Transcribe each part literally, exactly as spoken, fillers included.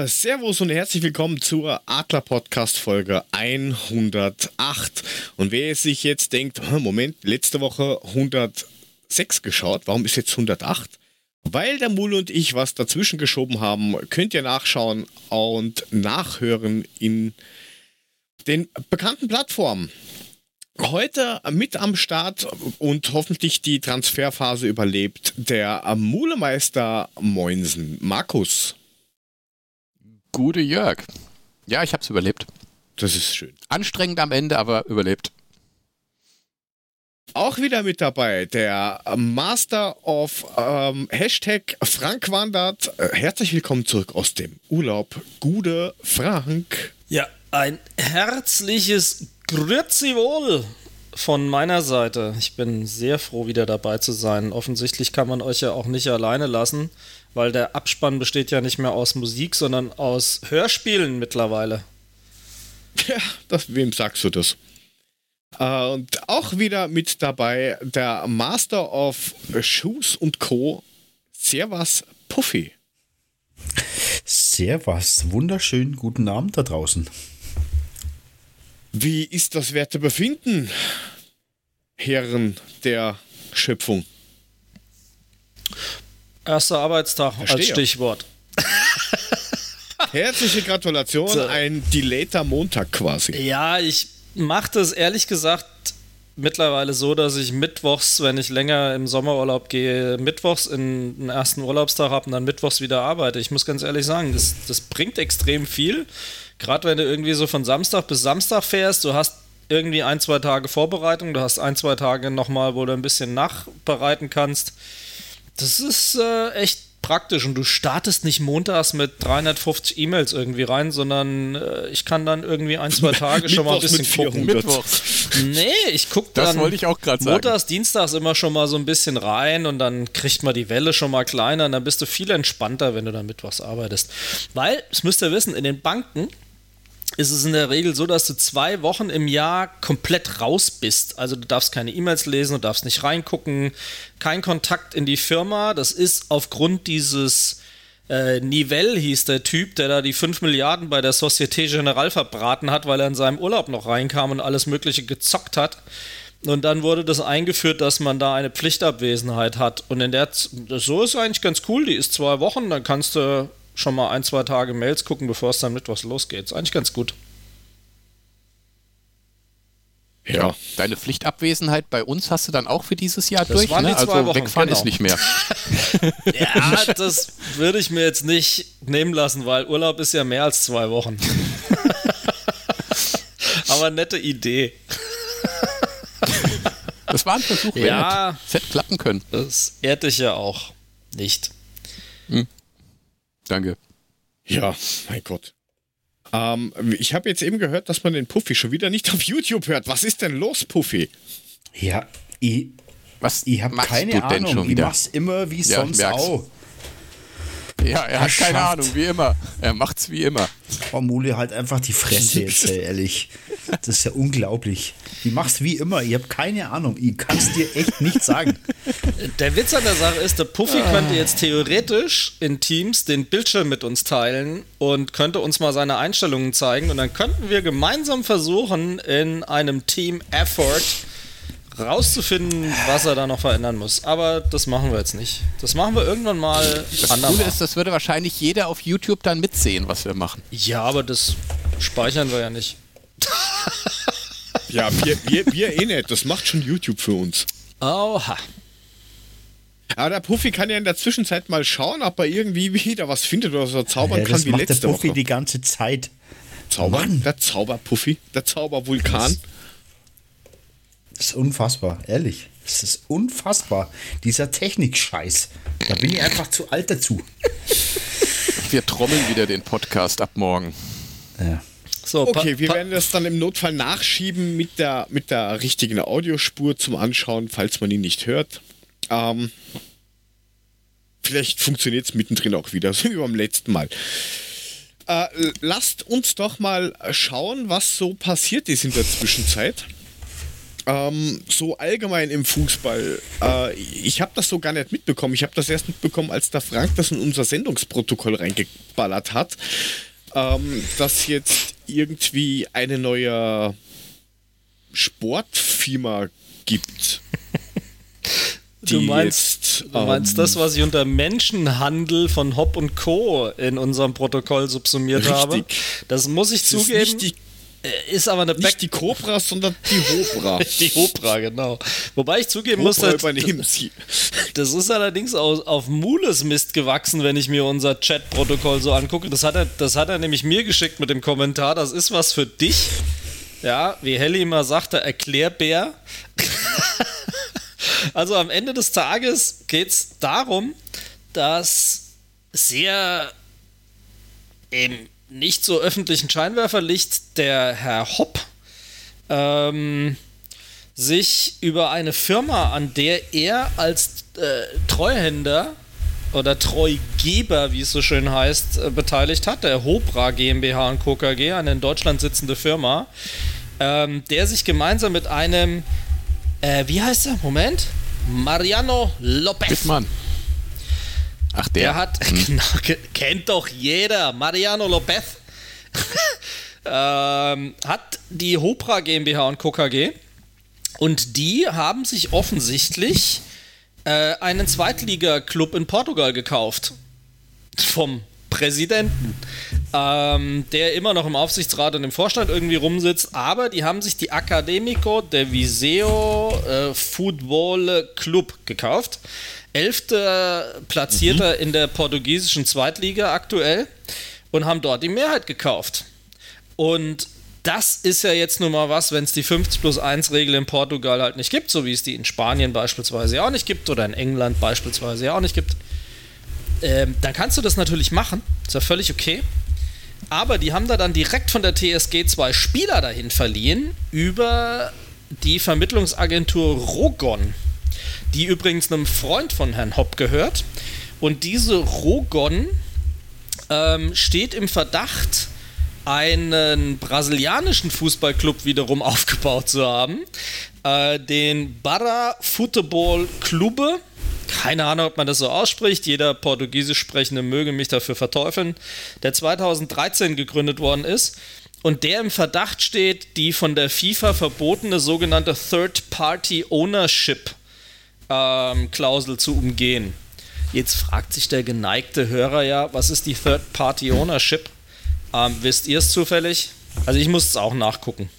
Servus und herzlich willkommen zur Adler-Podcast-Folge hundertacht. Und wer sich jetzt denkt, Moment, letzte Woche hundertsechs geschaut, warum ist jetzt hundertacht? Weil der Mule und ich was dazwischen geschoben haben, könnt ihr nachschauen und nachhören in den bekannten Plattformen. Heute mit am Start und hoffentlich die Transferphase überlebt, der Mulemeister Moinsen. Markus. Gute Jörg. Ja, ich hab's überlebt. Das ist schön. Anstrengend am Ende, aber überlebt. Auch wieder mit dabei der Master of ähm, Hashtag Frank wandert. Herzlich willkommen zurück aus dem Urlaub. Gute Frank. Ja, ein herzliches Grüezi wohl von meiner Seite. Ich bin sehr froh, wieder dabei zu sein. Offensichtlich kann man euch ja auch nicht alleine lassen, weil der Abspann besteht ja nicht mehr aus Musik, sondern aus Hörspielen mittlerweile. Ja, das, wem sagst du das? Äh, und auch wieder mit dabei der Master of Shoes und Co. Servus Puffy. Servus, wunderschönen guten Abend da draußen. Wie ist das Wertebefinden, Herren der Schöpfung? Erster Arbeitstag Verstehe. als Stichwort. Herzliche Gratulation, So. ein delayter Montag quasi. Ja, ich mache das ehrlich gesagt mittlerweile so, dass ich mittwochs, wenn ich länger im Sommerurlaub gehe, mittwochs in den ersten Urlaubstag habe und dann mittwochs wieder arbeite. Ich muss ganz ehrlich sagen, das, das bringt extrem viel. Gerade wenn du irgendwie so von Samstag bis Samstag fährst, du hast irgendwie ein, zwei Tage Vorbereitung, du hast ein, zwei Tage nochmal, wo du ein bisschen nachbereiten kannst. Das ist äh, echt praktisch und du startest nicht montags mit dreihundertfünfzig E-Mails irgendwie rein, sondern äh, ich kann dann irgendwie ein, zwei Tage schon mal ein bisschen gucken. Mittwochs. Nee, ich gucke Das dann wollte ich auch gerade sagen. montags, dienstags immer schon mal so ein bisschen rein und dann kriegt man die Welle schon mal kleiner und dann bist du viel entspannter, wenn du dann mittwochs arbeitest. Weil, das müsst ihr wissen, in den Banken ist es in der Regel so, dass du zwei Wochen im Jahr komplett raus bist. Also du darfst keine E-Mails lesen, du darfst nicht reingucken, kein Kontakt in die Firma. Das ist aufgrund dieses äh, Nivelle, hieß der Typ, der da die fünf Milliarden bei der Société Générale verbraten hat, weil er in seinem Urlaub noch reinkam und alles Mögliche gezockt hat. Und dann wurde das eingeführt, dass man da eine Pflichtabwesenheit hat. Und in der Z- so ist eigentlich ganz cool, die ist zwei Wochen, dann kannst du schon mal ein, zwei Tage Mails gucken, bevor es dann mittwochs losgeht. Ist eigentlich ganz gut. Ja. Deine Pflichtabwesenheit bei uns hast du dann auch für dieses Jahr Das durch, waren die ne? zwei Also Wochen, wegfahren genau. ist nicht mehr. Ja, das würde ich mir jetzt nicht nehmen lassen, weil Urlaub ist ja mehr als zwei Wochen. Aber nette Idee. Das war ein Versuch, wäre Ja. nett. Es hätte klappen können. Das ehrt dich ja auch nicht. Danke. Ja, mein Gott. Ähm, ich habe jetzt eben gehört, dass man den Puffy schon wieder nicht auf YouTube hört. Was ist denn los, Puffy? Ja, ich, Was ich habe machst keine du denn Ahnung. schon Ich wieder? mach's immer wie Ja, ich sonst merk's. auch. Ja, er hat Er keine schafft. Ahnung, wie immer. Er macht's wie immer. Oh, Mule, halt einfach die Fresse jetzt, ey, ehrlich. Das ist ja unglaublich. Ich mach's wie immer. Ich habe keine Ahnung. Ich kann's dir echt nicht sagen. Der Witz an der Sache ist, der Puffy könnte jetzt theoretisch in Teams den Bildschirm mit uns teilen und könnte uns mal seine Einstellungen zeigen und dann könnten wir gemeinsam versuchen, in einem Team-Effort rauszufinden, was er da noch verändern muss. Aber das machen wir jetzt nicht. Das machen wir irgendwann mal Das andermal. Coole ist, das würde wahrscheinlich jeder auf YouTube dann mitsehen, was wir machen. Ja, aber das speichern wir ja nicht. Ja, wir, wir, wir eh nicht. Das macht schon YouTube für uns. Oha. Aber der Puffy kann ja in der Zwischenzeit mal schauen, ob er irgendwie wieder was findet oder so zaubern Ja, kann das wie macht der letzte Puffy Woche. die ganze Zeit. Zauber, Mann. der Zauberpuffy, der Zaubervulkan. Das ist unfassbar, ehrlich. Das ist unfassbar. Dieser Technik-Scheiß. Da bin ich einfach zu alt dazu. Wir trommeln wieder den Podcast ab morgen. Ja. So, pa- Okay, wir pa- werden das dann im Notfall nachschieben mit der, mit der richtigen Audiospur zum Anschauen, falls man ihn nicht hört. Ähm, vielleicht funktioniert es mittendrin auch wieder, so wie beim letzten Mal. Äh, lasst uns doch mal schauen, was so passiert ist in der Zwischenzeit. Ähm, so allgemein im Fußball, äh, ich habe das so gar nicht mitbekommen. Ich habe das erst mitbekommen, als der Frank das in unser Sendungsprotokoll reingeballert hat, ähm, dass jetzt irgendwie eine neue Sportfirma gibt. Du meinst, jetzt, du meinst ähm, das, was ich unter Menschenhandel von Hopp und Co. in unserem Protokoll subsumiert richtig. habe. Das muss ich Das zugeben. Ist nicht die, Ist aber eine nicht Back die Cobra, sondern die Hobra. die Hopra, genau. Wobei ich zugeben muss, Hobra dass, übernehmen sie. das ist allerdings auf, auf Mules Mist gewachsen, wenn ich mir unser Chat-Protokoll so angucke. Das hat, er, das hat er nämlich mir geschickt mit dem Kommentar, das ist was für dich. Ja, wie Helly immer sagte, Erklärbär. Also am Ende des Tages geht es darum, dass sehr im nicht so öffentlichen Scheinwerferlicht der Herr Hopp ähm, sich über eine Firma, an der er als äh, Treuhänder oder Treugeber, wie es so schön heißt, äh, beteiligt hat, der Hopra GmbH und Co. K G, eine in Deutschland sitzende Firma, ähm, der sich gemeinsam mit einem, äh, wie heißt er? Moment, Mariano Lopez. Wittmann. Ach, der. Der hat, hm. genau, kennt doch jeder, Mariano Lopez, ähm, hat die Hopra GmbH und Co. K G und die haben sich offensichtlich äh, einen Zweitliga-Club in Portugal gekauft. Vom Präsidenten, ähm, der immer noch im Aufsichtsrat und im Vorstand irgendwie rumsitzt, aber die haben sich die Académico de Viseu äh, Futebol Club gekauft. Elfter Platzierter mhm. in der portugiesischen Zweitliga aktuell und haben dort die Mehrheit gekauft. Und das ist ja jetzt nun mal was, wenn es die fünfzig plus eins Regel in Portugal halt nicht gibt, so wie es die in Spanien beispielsweise auch nicht gibt oder in England beispielsweise auch nicht gibt. Ähm, dann kannst du das natürlich machen, ist ja völlig okay. Aber die haben da dann direkt von der T S G zwei Spieler dahin verliehen über die Vermittlungsagentur Rogon, die übrigens einem Freund von Herrn Hopp gehört. Und diese Rogon ähm, steht im Verdacht, einen brasilianischen Fußballclub wiederum aufgebaut zu haben, äh, den Barra Futebol Clube. Keine Ahnung, ob man das so ausspricht. Jeder Portugiesisch Sprechende möge mich dafür verteufeln. Der zweitausenddreizehn gegründet worden ist und der im Verdacht steht, die von der FIFA verbotene sogenannte Third-Party-Ownership ähm, Klausel zu umgehen. Jetzt fragt sich der geneigte Hörer ja, was ist die Third-Party-Ownership? Ähm, wisst ihr es zufällig? Also ich muss es auch nachgucken.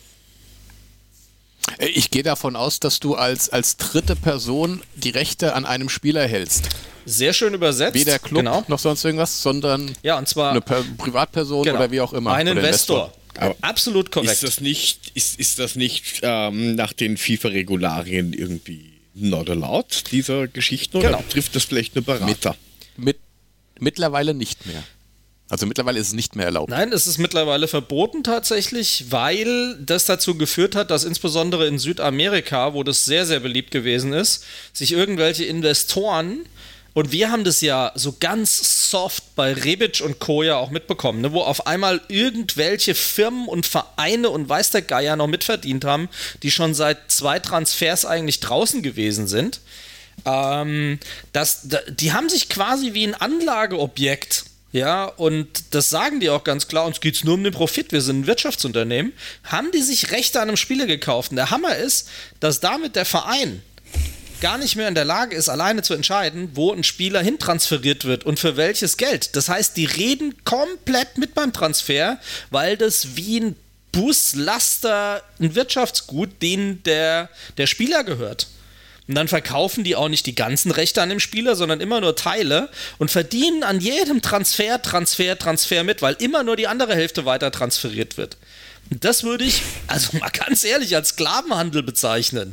Ich gehe davon aus, dass du als, als dritte Person die Rechte an einem Spieler hältst. Sehr schön übersetzt. Weder Club genau. noch sonst irgendwas, sondern ja, und zwar eine per- Privatperson genau. oder wie auch immer. Ein oder Investor. Aber absolut korrekt. Ist das nicht, ist, ist das nicht ähm, nach den FIFA-Regularien irgendwie not allowed, dieser Geschichten? Oder genau. betrifft das vielleicht nur Berater? Mit, mit, mittlerweile nicht mehr. Also mittlerweile ist es nicht mehr erlaubt. Nein, es ist mittlerweile verboten tatsächlich, weil das dazu geführt hat, dass insbesondere in Südamerika, wo das sehr, sehr beliebt gewesen ist, sich irgendwelche Investoren, und wir haben das ja so ganz soft bei Rebic und Co. ja auch mitbekommen, ne, wo auf einmal irgendwelche Firmen und Vereine und weiß der Geier noch mitverdient haben, die schon seit zwei Transfers eigentlich draußen gewesen sind. Ähm, das, die haben sich quasi wie ein Anlageobjekt, ja, und das sagen die auch ganz klar, uns geht es nur um den Profit, wir sind ein Wirtschaftsunternehmen, haben die sich Rechte an einem Spieler gekauft. Und der Hammer ist, dass damit der Verein gar nicht mehr in der Lage ist, alleine zu entscheiden, wo ein Spieler hintransferiert wird und für welches Geld. Das heißt, die reden komplett mit beim Transfer, weil das wie ein Bus, Laster, ein Wirtschaftsgut, denen der, der Spieler gehört. Und dann verkaufen die auch nicht die ganzen Rechte an dem Spieler, sondern immer nur Teile und verdienen an jedem Transfer, Transfer, Transfer mit, weil immer nur die andere Hälfte weiter transferiert wird. Und das würde ich, also mal ganz ehrlich, als Sklavenhandel bezeichnen.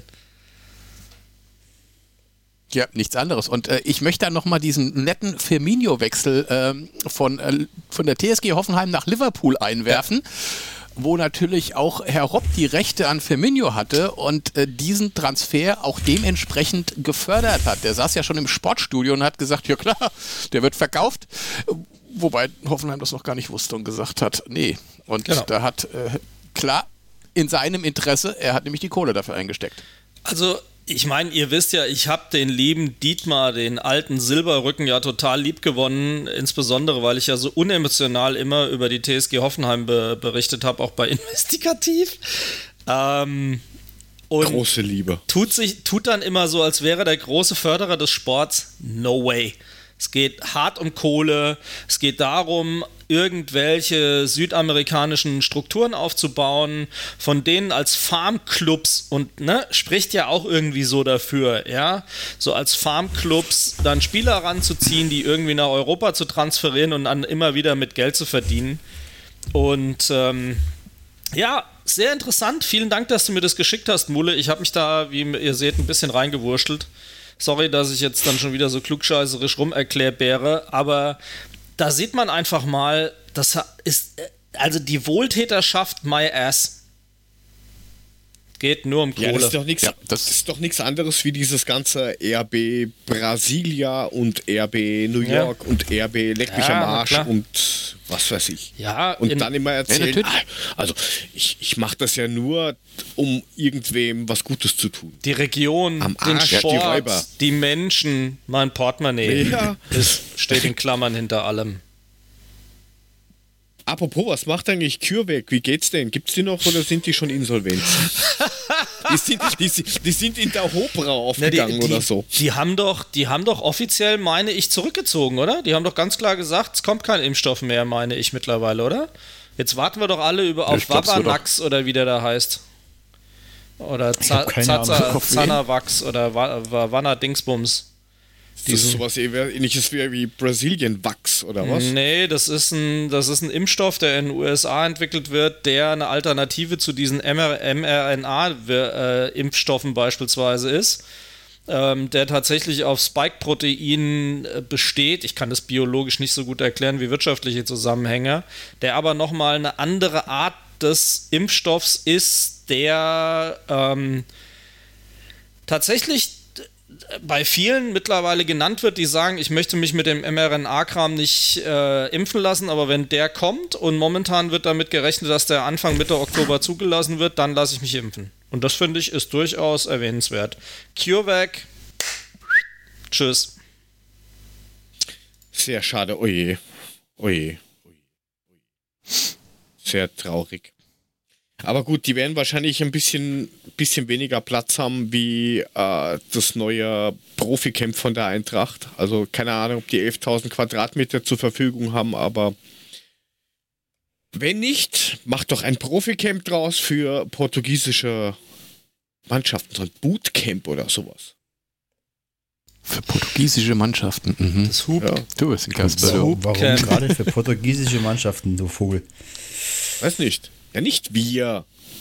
Ja, nichts anderes. Und äh, ich möchte da nochmal diesen netten Firmino-Wechsel ähm, von, äh, von der T S G Hoffenheim nach Liverpool einwerfen. Ja. Wo natürlich auch Herr Hopp die Rechte an Firmino hatte und äh, diesen Transfer auch dementsprechend gefördert hat. Der saß ja schon im Sportstudio und hat gesagt, ja klar, der wird verkauft. Wobei Hoffenheim das noch gar nicht wusste und gesagt hat, nee. Und genau. da hat, äh, klar, in seinem Interesse. Er hat nämlich die Kohle dafür eingesteckt. Also, ich meine, ihr wisst ja, ich habe den lieben Dietmar, den alten Silberrücken, ja total lieb gewonnen, insbesondere, weil ich ja so unemotional immer über die T S G Hoffenheim be- berichtet habe, auch bei Investigativ. Ähm, und Große Liebe. Tut, sich, tut dann immer so, als wäre der große Förderer des Sports. No way. Es geht hart um Kohle, es geht darum, irgendwelche südamerikanischen Strukturen aufzubauen, von denen als Farmclubs, und ne, spricht ja auch irgendwie so dafür, ja, so als Farmclubs dann Spieler ranzuziehen, die irgendwie nach Europa zu transferieren und dann immer wieder mit Geld zu verdienen. Und ähm, ja, sehr interessant. Vielen Dank, dass du mir das geschickt hast, Mule. Ich habe mich da, wie ihr seht, ein bisschen reingewurschtelt. Sorry, dass ich jetzt dann schon wieder so klugscheißerisch rumerklärbäre, aber da sieht man einfach mal, das ist, also die Wohltäterschaft my ass. Geht nur um Kohle. Ja, das ist doch nichts Ja, das- das ist doch nichts anderes wie dieses ganze R B Brasilia und R B New Ja. York und R B Leck mich Ja, am na Arsch klar. und was weiß ich. Ja, und in- dann immer erzählen, natürlich. ah, also ich, ich mache das ja nur, um irgendwem was Gutes zu tun. Die Region, Am den Arsch, die Sport, Räuber. die Menschen, mein Portemonnaie. Ja. Es steht in Klammern hinter allem. Apropos, was macht eigentlich CureVac? Wie geht's denn? Gibt's die noch oder sind die schon insolvent? die, sind, die, sind- die sind in der Hobra Na, aufgegangen die, die, oder so. Die haben doch, die haben doch offiziell, meine ich, zurückgezogen, oder? Die haben doch ganz klar gesagt, es kommt kein Impfstoff mehr, meine ich mittlerweile, oder? Jetzt warten wir doch alle über auf ich glaub, es wird Wabanax oder wie der da heißt. Oder Za- hab keine Zaza, Ahnung. Auf wen? Zanavax oder Wa- Wa- Wanna Dingsbums. Das ist sowas ähnliches wie, wie Brasilien-Wachs oder was? Nee, das ist, ein, das ist ein Impfstoff, der in den U S A entwickelt wird, der eine Alternative zu diesen mRNA-Impfstoffen beispielsweise ist, ähm, der tatsächlich auf Spike-Proteinen äh, besteht. Ich kann das biologisch nicht so gut erklären wie wirtschaftliche Zusammenhänge, der aber nochmal eine andere Art des Impfstoffs ist, der ähm, tatsächlich bei vielen mittlerweile genannt wird, die sagen, ich möchte mich mit dem mRNA-Kram nicht äh, impfen lassen, aber wenn der kommt und momentan wird damit gerechnet, dass der Anfang Mitte Oktober zugelassen wird, dann lasse ich mich impfen. Und das finde ich ist durchaus erwähnenswert. CureVac, tschüss. Sehr schade. Oje. Oje. Oje. Sehr traurig. Aber gut, die werden wahrscheinlich ein bisschen, bisschen weniger Platz haben wie äh, das neue Profi-Camp von der Eintracht. Also keine Ahnung, ob die elftausend Quadratmeter zur Verfügung haben, aber wenn nicht, macht doch ein Profi-Camp draus für portugiesische Mannschaften, so ein Bootcamp oder sowas. Für portugiesische Mannschaften. Mhm. Das Hub. Ja, Du bist ein Kasper, du. Warum, warum Camp. gerade für portugiesische Mannschaften, du Vogel? weiß nicht. Ja, nicht wir.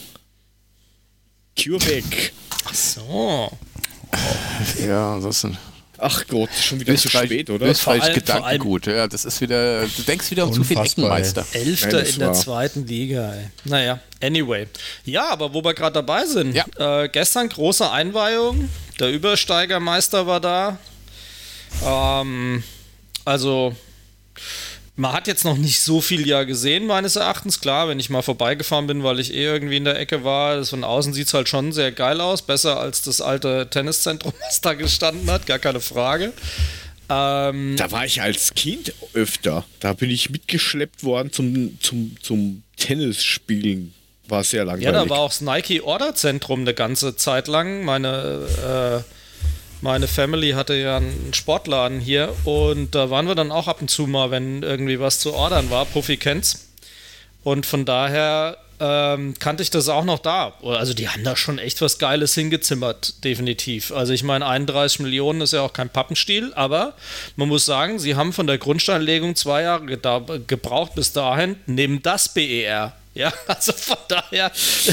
CureVac. Ach so. Ja, das ist ein Ach Gott, schon wieder zu Österreich, spät, oder? Österreich Vor allem- Gedankengut. Ja, das ist wieder, du denkst wieder um zu viel Unfassbar, Eckenmeister. Elfter Ja, das in der war- zweiten Liga, ey. Naja, anyway. Ja, aber wo wir gerade dabei sind. Ja. Äh, gestern große Einweihung. Der Übersteigermeister war da. Ähm, also, man hat jetzt noch nicht so viel ja gesehen, meines Erachtens. Klar, wenn ich mal vorbeigefahren bin, weil ich eh irgendwie in der Ecke war. Das von außen sieht es halt schon sehr geil aus. Besser als das alte Tenniszentrum, was da gestanden hat. Gar keine Frage. Ähm, Da war ich als Kind öfter. Da bin ich mitgeschleppt worden zum, zum, zum Tennisspielen. War sehr langweilig. Ja, da war auch das Nike Order Zentrum eine ganze Zeit lang. Meine, äh, meine Family hatte ja einen Sportladen hier und da waren wir dann auch ab und zu mal, wenn irgendwie was zu ordern war. Puffy kennt's. Und von daher ähm, kannte ich das auch noch da. Also die haben da schon echt was Geiles hingezimmert, definitiv. Also ich meine, einunddreißig Millionen ist ja auch kein Pappenstiel, aber man muss sagen, sie haben von der Grundsteinlegung zwei Jahre geda- gebraucht bis dahin. Nehmen das B E R. Ja, also von daher.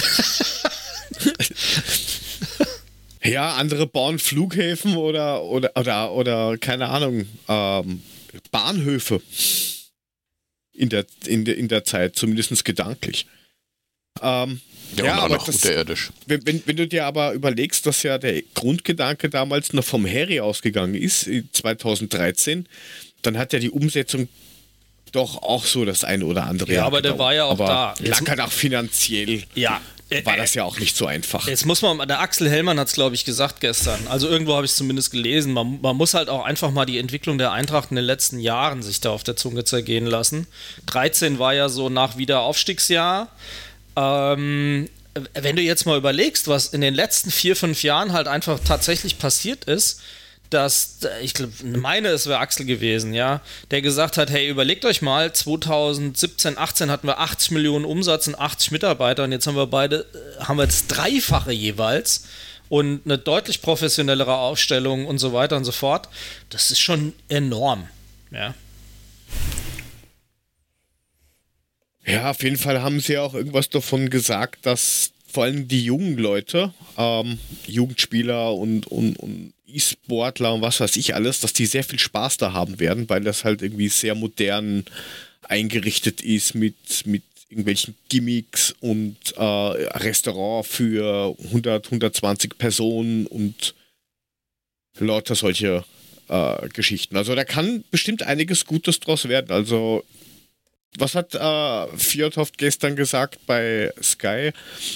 Ja, andere bauen Flughäfen oder, oder, oder, oder keine Ahnung, ähm, Bahnhöfe. In der, in, der, in der Zeit, zumindest gedanklich. Ähm, Ja, ja, und auch aber noch das, unterirdisch. wenn, wenn, wenn du dir aber überlegst, dass ja der Grundgedanke damals noch vom Harry ausgegangen ist, zweitausenddreizehn, dann hat ja die Umsetzung doch auch so das eine oder andere Ja, Jahr aber der gedauert. war ja auch aber da. lag halt auch finanziell. Ja, war das ja auch nicht so einfach. Jetzt muss man, der Axel Hellmann hat es, glaube ich, gesagt gestern, also irgendwo habe ich es zumindest gelesen, man, man muss halt auch einfach mal die Entwicklung der Eintracht in den letzten Jahren sich da auf der Zunge zergehen lassen. dreizehn war ja so nach Wiederaufstiegsjahr. Ähm, wenn du jetzt mal überlegst, was in den letzten vier, fünf Jahren halt einfach tatsächlich passiert ist, dass, ich glaube, meine, es wäre Axel gewesen, ja, der gesagt hat, hey, überlegt euch mal, zwanzig siebzehn, achtzehn hatten wir achtzig Millionen Umsatz und achtzig Mitarbeiter und jetzt haben wir beide, haben wir jetzt Dreifache jeweils und eine deutlich professionellere Aufstellung und so weiter und so fort. Das ist schon enorm, ja. Ja, auf jeden Fall haben sie auch irgendwas davon gesagt, dass vor allem die jungen Leute, ähm, Jugendspieler und, und, und E-Sportler und was weiß ich alles, dass die sehr viel Spaß da haben werden, weil das halt irgendwie sehr modern eingerichtet ist mit, mit irgendwelchen Gimmicks und äh, Restaurant für hundert, hundertzwanzig Personen und lauter solche äh, Geschichten. Also da kann bestimmt einiges Gutes draus werden. Also was hat äh, Fjordhoft gestern gesagt bei Sky?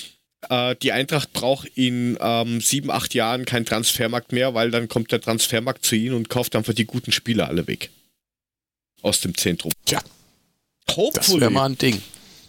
Die Eintracht braucht in ähm, sieben, acht Jahren keinen Transfermarkt mehr, weil dann kommt der Transfermarkt zu ihnen und kauft einfach die guten Spieler alle weg. Aus dem Zentrum. Tja, das wäre mal ein Ding.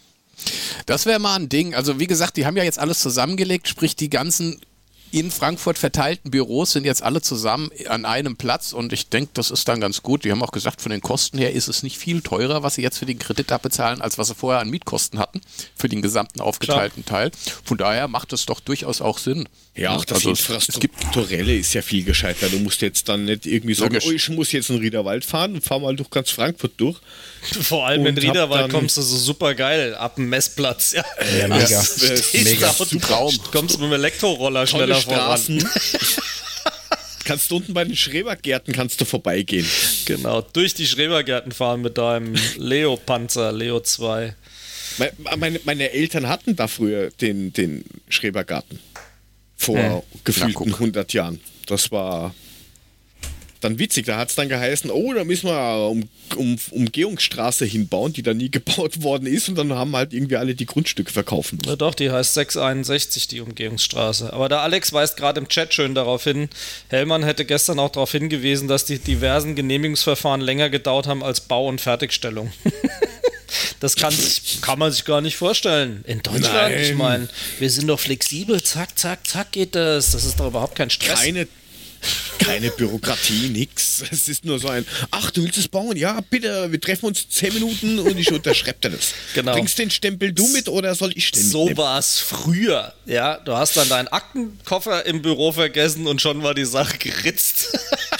Das wäre mal ein Ding. Also wie gesagt, die haben ja jetzt alles zusammengelegt, sprich die ganzen in Frankfurt verteilten Büros sind jetzt alle zusammen an einem Platz und ich denke, das ist dann ganz gut. Die haben auch gesagt, von den Kosten her ist es nicht viel teurer, was sie jetzt für den Kredit abbezahlen, als was sie vorher an Mietkosten hatten, für den gesamten aufgeteilten Klar. Teil. Von daher macht es doch durchaus auch Sinn. Ja, auch das also Infrastrukturelle ist ja viel gescheiter. Du musst jetzt dann nicht irgendwie sagen, Logisch. oh, ich muss jetzt in Riederwald fahren und fahr mal durch ganz Frankfurt durch. Vor allem in Riederwald kommst du so super geil ab dem Messplatz. Ja, ja mega. Das das mega. Traum. Kommst du mit dem Elektroroller schneller Straßen. voran. Kannst du unten bei den Schrebergärten kannst du vorbeigehen. Genau, durch die Schrebergärten fahren mit deinem Leo-Panzer, Leo zwei. Meine, meine Eltern hatten da früher den, den Schrebergarten. Vor hm. gefühlten hundert Jahren. Das war dann witzig. Da hat es dann geheißen, oh, da müssen wir um, um, Umgehungsstraße hinbauen, die da nie gebaut worden ist. Und dann haben halt irgendwie alle die Grundstücke verkaufen müssen. Ja doch, die heißt sechshunderteinundsechzig, die Umgehungsstraße. Aber der Alex weist gerade im Chat schön darauf hin, Hellmann hätte gestern auch darauf hingewiesen, dass die diversen Genehmigungsverfahren länger gedauert haben als Bau- und Fertigstellung. Das kann, sich, kann man sich gar nicht vorstellen. In Deutschland, Nein. ich meine, wir sind doch flexibel, zack, zack, zack geht das. Das ist doch überhaupt kein Stress. Keine, keine Bürokratie, nix. Es ist nur so ein, ach, du willst es bauen? Ja, bitte, wir treffen uns zehn Minuten und ich unterschreibe dir das. Genau. Bringst den Stempel du mit oder soll ich den So war es früher. Ja, du hast dann deinen Aktenkoffer im Büro vergessen und schon war die Sache geritzt.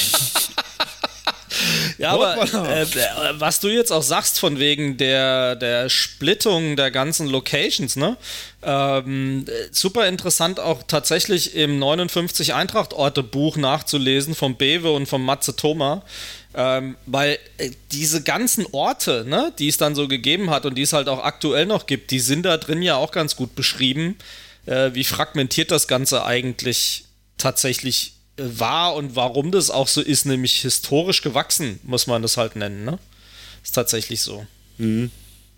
Ja, aber äh, was du jetzt auch sagst von wegen der, der Splittung der ganzen Locations, ne? Ähm, super interessant auch tatsächlich im neunundfünfzig Eintracht-Orte-Buch nachzulesen vom Bewe und vom Matze Thoma, ähm, weil äh, diese ganzen Orte, ne, die es dann so gegeben hat und die es halt auch aktuell noch gibt, die sind da drin ja auch ganz gut beschrieben, äh, wie fragmentiert das Ganze eigentlich tatsächlich war und warum das auch so ist, nämlich historisch gewachsen, muss man das halt nennen, ne? Ist tatsächlich so. Mhm.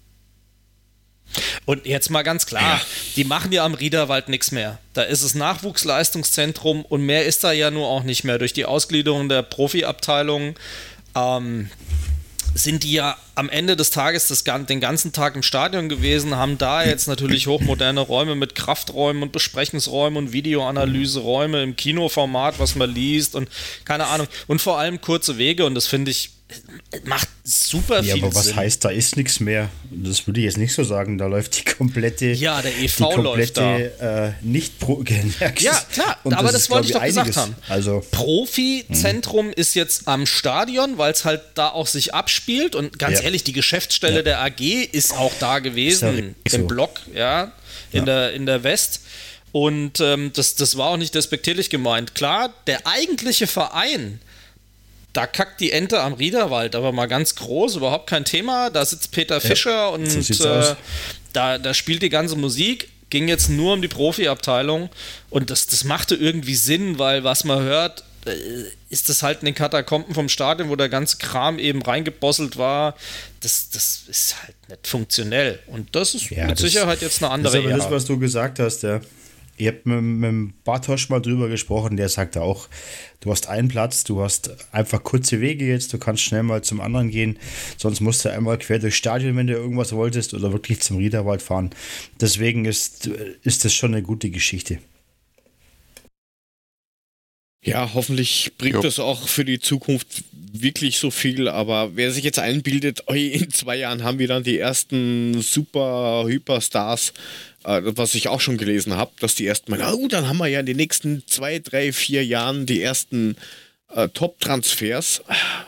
Und jetzt mal ganz klar, ja. die machen ja am Riederwald nichts mehr. Da ist es Nachwuchsleistungszentrum und mehr ist da ja nur auch nicht mehr. Durch die Ausgliederung der Profiabteilung ähm, sind die ja am Ende des Tages das, den ganzen Tag im Stadion gewesen, haben da jetzt natürlich hochmoderne Räume mit Krafträumen und Besprechungsräumen und Videoanalyseräume im Kinoformat, was man liest und keine Ahnung. Und vor allem kurze Wege und das finde ich, macht super viel Sinn. Ja, aber was Sinn. heißt, da ist nichts mehr? Das würde ich jetzt nicht so sagen. Da läuft die komplette... Ja, der E V die läuft da. Äh, nicht pro Ja, klar, und aber das, das wollte ich doch einiges. gesagt haben. Also, Profi-Zentrum hm. ist jetzt am Stadion, weil es halt da auch sich abspielt und ganz ja. ehrlich, die Geschäftsstelle ja. der A G ist auch da gewesen, ja im so. Block, ja, in, ja. Der, in der West. Und ähm, das, das war auch nicht despektierlich gemeint. Klar, der eigentliche Verein, da kackt die Ente am Riederwald, aber mal ganz groß, überhaupt kein Thema. Da sitzt Peter Fischer ja, und so äh, da, da spielt die ganze Musik. Ging jetzt nur um die Profiabteilung und das, das machte irgendwie Sinn, weil was man hört, äh, ist das halt in den Katakomben vom Stadion, wo der ganze Kram eben reingebosselt war. Das, das ist halt nicht funktionell. Und das ist Ja, mit das- Sicherheit jetzt eine andere Das ist aber Ära. das, was du gesagt hast, ja. Ich habe mit, mit dem Bartosch mal drüber gesprochen, der sagte auch, du hast einen Platz, du hast einfach kurze Wege jetzt, du kannst schnell mal zum anderen gehen, sonst musst du einmal quer durchs Stadion, wenn du irgendwas wolltest, oder wirklich zum Riederwald fahren. Deswegen ist, ist das schon eine gute Geschichte. Ja, hoffentlich bringt Jo. das auch für die Zukunft wirklich so viel, aber wer sich jetzt einbildet, oi, in zwei Jahren haben wir dann die ersten super Hyperstars, äh, was ich auch schon gelesen habe, dass die ersten mal, oh, dann haben wir ja in den nächsten zwei, drei, vier Jahren die ersten äh, Top-Transfers.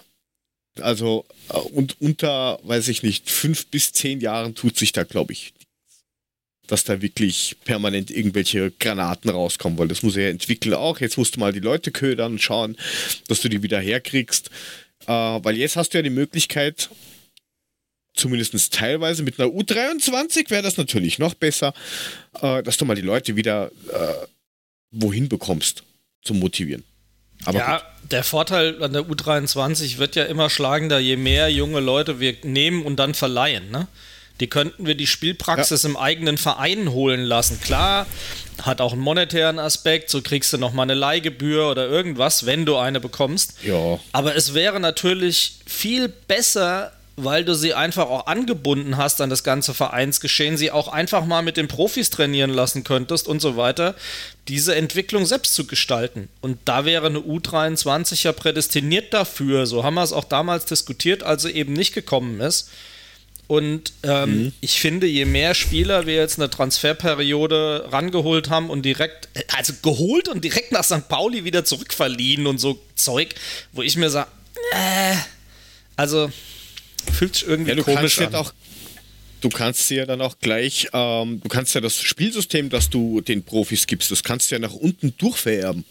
Also äh, und unter, weiß ich nicht, fünf bis zehn Jahren tut sich da, glaube ich, dass da wirklich permanent irgendwelche Granaten rauskommen, weil das muss er ja entwickeln auch. Jetzt musst du mal die Leute ködern und schauen, dass du die wieder herkriegst. Äh, weil jetzt hast du ja die Möglichkeit, zumindest teilweise mit einer U dreiundzwanzig wäre das natürlich noch besser, äh, dass du mal die Leute wieder äh, wohin bekommst zum Motivieren. Aber ja, gut. der Vorteil an der U dreiundzwanzig wird ja immer schlagender, je mehr junge Leute wir nehmen und dann verleihen, ne? Die könnten wir die Spielpraxis ja. im eigenen Verein holen lassen. Klar, hat auch einen monetären Aspekt, so kriegst du nochmal eine Leihgebühr oder irgendwas, wenn du eine bekommst. Ja. Aber es wäre natürlich viel besser, weil du sie einfach auch angebunden hast an das ganze Vereinsgeschehen, sie auch einfach mal mit den Profis trainieren lassen könntest und so weiter, diese Entwicklung selbst zu gestalten. Und da wäre eine U dreiundzwanzig ja prädestiniert dafür. So haben wir es auch damals diskutiert, als sie eben nicht gekommen ist. Und ähm, mhm. ich finde, je mehr Spieler wir jetzt in der Transferperiode rangeholt haben und direkt, also geholt und direkt nach Sankt Pauli wieder zurückverliehen und so Zeug, wo ich mir sage, äh, also fühlt sich irgendwie ja, du komisch kannst an. Auch, du kannst ja dann auch gleich, ähm, du kannst ja das Spielsystem, das du den Profis gibst, das kannst du ja nach unten durchvererben.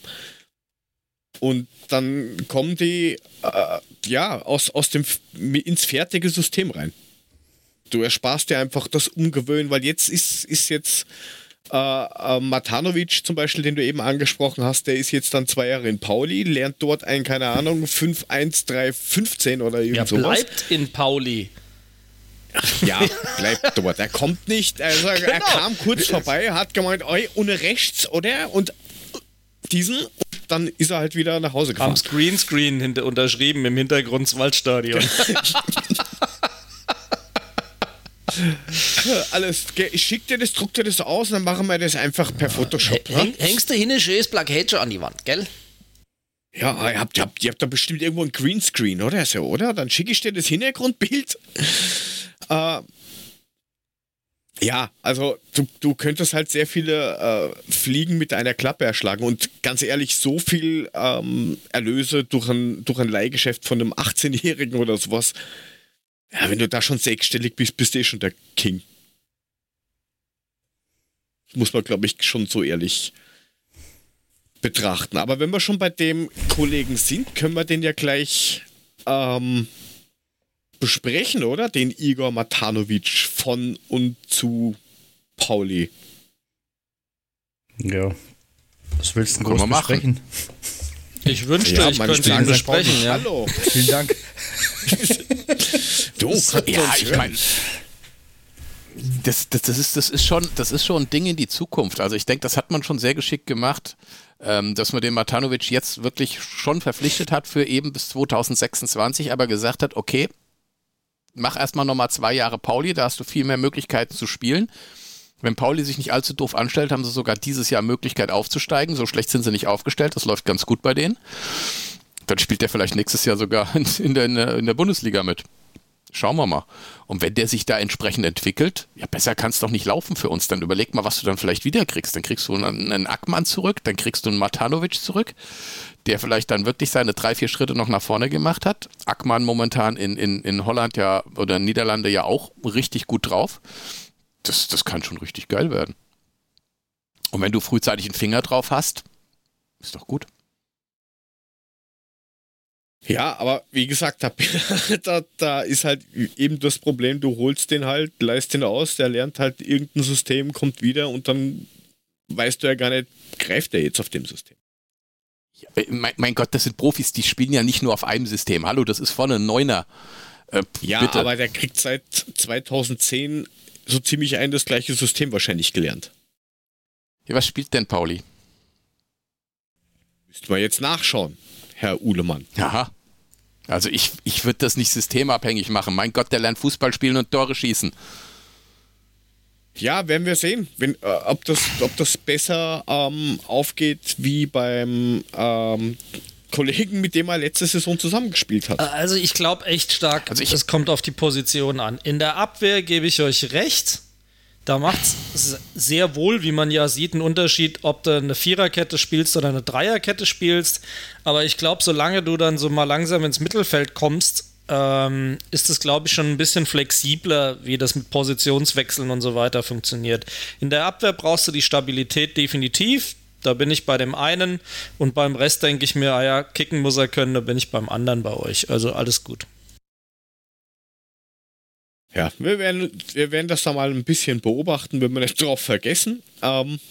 Und dann kommen die äh, ja aus, aus dem ins fertige System rein. Du ersparst dir einfach das Umgewöhnen, weil jetzt ist, ist jetzt äh, äh, Matanovic zum Beispiel, den du eben angesprochen hast, der ist jetzt dann zwei Jahre in Pauli, lernt dort ein, keine Ahnung, fünf eins drei fünfzehn oder irgend ja, sowas. bleibt in Pauli. Ja, bleibt dort. Er kommt nicht, also genau. Er kam kurz vorbei, hat gemeint, oi, ohne rechts, oder? Und diesen, dann ist er halt wieder nach Hause gefahren. Am Screenscreen hinter, unterschrieben im Hintergrund des Waldstadion. Alles, ich schick dir das, druck dir das aus und dann machen wir das einfach per Photoshop. Häng, hängst du hin ein schönes Plakett schon an die Wand, gell? Ja, ihr habt, ihr, habt, ihr habt da bestimmt irgendwo ein Greenscreen, oder so, oder? Dann schicke ich dir das Hintergrundbild. äh, ja, also du, du könntest halt sehr viele äh, Fliegen mit einer Klappe erschlagen und ganz ehrlich, so viel ähm, Erlöse durch ein, durch ein Leihgeschäft von einem achtzehnjährigen oder sowas. Ja, wenn du da schon sechsstellig bist, bist du eh schon der King. Muss man, glaube ich, schon so ehrlich betrachten. Aber wenn wir schon bei dem Kollegen sind, können wir den ja gleich ähm, besprechen, oder? Den Igor Matanovic von und zu Pauli. Ja. Was willst du denn Können groß wir machen. besprechen? Ich wünschte, Ja, ich meine könnte ihn Sterne besprechen. Pauli. Ja. Hallo. Vielen Dank. Du, Ja, ich meine, das, das, das, ist, das, ist schon, das ist schon ein Ding in die Zukunft. Also ich denke, das hat man schon sehr geschickt gemacht, ähm, dass man den Matanovic jetzt wirklich schon verpflichtet hat für eben bis zwanzig sechsundzwanzig, aber gesagt hat, okay, mach erstmal nochmal zwei Jahre Pauli, da hast du viel mehr Möglichkeiten zu spielen. Wenn Pauli sich nicht allzu doof anstellt, haben sie sogar dieses Jahr Möglichkeit aufzusteigen. So schlecht sind sie nicht aufgestellt, das läuft ganz gut bei denen. Dann spielt der vielleicht nächstes Jahr sogar in der, in der Bundesliga mit. Schauen wir mal. Und wenn der sich da entsprechend entwickelt, ja, besser kann es doch nicht laufen für uns. Dann überleg mal, was du dann vielleicht wieder kriegst. Dann kriegst du einen, einen Ackmann zurück, dann kriegst du einen Matanovic zurück, der vielleicht dann wirklich seine drei, vier Schritte noch nach vorne gemacht hat. Ackmann momentan in, in, in Holland ja oder Niederlande ja auch richtig gut drauf. Das, das kann schon richtig geil werden. Und wenn du frühzeitig einen Finger drauf hast, ist doch gut. Ja, aber wie gesagt, da, da, da ist halt eben das Problem, du holst den halt, leist den aus, der lernt halt irgendein System, kommt wieder und dann weißt du ja gar nicht, greift er jetzt auf dem System. Ja, mein, mein Gott, das sind Profis, die spielen ja nicht nur auf einem System. Hallo, das ist vorne ein Neuner. Äh, ja, bitte. aber der kriegt seit zweitausendzehn so ziemlich ein das gleiche System wahrscheinlich gelernt. Ja, was spielt denn Pauli? Müssten wir jetzt nachschauen, Herr Uhlemann. Aha. Also ich, ich würde das nicht systemabhängig machen. Mein Gott, der lernt Fußball spielen und Tore schießen. Ja, werden wir sehen, wenn, äh, ob, das, ob das besser ähm, aufgeht wie beim ähm, Kollegen, mit dem er letzte Saison zusammengespielt hat. Also ich glaube echt stark, also ich, es kommt auf die Position an. In der Abwehr gebe ich euch recht. Da macht es sehr wohl, wie man ja sieht, einen Unterschied, ob du eine Viererkette spielst oder eine Dreierkette spielst. Aber ich glaube, solange du dann so mal langsam ins Mittelfeld kommst, ähm, ist es, glaube ich, schon ein bisschen flexibler, wie das mit Positionswechseln und so weiter funktioniert. In der Abwehr brauchst du die Stabilität definitiv. Da bin ich bei dem einen. Und beim Rest denke ich mir, ah ja, kicken muss er können, da bin ich beim anderen bei euch. Also alles gut. Ja, wir werden, wir werden das da mal ein bisschen beobachten, wenn wir nicht drauf vergessen. Ähm,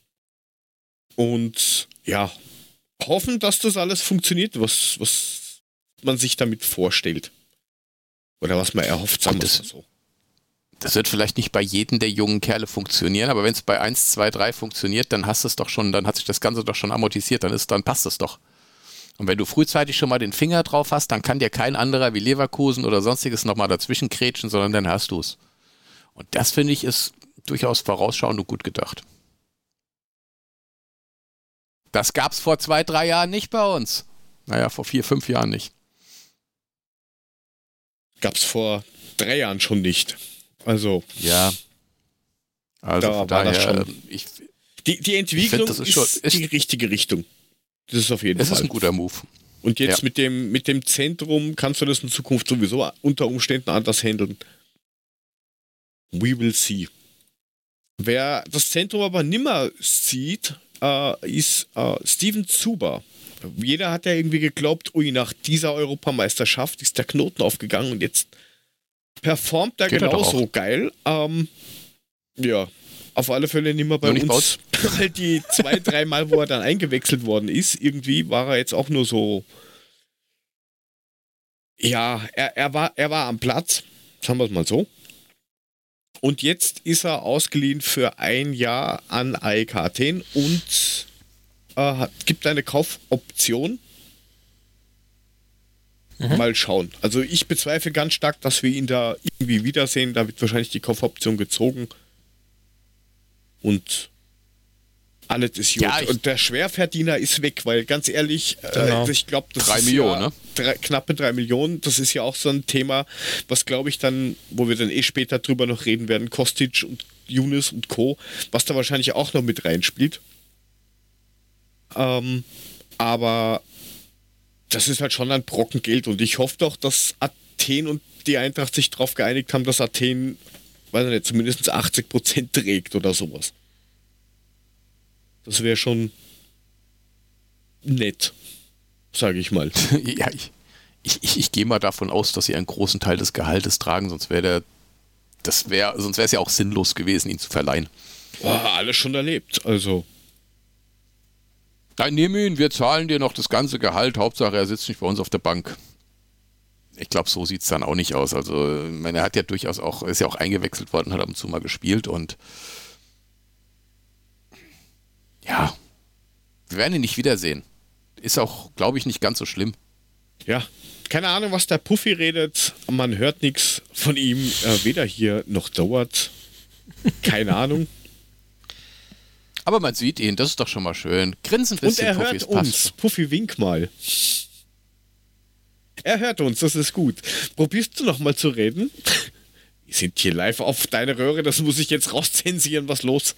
und ja, hoffen, dass das alles funktioniert, was, was man sich damit vorstellt. Oder was man erhofft, sagen wir es so. Das wird vielleicht nicht bei jedem der jungen Kerle funktionieren, aber wenn es bei eins, zwei, drei funktioniert, dann hast es doch schon, dann hat sich das Ganze doch schon amortisiert, dann ist, dann passt es doch. Und wenn du frühzeitig schon mal den Finger drauf hast, dann kann dir kein anderer wie Leverkusen oder sonstiges nochmal dazwischen kretschen, sondern dann hast du es. Und das, finde ich, ist durchaus vorausschauend und gut gedacht. Das gab es vor zwei, drei Jahren nicht bei uns. Naja, vor vier, fünf Jahren nicht. Gab es vor drei Jahren schon nicht. Also. Ja. Also da von war daher, das schon. Ich, die, die Entwicklung find, das ist, ist, schon, ist die richtige Richtung. Das ist auf jeden es Fall. ist ein guter Move. Und jetzt Ja. mit dem, mit dem Zentrum kannst du das in Zukunft sowieso unter Umständen anders handeln. We will see. Wer das Zentrum aber nimmer sieht, äh, ist äh, Steven Zuber. Jeder hat ja irgendwie geglaubt, ui, nach dieser Europameisterschaft ist der Knoten aufgegangen und jetzt performt er Geht er doch genauso auch. geil. Ähm, ja, auf alle Fälle nicht mehr bei Nur nicht uns. Weil die zwei, dreimal, wo er dann eingewechselt worden ist, irgendwie war er jetzt auch nur so. Ja, er, er, war, er war am Platz, sagen wir es mal so. Und jetzt ist er ausgeliehen für ein Jahr an A E K Athen und äh, hat, gibt eine Kaufoption. Mhm. Mal schauen. Also ich bezweifle ganz stark, dass wir ihn da irgendwie wiedersehen. Da wird wahrscheinlich die Kaufoption gezogen. Und alles ist gut. Ja, und der Schwerverdiener ist weg, weil ganz ehrlich, Genau. äh, ich glaube, das Drei ist Millionen, ja ne? drei, knappe drei Millionen. Das ist ja auch so ein Thema, was glaube ich dann, wo wir dann eh später drüber noch reden werden, Kostic und Younes und Co., was da wahrscheinlich auch noch mit reinspielt. Ähm, aber das ist halt schon ein Brocken Geld und ich hoffe doch, dass Athen und die Eintracht sich darauf geeinigt haben, dass Athen, weiß ich nicht, zumindest achtzig Prozent trägt oder sowas. Das wäre schon nett, sage ich mal. Ja, ich, ich, ich, ich gehe mal davon aus, dass sie einen großen Teil des Gehaltes tragen, sonst wäre der, das wäre, sonst wäre es ja auch sinnlos gewesen, ihn zu verleihen. Boah, alles schon erlebt, also. Nein, nimm ihn, wir zahlen dir noch das ganze Gehalt, Hauptsache er sitzt nicht bei uns auf der Bank. Ich glaube, so sieht es dann auch nicht aus. Also, ich meine, er hat ja durchaus auch, ist ja auch eingewechselt worden, hat ab und zu mal gespielt und ja, wir werden ihn nicht wiedersehen. Ist auch, glaube ich, nicht ganz so schlimm. Ja, keine Ahnung, was der Puffy redet. Man hört nichts von ihm, äh, weder hier noch dort. Keine Ahnung. Aber man sieht ihn, das ist doch schon mal schön. Grinsen ein Und bisschen, er Puffy, hört es passt. uns. Puffy, wink mal. Er hört uns, das ist gut. Probierst du noch mal zu reden? Wir sind hier live auf deine Röhre, das muss ich jetzt rauszensieren. Was los?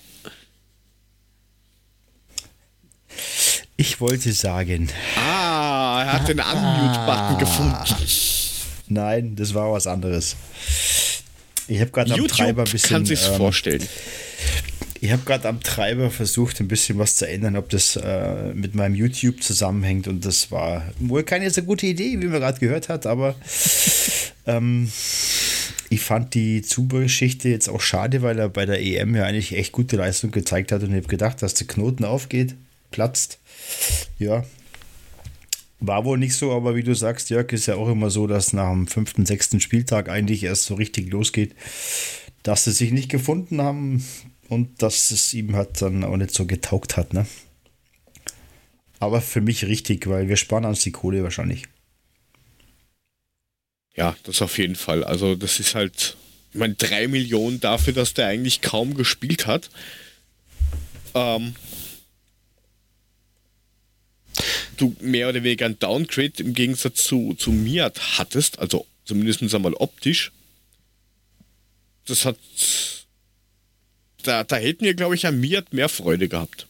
Ich wollte sagen. Ah, er hat den Unmute-Button gefunden. Nein, das war was anderes. Ich habe gerade am YouTube Treiber ein bisschen. kann sich's ähm, vorstellen. Ich habe gerade am Treiber versucht, ein bisschen was zu ändern, ob das äh, mit meinem YouTube zusammenhängt. Und das war wohl keine so gute Idee, wie man gerade gehört hat. Aber ähm, ich fand die Zuber-Geschichte jetzt auch schade, weil er bei der E M ja eigentlich echt gute Leistung gezeigt hat. Und ich habe gedacht, dass der Knoten aufgeht, platzt. Ja, War wohl nicht so, aber wie du sagst, Jörg, ist ja auch immer so, dass nach dem fünften, sechsten Spieltag eigentlich erst so richtig losgeht, dass sie sich nicht gefunden haben und dass es ihm halt dann auch nicht so getaugt hat, ne? Aber für mich richtig, weil wir sparen uns die Kohle wahrscheinlich. Ja, das auf jeden Fall. Also das ist halt, ich meine, drei Millionen dafür, dass der eigentlich kaum gespielt hat. Ähm, du mehr oder weniger ein Downgrade im Gegensatz zu, zu Miat hattest, also zumindest einmal optisch. Das hat, da, da hätten wir, glaube ich, an Miat mehr Freude gehabt.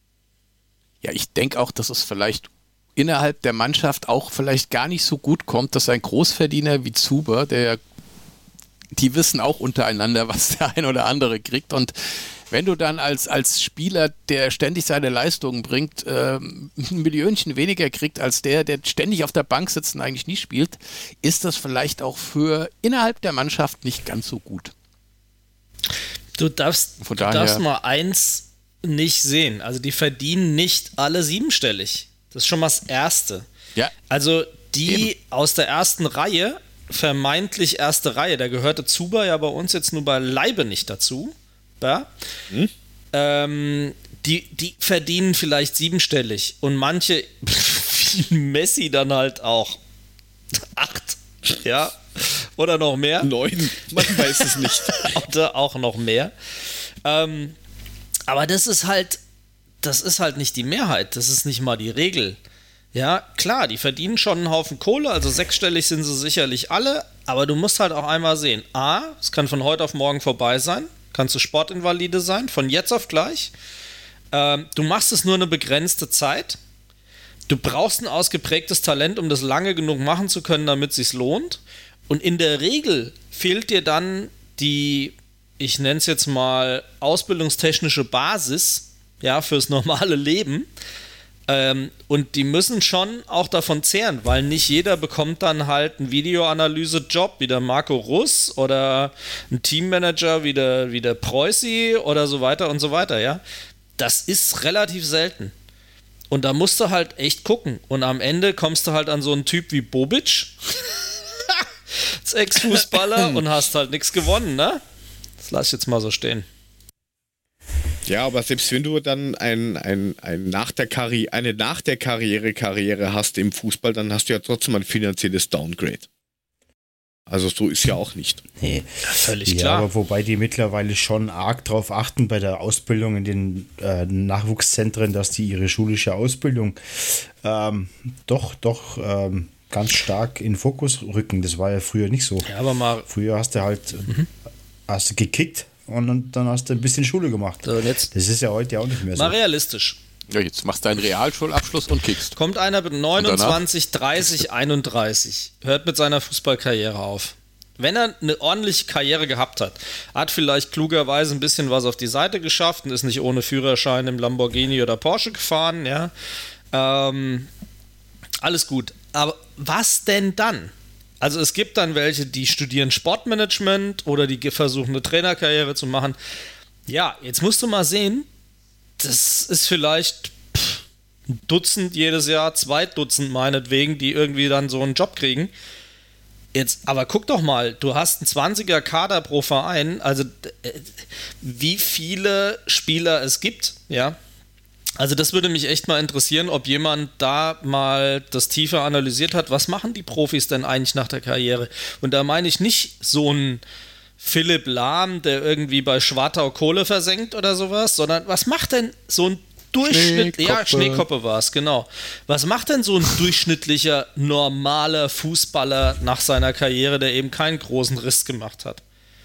Ja, ich denke auch, dass es vielleicht innerhalb der Mannschaft auch vielleicht gar nicht so gut kommt, dass ein Großverdiener wie Zuber, der, die wissen auch untereinander, was der ein oder andere kriegt, und wenn du dann als, als Spieler, der ständig seine Leistungen bringt, äh, ein Millionchen weniger kriegt als der, der ständig auf der Bank sitzt und eigentlich nie spielt, ist das vielleicht auch für innerhalb der Mannschaft nicht ganz so gut. Du darfst, Von du daher, darfst mal eins nicht sehen. Also die verdienen nicht alle siebenstellig. Das ist schon mal das Erste. Ja. Also die Eben. aus der ersten Reihe, vermeintlich erste Reihe, da gehörte Zuber ja bei uns jetzt nur beileibe nicht dazu. Ja? Hm? Ähm, die, die verdienen vielleicht siebenstellig und manche, wie Messi, dann halt auch acht, ja, oder noch mehr. Neun, man weiß es nicht. Oder auch noch mehr. Ähm, aber das ist halt, das ist halt nicht die Mehrheit, das ist nicht mal die Regel. Ja, klar, die verdienen schon einen Haufen Kohle, also sechsstellig sind sie sicherlich alle, aber du musst halt auch einmal sehen, A, es kann von heute auf morgen vorbei sein, kannst du Sportinvalide sein, von jetzt auf gleich. Ähm, du machst es nur eine begrenzte Zeit. Du brauchst ein ausgeprägtes Talent, um das lange genug machen zu können, damit es sich lohnt. Und in der Regel fehlt dir dann die, ich nenne es jetzt mal, ausbildungstechnische Basis, ja, fürs normale Leben. Ähm, und die müssen schon auch davon zehren, weil nicht jeder bekommt dann halt einen Videoanalyse-Job wie der Marco Russ oder einen Teammanager wie der, wie der Preußi oder so weiter und so weiter, ja. Das ist relativ selten. Und da musst du halt echt gucken. Und am Ende kommst du halt an so einen Typ wie Bobic, als Ex-Fußballer, und hast halt nichts gewonnen, ne? Das lass ich jetzt mal so stehen. Ja, aber selbst wenn du dann ein, ein, ein nach der Karri- eine nach der Karriere Karriere hast im Fußball, dann hast du ja trotzdem ein finanzielles Downgrade. Also so ist ja auch nicht. Nee, ja, völlig ja, klar. aber wobei die mittlerweile schon arg drauf achten bei der Ausbildung in den äh, Nachwuchszentren, dass die ihre schulische Ausbildung ähm, doch, doch ähm, ganz stark in den Fokus rücken. Das war ja früher nicht so. Ja, aber mal. Früher hast du halt mhm. hast du gekickt und dann hast du ein bisschen Schule gemacht. So, jetzt das ist ja heute auch nicht mehr so. Mal realistisch. Ja, jetzt machst du einen Realschulabschluss und kickst. Kommt einer mit neunundzwanzig, dreißig, einunddreißig, hört mit seiner Fußballkarriere auf. Wenn er eine ordentliche Karriere gehabt hat, hat vielleicht klugerweise ein bisschen was auf die Seite geschafft und ist nicht ohne Führerschein im Lamborghini oder Porsche gefahren, ja. Ähm, alles gut. Aber was denn dann? Also es gibt dann welche, die studieren Sportmanagement oder die versuchen eine Trainerkarriere zu machen. Ja, jetzt musst du mal sehen, das ist vielleicht pff, ein Dutzend jedes Jahr, zwei Dutzend meinetwegen, die irgendwie dann so einen Job kriegen. Jetzt, aber guck doch mal, du hast einen zwanziger Kader pro Verein, also äh, wie viele Spieler es gibt, ja. Also das würde mich echt mal interessieren, ob jemand da mal das tiefer analysiert hat, was machen die Profis denn eigentlich nach der Karriere? Und da meine ich nicht so ein Philipp Lahm, der irgendwie bei Schwartau Kohle versenkt oder sowas, sondern was macht denn so ein Durchschnitt, Schneekoppe. ja, Schneekoppe war es, genau. Was macht denn so ein durchschnittlicher, normaler Fußballer nach seiner Karriere, der eben keinen großen Riss gemacht hat?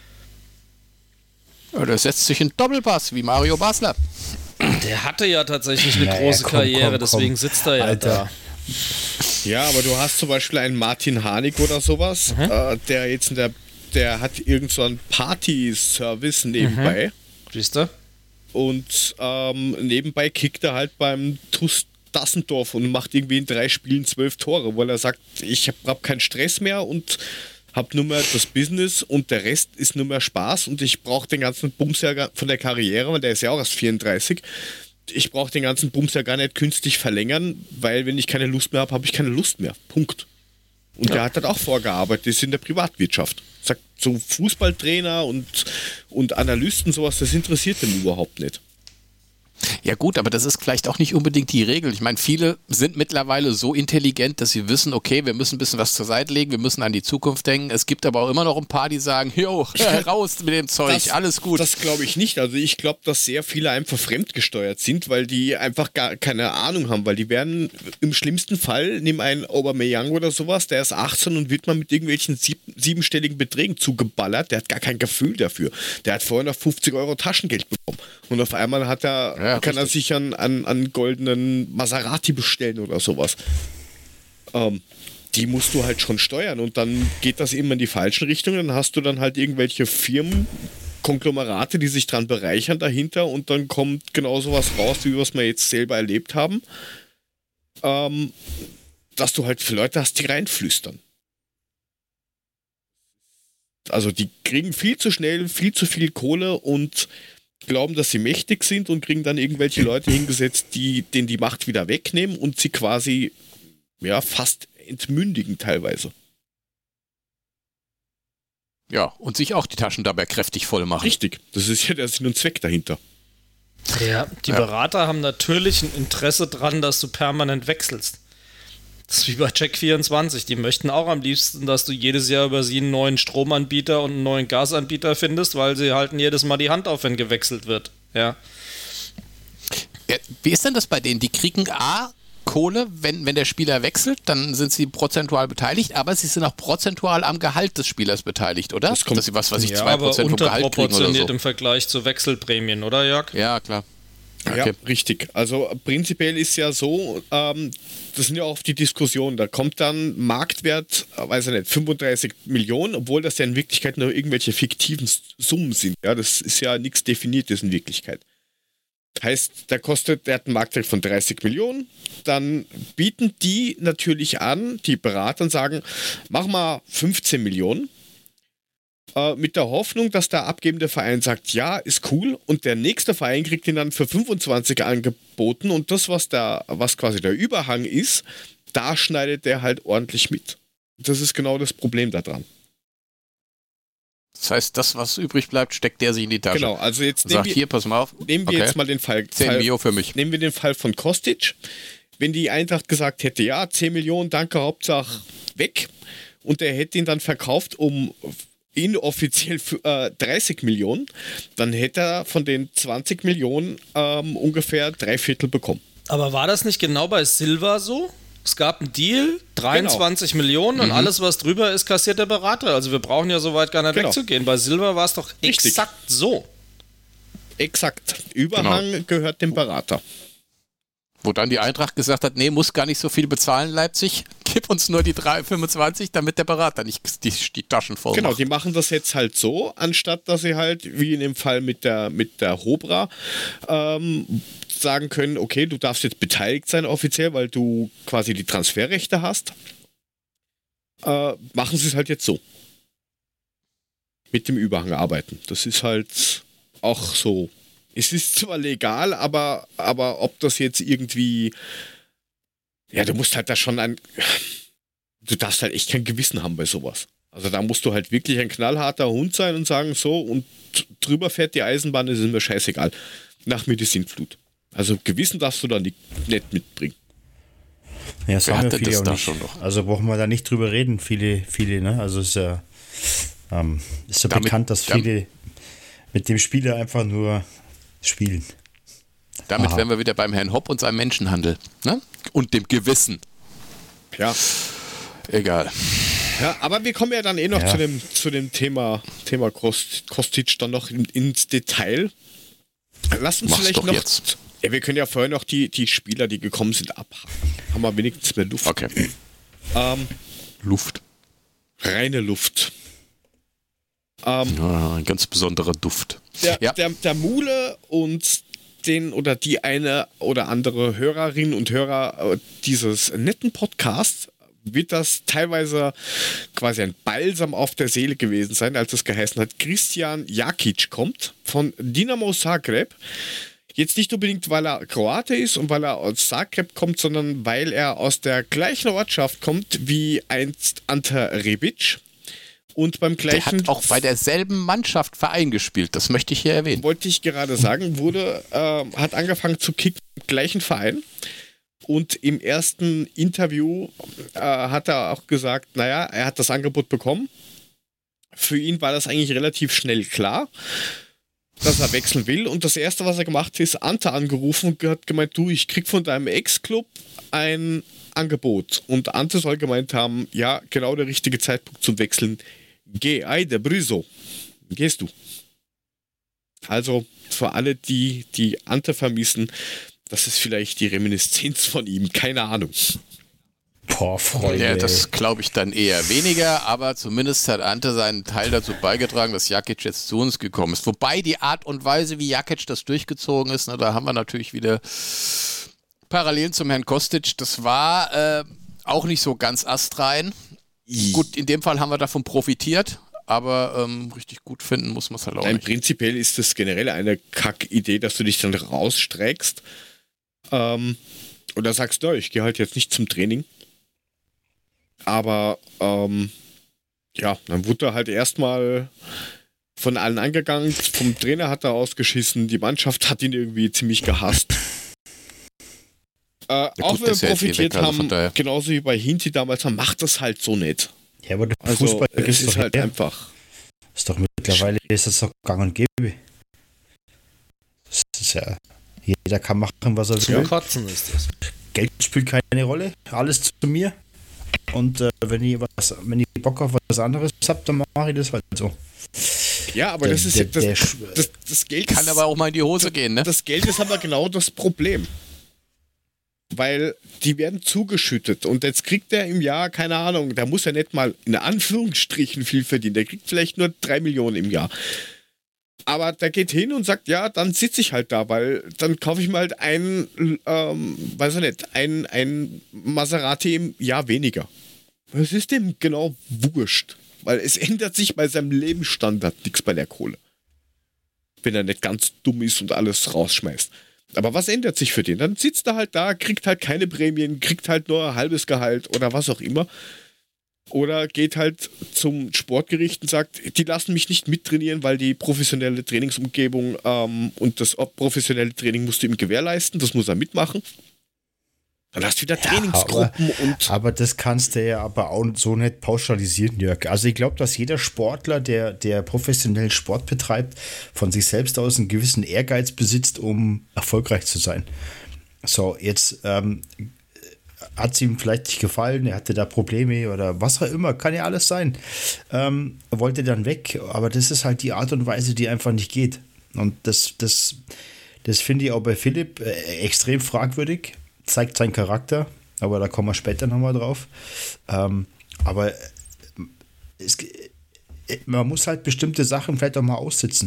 Ja, der setzt sich in Doppelpass, wie Mario Basler. Der hatte ja tatsächlich eine Naja, große komm, Karriere, komm, deswegen komm. sitzt er ja Alter. da. Ja, aber du hast zum Beispiel einen Martin Harnik oder sowas, Mhm. äh, der jetzt in der, der hat irgend so einen Party-Service nebenbei. Siehst du? Und ähm, nebenbei kickt er halt beim T U S Dassendorf und macht irgendwie in drei Spielen zwölf Tore, weil er sagt, ich habe hab keinen Stress mehr und habe nur mehr das Business und der Rest ist nur mehr Spaß und ich brauche den ganzen Bums ja von der Karriere, weil der ist ja auch erst vierunddreißig. ich brauche den ganzen Bums ja gar nicht künstlich verlängern, weil wenn ich keine Lust mehr habe, habe ich keine Lust mehr. Punkt. Und ja. der hat halt auch vorgearbeitet, das ist in der Privatwirtschaft. Sagt, so Fußballtrainer und, und Analysten, sowas, das interessiert den überhaupt nicht. Ja gut, aber das ist vielleicht auch nicht unbedingt die Regel. Ich meine, viele sind mittlerweile so intelligent, dass sie wissen, okay, wir müssen ein bisschen was zur Seite legen, wir müssen an die Zukunft denken. Es gibt aber auch immer noch ein paar, die sagen, jo, raus mit dem Zeug, das, alles gut. Das glaube ich nicht. Also ich glaube, dass sehr viele einfach fremdgesteuert sind, weil die einfach gar keine Ahnung haben, weil die werden im schlimmsten Fall, nimm einen Aubameyang oder sowas, der ist achtzehn und wird mal mit irgendwelchen sieb, siebenstelligen Beträgen zugeballert, der hat gar kein Gefühl dafür. Der hat vorher noch fünfzig Euro Taschengeld bekommen und auf einmal hat er ja, kann richtig. er sich an, an, an goldenen Maserati bestellen oder sowas. Ähm, die musst du halt schon steuern und dann geht das immer in die falschen Richtungen. Dann hast du dann halt irgendwelche Firmen, Konglomerate, die sich dran bereichern dahinter und dann kommt genau sowas raus, wie was wir jetzt selber erlebt haben. Ähm, dass du halt für Leute hast, die reinflüstern. Also die kriegen viel zu schnell, viel zu viel Kohle und glauben, dass sie mächtig sind und kriegen dann irgendwelche Leute hingesetzt, die denen die Macht wieder wegnehmen und sie quasi ja fast entmündigen teilweise. Ja, und sich auch die Taschen dabei kräftig voll machen. Richtig, das ist ja der Sinn und Zweck dahinter. Ja, die ja. Berater haben natürlich ein Interesse dran, dass du permanent wechselst. Das ist wie bei Check vierundzwanzig. Die möchten auch am liebsten, dass du jedes Jahr über sie einen neuen Stromanbieter und einen neuen Gasanbieter findest, weil sie halten jedes Mal die Hand auf, wenn gewechselt wird. Ja. Ja, wie ist denn das bei denen? Die kriegen A, Kohle, wenn, wenn der Spieler wechselt, dann sind sie prozentual beteiligt, aber sie sind auch prozentual am Gehalt des Spielers beteiligt, oder? Das kommt, dass sie was, was ich ja, zwei Prozent vom Gehalt kriegen oder so. Im Vergleich zu Wechselprämien, oder Jörg? Ja, klar. Okay. Ja, richtig. Also prinzipiell ist ja so, ähm, das sind ja auch die Diskussionen, da kommt dann Marktwert, weiß ich nicht, fünfunddreißig Millionen, obwohl das ja in Wirklichkeit nur irgendwelche fiktiven Summen sind. Ja, das ist ja nichts Definiertes in Wirklichkeit. Heißt, der kostet, der hat einen Marktwert von dreißig Millionen, dann bieten die natürlich an, die Berater sagen, mach mal fünfzehn Millionen. Mit der Hoffnung, dass der abgebende Verein sagt, ja, ist cool, und der nächste Verein kriegt ihn dann für fünfundzwanzig angeboten und das, was, der, was quasi der Überhang ist, da schneidet der halt ordentlich mit. Das ist genau das Problem daran. Das heißt, das, was übrig bleibt, steckt der sich in die Tasche. Genau, also jetzt nehmen sagt, wir, hier, pass mal auf. Nehmen wir okay. jetzt mal den Fall. zehn Mio für mich. Nehmen wir den Fall von Kostic. Wenn die Eintracht gesagt hätte, ja, zehn Millionen, danke, Hauptsache weg, und er hätte ihn dann verkauft um inoffiziell für, äh, dreißig Millionen, dann hätte er von den zwanzig Millionen ähm, ungefähr drei Viertel bekommen. Aber war das nicht genau bei Silva so? Es gab einen Deal, dreiundzwanzig genau. Millionen und mhm. alles, was drüber ist, kassiert der Berater. Also wir brauchen ja so weit gar nicht genau. wegzugehen. Bei Silva war es doch Richtig. exakt so. Exakt. Überhang genau. gehört dem Berater. Wo dann die Eintracht gesagt hat, nee, muss gar nicht so viel bezahlen, Leipzig. Gib uns nur die drei Komma fünfundzwanzig, damit der Berater nicht die, die Taschen voll Genau, macht. Die machen das jetzt halt so, anstatt dass sie halt, wie in dem Fall mit der, mit der Hobra, ähm, sagen können, okay, du darfst jetzt beteiligt sein offiziell, weil du quasi die Transferrechte hast. Äh, machen sie es halt jetzt so. Mit dem Überhang arbeiten. Das ist halt auch so. Es ist zwar legal, aber, aber ob das jetzt irgendwie... Ja, du musst halt da schon ein... Du darfst halt echt kein Gewissen haben bei sowas. Also da musst du halt wirklich ein knallharter Hund sein und sagen, so, und drüber fährt die Eisenbahn, das ist mir scheißegal. Nach mir die Sintflut. Also Gewissen darfst du da nicht, nicht mitbringen. Ja, das haben wir viele auch nicht. Schon noch. Also brauchen wir da nicht drüber reden, viele, viele, ne? Also es ist ja, ähm, ist ja damit, bekannt, dass viele mit dem Spieler einfach nur spielen. Damit Aha. wären wir wieder beim Herrn Hopp und seinem Menschenhandel. Ne? Und dem Gewissen. Ja. Egal. Ja, aber wir kommen ja dann eh noch ja. zu dem, zu dem Thema, Thema Kost, Kostic dann noch in, ins Detail. Lass uns Mach's vielleicht doch noch... Jetzt. Ja, wir können ja vorher noch die, die Spieler, die gekommen sind, abhaken. Haben wir wenigstens mehr Luft. Okay. Ähm, Luft. Reine Luft. Ähm, ja, ein ganz besonderer Duft. Der, ja. der, der Mule und den oder die eine oder andere Hörerin und Hörer dieses netten Podcasts wird das teilweise quasi ein Balsam auf der Seele gewesen sein, als es geheißen hat, Christian Jakic kommt von Dinamo Zagreb. Jetzt nicht unbedingt, weil er Kroate ist und weil er aus Zagreb kommt, sondern weil er aus der gleichen Ortschaft kommt wie einst Ante Rebic. Und beim gleichen... Der hat auch bei derselben Mannschaft Verein gespielt, das möchte ich hier erwähnen. Wollte ich gerade sagen, wurde, äh, hat angefangen zu kicken im gleichen Verein. Und im ersten Interview äh, hat er auch gesagt, naja, er hat das Angebot bekommen. Für ihn war das eigentlich relativ schnell klar, dass er wechseln will. Und das Erste, was er gemacht hat, ist Ante angerufen und hat gemeint, du, ich krieg von deinem Ex-Club ein Angebot. Und Ante soll gemeint haben, ja, genau der richtige Zeitpunkt zum Wechseln. Geh, Eide, Brüso. Gehst du. Also für alle, die die Ante vermissen, das ist vielleicht die Reminiszenz von ihm, keine Ahnung. Boah, Freunde. Ja, das glaube ich dann eher weniger, aber zumindest hat Ante seinen Teil dazu beigetragen, dass Jakic jetzt zu uns gekommen ist. Wobei die Art und Weise, wie Jakic das durchgezogen ist, na, da haben wir natürlich wieder Parallelen zum Herrn Kostic. Das war äh, auch nicht so ganz astrein. Gut, in dem Fall haben wir davon profitiert, aber ähm, richtig gut finden muss man es halt auch Nein, nicht. Prinzipiell ist das generell eine Kack-Idee, dass du dich dann rausstreckst ähm, oder sagst, ja, ich gehe halt jetzt nicht zum Training. Aber ähm, ja, dann wurde er halt erstmal von allen angegangen, vom Trainer hat er ausgeschissen, die Mannschaft hat ihn irgendwie ziemlich gehasst. Äh, gut, auch wenn ist wir ja jetzt eh profitiert weg, also haben, von daher. genauso wie bei Hinti damals, man macht das halt so nicht. Ja, aber der Also Fußball es ist ist doch halt her. einfach. Ist doch mittlerweile ist das doch gang und gäbe. Das ist ja, jeder kann machen, was er Zum will. Kotzen ist das. Geld spielt keine Rolle, alles zu mir. Und äh, wenn ihr was, wenn ihr Bock auf was anderes habt, dann mache ich das halt so. Ja, aber Der- das ist der- das, der- das, das Geld Kann ist, aber auch mal in die Hose gehen, ne? Das Geld ist aber genau das Problem. Weil die werden zugeschüttet und jetzt kriegt er im Jahr, keine Ahnung, da muss er nicht mal in Anführungsstrichen viel verdienen, der kriegt vielleicht nur drei Millionen im Jahr. Aber der geht hin und sagt, ja, dann sitze ich halt da, weil dann kaufe ich mir halt ein, ähm, weiß ich nicht, ein, ein Maserati im Jahr weniger. Das ist dem genau wurscht, weil es ändert sich bei seinem Lebensstandard nichts bei der Kohle. Wenn er nicht ganz dumm ist und alles rausschmeißt. Aber was ändert sich für den? Dann sitzt er halt da, kriegt halt keine Prämien, kriegt halt nur ein halbes Gehalt oder was auch immer. Oder geht halt zum Sportgericht und sagt, die lassen mich nicht mittrainieren, weil die professionelle Trainingsumgebung ähm, und das professionelle Training musst du ihm gewährleisten, das muss er mitmachen. Dann hast du wieder Trainingsgruppen aber, und... Aber das kannst du ja aber auch so nicht pauschalisieren, Jörg. Also ich glaube, dass jeder Sportler, der, der professionell Sport betreibt, von sich selbst aus einen gewissen Ehrgeiz besitzt, um erfolgreich zu sein. So, jetzt ähm, hat es ihm vielleicht nicht gefallen, er hatte da Probleme oder was auch immer, kann ja alles sein. Ähm, er wollte dann weg, aber das ist halt die Art und Weise, die einfach nicht geht. Und das, das, das finde ich auch bei Philipp äh, extrem fragwürdig. Zeigt seinen Charakter, aber da kommen wir später nochmal drauf. Ähm, aber es, man muss halt bestimmte Sachen vielleicht auch mal aussitzen.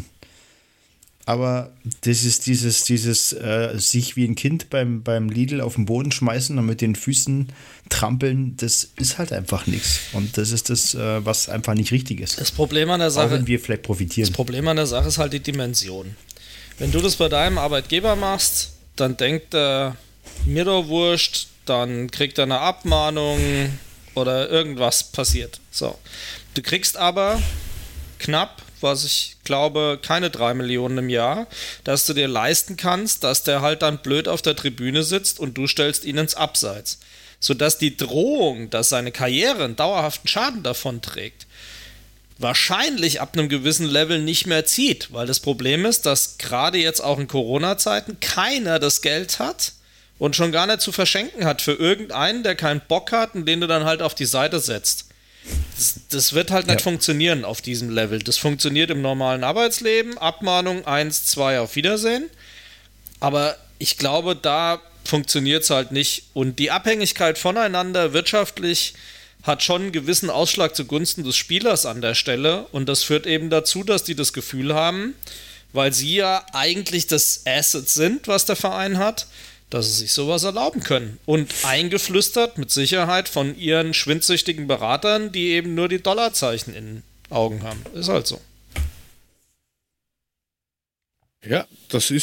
Aber das ist dieses, dieses äh, sich wie ein Kind beim, beim Lidl auf den Boden schmeißen und mit den Füßen trampeln, das ist halt einfach nichts. Und das ist das, äh, was einfach nicht richtig ist. Das Problem an der Auch Sache, wenn wir vielleicht profitieren. das Problem an der Sache ist halt die Dimension. Wenn du das bei deinem Arbeitgeber machst, dann denkt er, mir doch wurscht, dann kriegt er eine Abmahnung oder irgendwas passiert. So. Du kriegst aber knapp, was ich glaube, keine drei Millionen im Jahr, dass du dir leisten kannst, dass der halt dann blöd auf der Tribüne sitzt und du stellst ihn ins Abseits. Sodass die Drohung, dass seine Karriere einen dauerhaften Schaden davon trägt, wahrscheinlich ab einem gewissen Level nicht mehr zieht. Weil das Problem ist, dass gerade jetzt auch in Corona-Zeiten keiner das Geld hat und schon gar nicht zu verschenken hat für irgendeinen, der keinen Bock hat und den du dann halt auf die Seite setzt. Das, das wird halt nicht Ja. funktionieren auf diesem Level. Das funktioniert im normalen Arbeitsleben, Abmahnung eins, zwei, auf Wiedersehen. Aber ich glaube, da funktioniert es halt nicht. Und die Abhängigkeit voneinander wirtschaftlich hat schon einen gewissen Ausschlag zugunsten des Spielers an der Stelle. Und das führt eben dazu, dass die das Gefühl haben, weil sie ja eigentlich das Asset sind, was der Verein hat, dass sie sich sowas erlauben können. Und eingeflüstert mit Sicherheit von ihren schwindsüchtigen Beratern, die eben nur die Dollarzeichen in den Augen haben. Ist halt so. Ja, das ist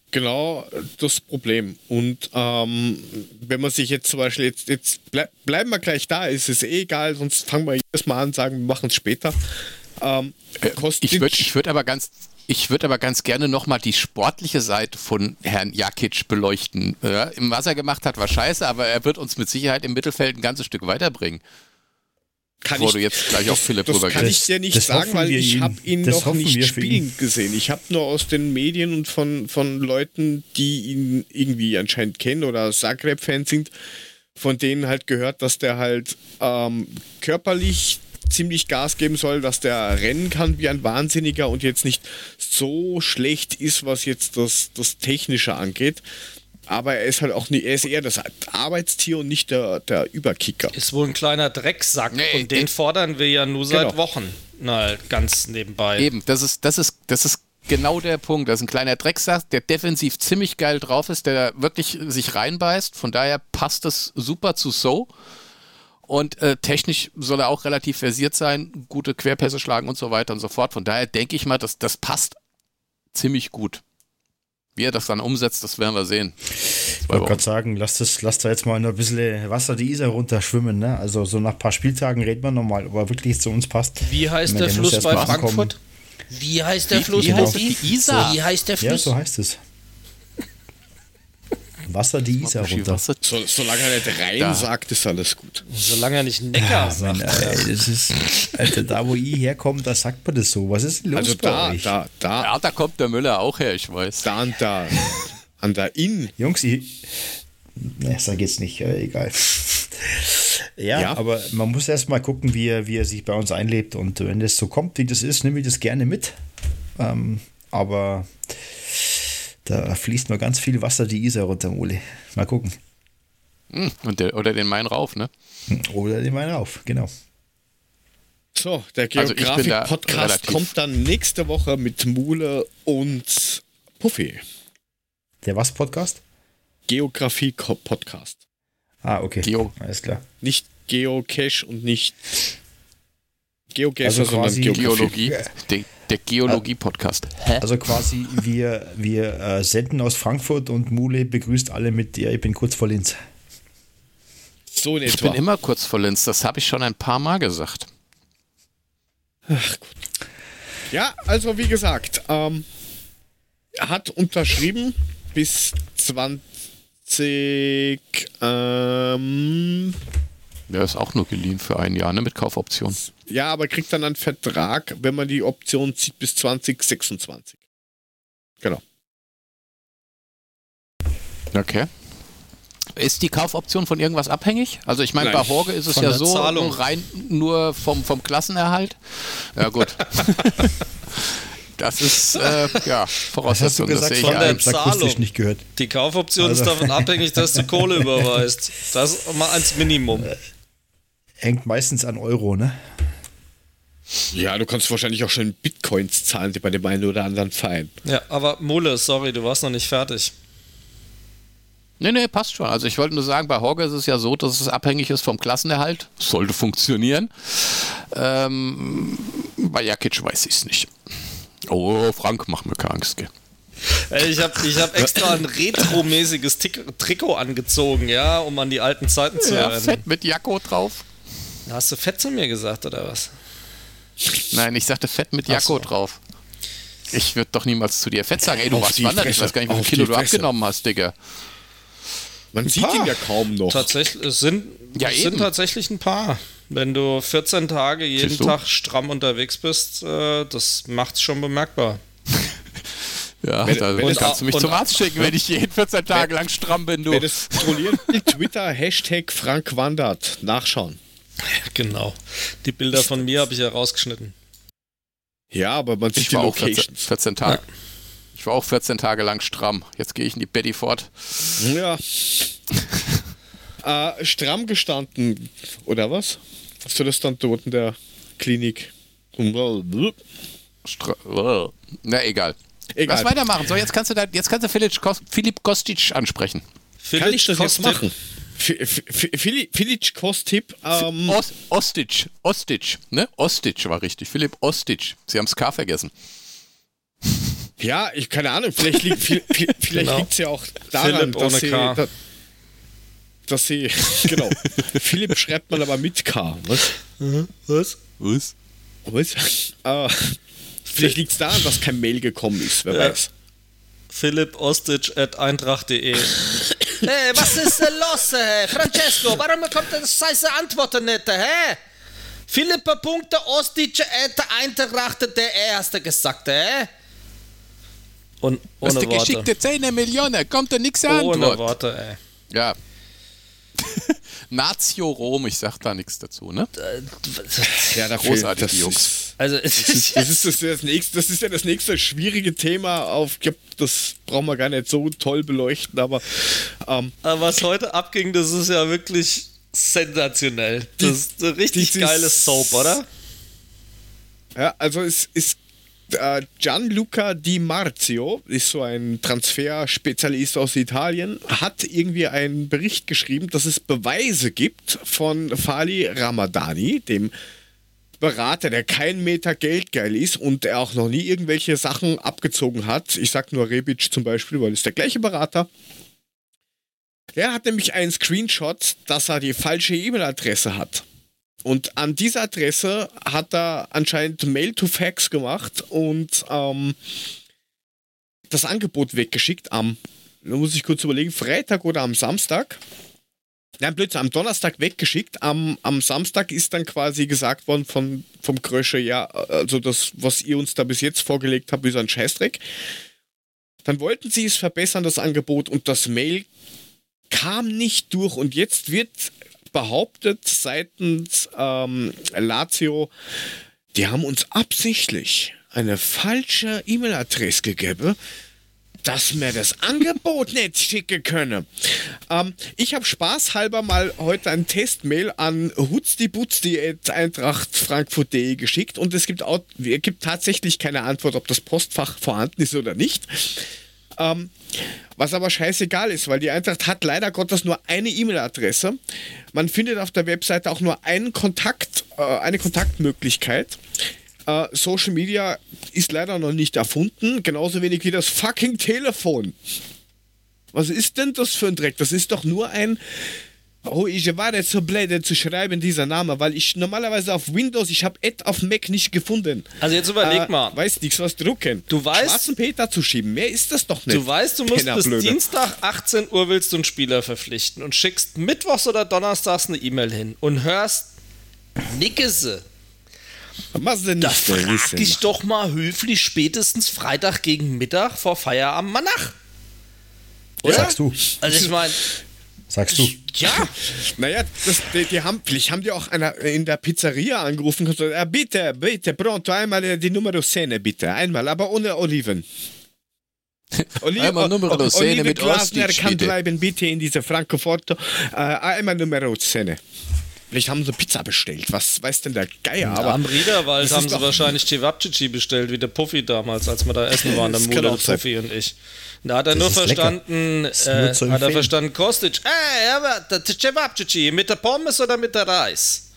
genau das Problem. Und ähm, wenn man sich jetzt zum Beispiel, jetzt, jetzt bleib, bleiben wir gleich da, ist es eh egal, sonst fangen wir jedes Mal an und sagen, wir machen es später. Ähm, ich würde ich würd aber ganz... Ich würde aber ganz gerne nochmal die sportliche Seite von Herrn Jakic beleuchten. Ja, was er gemacht hat, war scheiße, aber er wird uns mit Sicherheit im Mittelfeld ein ganzes Stück weiterbringen. Kann Bevor ich, du jetzt gleich das, auf Philipp das rüber kann gehst. ich dir nicht Das sagen, hoffen weil wir ich ihm. habe ihn Das noch hoffen nicht wir für spielen ihn. gesehen. Ich habe nur aus den Medien und von, von Leuten, die ihn irgendwie anscheinend kennen oder Zagreb-Fans sind, von denen halt gehört, dass der halt ähm, körperlich ziemlich Gas geben soll, dass der rennen kann wie ein Wahnsinniger und jetzt nicht so schlecht ist, was jetzt das, das Technische angeht. Aber er ist halt auch nicht, er ist eher das Arbeitstier und nicht der, der Überkicker. Ist wohl ein kleiner Drecksack Nee, und den äh, fordern wir ja nur seit genau. Wochen. Na, ganz nebenbei. Eben, das ist, das ist, das ist genau der Punkt. Das ist ein kleiner Drecksack, der defensiv ziemlich geil drauf ist, der wirklich sich reinbeißt. Von daher passt es super zu So. Und äh, technisch soll er auch relativ versiert sein, gute Querpässe schlagen und so weiter und so fort. Von daher denke ich mal, dass das passt ziemlich gut. Wie er das dann umsetzt, das werden wir sehen. Ich wollte gerade sagen, lasst, das, lasst da jetzt mal noch ein bisschen Wasser die Isar runterschwimmen. Ne? Also so nach ein paar Spieltagen reden wir nochmal, ob er wirklich zu uns passt. Wie heißt Ich meine, der der muss Fluss erst bei mal ankommen. Frankfurt? Wie heißt der Wie- Fluss wie bei heißt Wien? die Isar? Wie heißt der Ja, Fluss? so heißt es. Wasser die Isar runter. Wasser- So, solange er nicht rein Da. sagt, ist alles gut. Solange er nicht Neckar sagt. Mann, ey, das ist, Alter, da wo ich herkomme, da sagt man das so. Was ist denn los Also bei da, euch? da, da, Ja, da kommt der Müller auch her, ich weiß. da an der, an der Inn. Jungs, ich. Ne, sag jetzt nicht, äh, egal. Ja, Ja. aber man muss erst mal gucken, wie er, wie er sich bei uns einlebt. Und wenn das so kommt, wie das ist, nehme ich das gerne mit. Ähm, aber da fließt noch ganz viel Wasser die Isar runter, Ole. Mal gucken. Hm, und der, oder den Main rauf, ne? Oder den Wein auf, genau. So, der Also ich bin da Geografik-Podcast relativ- kommt dann nächste Woche mit Mule und Puffy. Der was Podcast? Geografie-Podcast. Ah, okay. Geo. Alles klar. Nicht Geocache und nicht Geogesser, Also sondern quasi Geografie. Geologie. Der, der Geologie-Podcast. Hä? Also quasi, wir, wir äh, senden aus Frankfurt und Mule begrüßt alle mit, ja, ich bin kurz vor Linz. So in Ich etwa. bin immer kurz vor Linz, das habe ich schon ein paar Mal gesagt. Ja, also wie gesagt, ähm, er hat unterschrieben bis zwanzig, ähm, Der ist auch nur geliehen für ein Jahr, ne? Mit Kaufoption. ja, aber kriegt dann einen Vertrag, wenn man die Option zieht, bis zwanzig sechsundzwanzig. Genau. Okay. Ist die Kaufoption von irgendwas abhängig? Also ich meine, Nein. bei Horge ist es Von ja der so Zahlung. rein nur vom, vom Klassenerhalt. Ja gut. Das ist äh, ja Voraussetzung, das sehe ich Von ja der ein. Ich hab's akustisch Zahlung. nicht gehört. Die Kaufoption ist Also- davon abhängig, dass du Kohle überweist. Das ist mal ans Minimum. Hängt meistens an Euro, ne? Ja, du kannst wahrscheinlich auch schon Bitcoins zahlen bei dem einen oder anderen Verein. Ja, aber Mule, sorry, du warst noch nicht fertig. Nee, nee, passt schon. Also ich wollte nur sagen, bei Horge ist es ja so, dass es abhängig ist vom Klassenerhalt. Sollte funktionieren. Ähm, bei Jakic weiß ich es nicht. Oh, Frank, mach mir keine Angst, gell. Ey, Ich habe ich hab extra ein retromäßiges Tik- Trikot angezogen, ja, um an die alten Zeiten zu Ja, erinnern. fett mit Jakko drauf. Hast du Fett zu mir gesagt, oder was? Nein, ich sagte fett mit Ach Jakko so. drauf. Ich würde doch niemals zu dir fett sagen. Ey, du Auf warst die wandern. Ich Fresse, weiß gar nicht, wie viel auf Kilo die du Fresse. abgenommen hast, Digga. Man sieht ihn ja kaum noch. Tatsächlich, es sind, Ja, es sind eben. tatsächlich ein paar. Wenn du vierzehn Tage jeden Siehst du? Tag stramm unterwegs bist, äh, das macht's schon bemerkbar. Ja, Wenn- da wenn es- kannst du mich und- zum Arzt schicken, wenn ich jeden vierzehn Tage lang stramm bin, du. Wer das kontrollieren will, Twitter, Hashtag Frank wandert. Nachschauen. Genau. Die Bilder von mir habe ich ja rausgeschnitten. Ja, aber man sieht Ich die war auch vierzehn, Locations. vierzehn Tage. Ich war auch vierzehn Tage lang stramm. Jetzt gehe ich in die Betty fort. Ja. äh, stramm gestanden, oder was? Hast du das dann dort in der Klinik? Stra Na, egal. Egal. Lass weitermachen. So, jetzt kannst du, da, jetzt kannst du Philipp, Kos Philipp Kostic ansprechen. Kann ich das jetzt Kostic. machen? Filic Kostip, ähm, Ost, Ostic, Ostic, ne? Ostic war richtig. Philipp Ostic. Sie haben das K vergessen. Ja, ich keine Ahnung, vielleicht liegt vielleicht Genau. liegt es ja auch daran, Philipp ohne dass sie, K. da, dass sie, genau, Philipp schreibt man aber mit K, was? Was? Was? Was? Ah, vielleicht liegt es daran, dass kein Mail gekommen ist, wer Ja. weiß. Philipp Ostic at eintracht punkt de. Hey, was ist denn los, hey? Francesco, warum kommt das scheiße Antworten nicht, hä? Philipp.ostic at eintracht punkt de hast du gesagt, hä? Und Was ohne der Worte. geschickte zehn Millionen, kommt da nichts Ohne Antwort. Worte, ey. Ja. Nazio Rom, ich sag da nichts dazu, ne? Ja, da Großartige das Jungs. Ist, Also, es das, ist, das, ist das, das, nächste, das ist ja das nächste schwierige Thema. Auf, ich glaub, das brauchen wir gar nicht so toll beleuchten, aber ähm, Aber was heute abging, das ist ja wirklich sensationell. Das ist eine richtig dieses- geile Soap, oder? ja, also es ist äh, Gianluca Di Marzio, ist so ein Transferspezialist aus Italien, hat irgendwie einen Bericht geschrieben, dass es Beweise gibt von Fali Ramadani, dem Berater, der kein Meter Geld geil ist und der auch noch nie irgendwelche Sachen abgezogen hat. Ich sag nur Rebic zum Beispiel, weil es der gleiche Berater. Der hat nämlich einen Screenshot, dass er die falsche E-Mail-Adresse hat. Und an dieser Adresse hat er anscheinend Mail-to-Fax gemacht und ähm, das Angebot weggeschickt am, da muss ich kurz überlegen, Freitag oder am Samstag. Nein, Blödsinn, am Donnerstag weggeschickt. Am, am Samstag ist dann quasi gesagt worden von, vom Krösche, ja, also das, was ihr uns da bis jetzt vorgelegt habt, ist ein Scheißdreck. Dann wollten sie es verbessern, das Angebot, und das Mail kam nicht durch. Und jetzt wird behauptet seitens ähm, Lazio, die haben uns absichtlich eine falsche E-Mail-Adresse gegeben, dass wir das Angebot nicht schicken können. Ähm, ich habe spaßhalber mal heute ein Testmail an hutzdi-butzdi at eintracht frankfurt punkt de geschickt und es gibt, auch, es gibt tatsächlich keine Antwort, ob das Postfach vorhanden ist oder nicht. Ähm, was aber scheißegal ist, weil die Eintracht hat leider Gottes nur eine E-Mail-Adresse. Man findet auf der Webseite auch nur einen Kontakt, äh, eine Kontaktmöglichkeit. Äh, Social Media ist leider noch nicht erfunden, genauso wenig wie das fucking Telefon. Was ist denn das für ein Dreck? Das ist doch nur ein... Oh, ich war jetzt so blöd zu schreiben, dieser Name, weil ich normalerweise auf Windows, ich habe Ad auf Mac nicht gefunden. Also jetzt überleg äh, mal. Weiß nichts, was drucken. Du weißt- Schwarzen Peter zu schieben, mehr ist das doch nicht. Du weißt, du musst bis Pennerblöde. Dienstag achtzehn Uhr willst du einen Spieler verpflichten und schickst mittwochs oder donnerstags eine E-Mail hin und hörst Nickese. Was denn Da nicht frag wissen? dich doch mal höflich spätestens Freitag gegen Mittag vor Feierabend mal nach. Oder? Sagst du. Also ich meine, Sagst du. ja, Naja, das, die, die haben, vielleicht haben die auch einer in der Pizzeria angerufen und gesagt, ah, bitte, bitte, pronto, einmal die Numero zehn, bitte, einmal, aber ohne Oliven. Oli Einmal Numero O- zehn Olive mit Glasner Ostic, kann bitte. bleiben, bitte, in dieser Francoforto. Äh, einmal Numero zehn. Vielleicht haben sie Pizza bestellt, was weiß denn der Geier, aber... am Riederwald das haben ist sie doch- wahrscheinlich Cevapcici bestellt, wie der Puffy damals, als wir da essen waren, der Das Mude, kann auch sein. Puffy und ich. Da hat er Das nur ist lecker. verstanden, Das ist äh, nur zu hat er empfehlen. verstanden, Kostic, äh, aber der Cevapcici, mit der Pommes oder mit der Reis?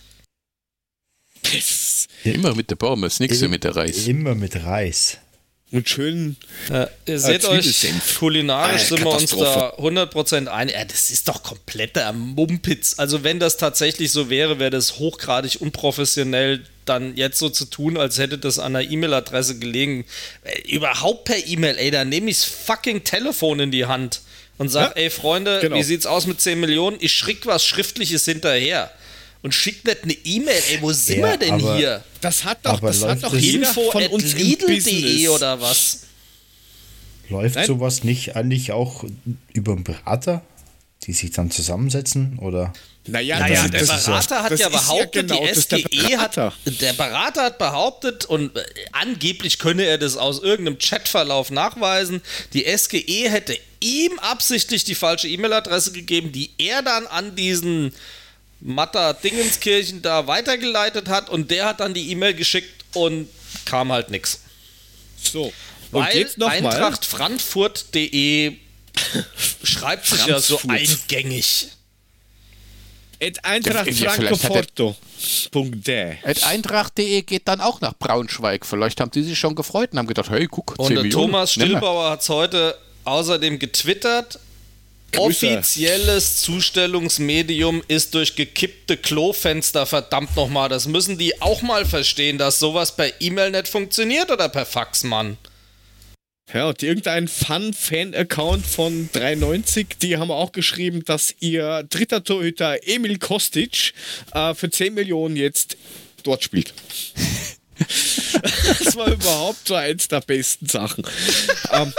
Das- Immer mit der Pommes, nichts mit der Reis. Immer mit Reis. Und schön... Ja, ihr seht euch, Zwiebelsenf. kulinarisch Ah, sind wir uns Katastrophe. da hundert Prozent einig. Ja, das ist doch kompletter Mumpitz. Also wenn das tatsächlich so wäre, wäre das hochgradig unprofessionell, dann jetzt so zu tun, als hätte das an einer E-Mail-Adresse gelegen. Äh, überhaupt per E-Mail, ey, dann nehme ich das fucking Telefon in die Hand und sag, Ja, ey Freunde, genau. wie sieht's aus mit zehn Millionen? Ich schrick was Schriftliches hinterher. Und schickt nicht eine E-Mail, ey, wo sind Ja, wir denn aber- hier? Das hat doch, Aber das hat läuft doch das- jeder Info von at uns im lidl punkt de Business. oder was? Läuft Nein. sowas nicht eigentlich auch über einen Berater, die sich dann zusammensetzen? Oder? Naja, Naja, das, der das ist ja- Berater hat das ja ist ja behauptet, genau, die das ist der S G E hat, Berater. der Berater hat behauptet und äh, angeblich könne er das aus irgendeinem Chatverlauf nachweisen, die S G E hätte ihm absichtlich die falsche E-Mail-Adresse gegeben, die er dann an diesen Matter Dingenskirchen da weitergeleitet hat und der hat dann die E-Mail geschickt und kam halt nix. So. Und Weil jetzt noch mal. Eintracht Frankfurt punkt de schreibt sich ja so Frankfurt. eingängig. at eintracht francoforto punkt de. At eintracht.de geht dann auch nach Braunschweig. Vielleicht haben die sich schon gefreut und haben gedacht, hey, guck, Und der Thomas Stillbauer hat es heute außerdem getwittert. Grüße. Offizielles Zustellungsmedium ist durch gekippte Klofenster, verdammt nochmal. Das müssen die auch mal verstehen, dass sowas per E-Mail nicht funktioniert oder per Fax, Mann. Ja, und irgendein Fun-Fan-Account von drei neunzig, die haben auch geschrieben, dass ihr dritter Torhüter Emil Kostic äh, für zehn Millionen jetzt dort spielt. Das war überhaupt so eins der besten Sachen. ähm,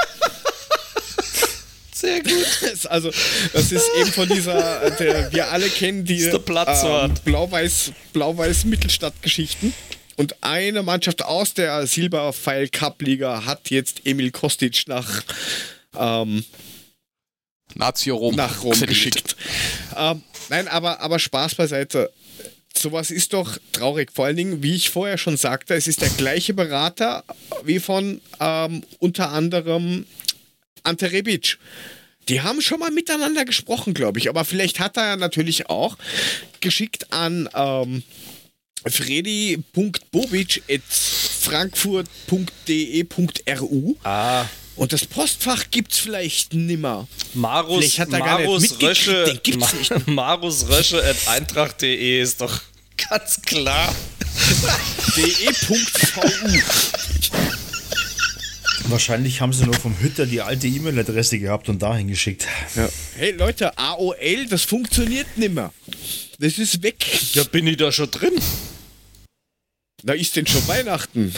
Sehr gut. Also, das ist eben von dieser, der, wir alle kennen die der ähm, Blau-Weiß, Blau-Weiß-Mittelstadt-Geschichten. Und eine Mannschaft aus der Silberpfeil Cup Liga hat jetzt Emil Kostic nach ähm, Lazio Rom, nach Rom geschickt. Ähm, nein, aber, aber Spaß beiseite. Sowas ist doch traurig. Vor allen Dingen, wie ich vorher schon sagte, es ist der gleiche Berater wie von ähm, unter anderem Ante Rebic. Die haben schon mal miteinander gesprochen, glaube ich. Aber vielleicht hat er ja natürlich auch geschickt an ähm, fredi punkt bobic at frankfurt punkt de punkt ru. Ah. Und das Postfach gibt's vielleicht nimmer. Marus, vielleicht hat er Marus gar nicht Rösche, den gibt's nicht. Marus Rösche at eintracht punkt de ist doch ganz klar. de punkt vu. Wahrscheinlich haben sie nur vom Hütter die alte E-Mail-Adresse gehabt und dahin geschickt. Ja. Hey Leute, A O L, das funktioniert nimmer. Das ist weg. Ja, bin ich da schon drin? Na, ist denn schon Weihnachten?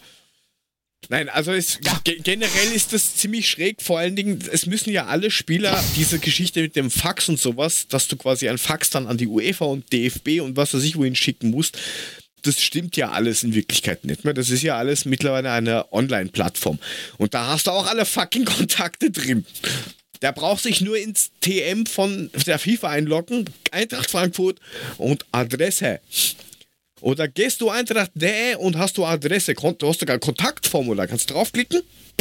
Nein, also es, ja. ge- generell ist das ziemlich schräg. Vor allen Dingen, es müssen ja alle Spieler diese Geschichte mit dem Fax und sowas, dass du quasi ein Fax dann an die UEFA und D F B und was weiß ich wohin schicken musst. Das stimmt ja alles in Wirklichkeit nicht mehr. Das ist ja alles mittlerweile eine Online-Plattform. Und da hast du auch alle fucking Kontakte drin. Der braucht sich nur ins T M von der FIFA einloggen, Eintracht Frankfurt und Adresse. Oder gehst du Eintracht punkt de und hast du Adresse, du hast sogar ein Kontaktformular, kannst draufklicken.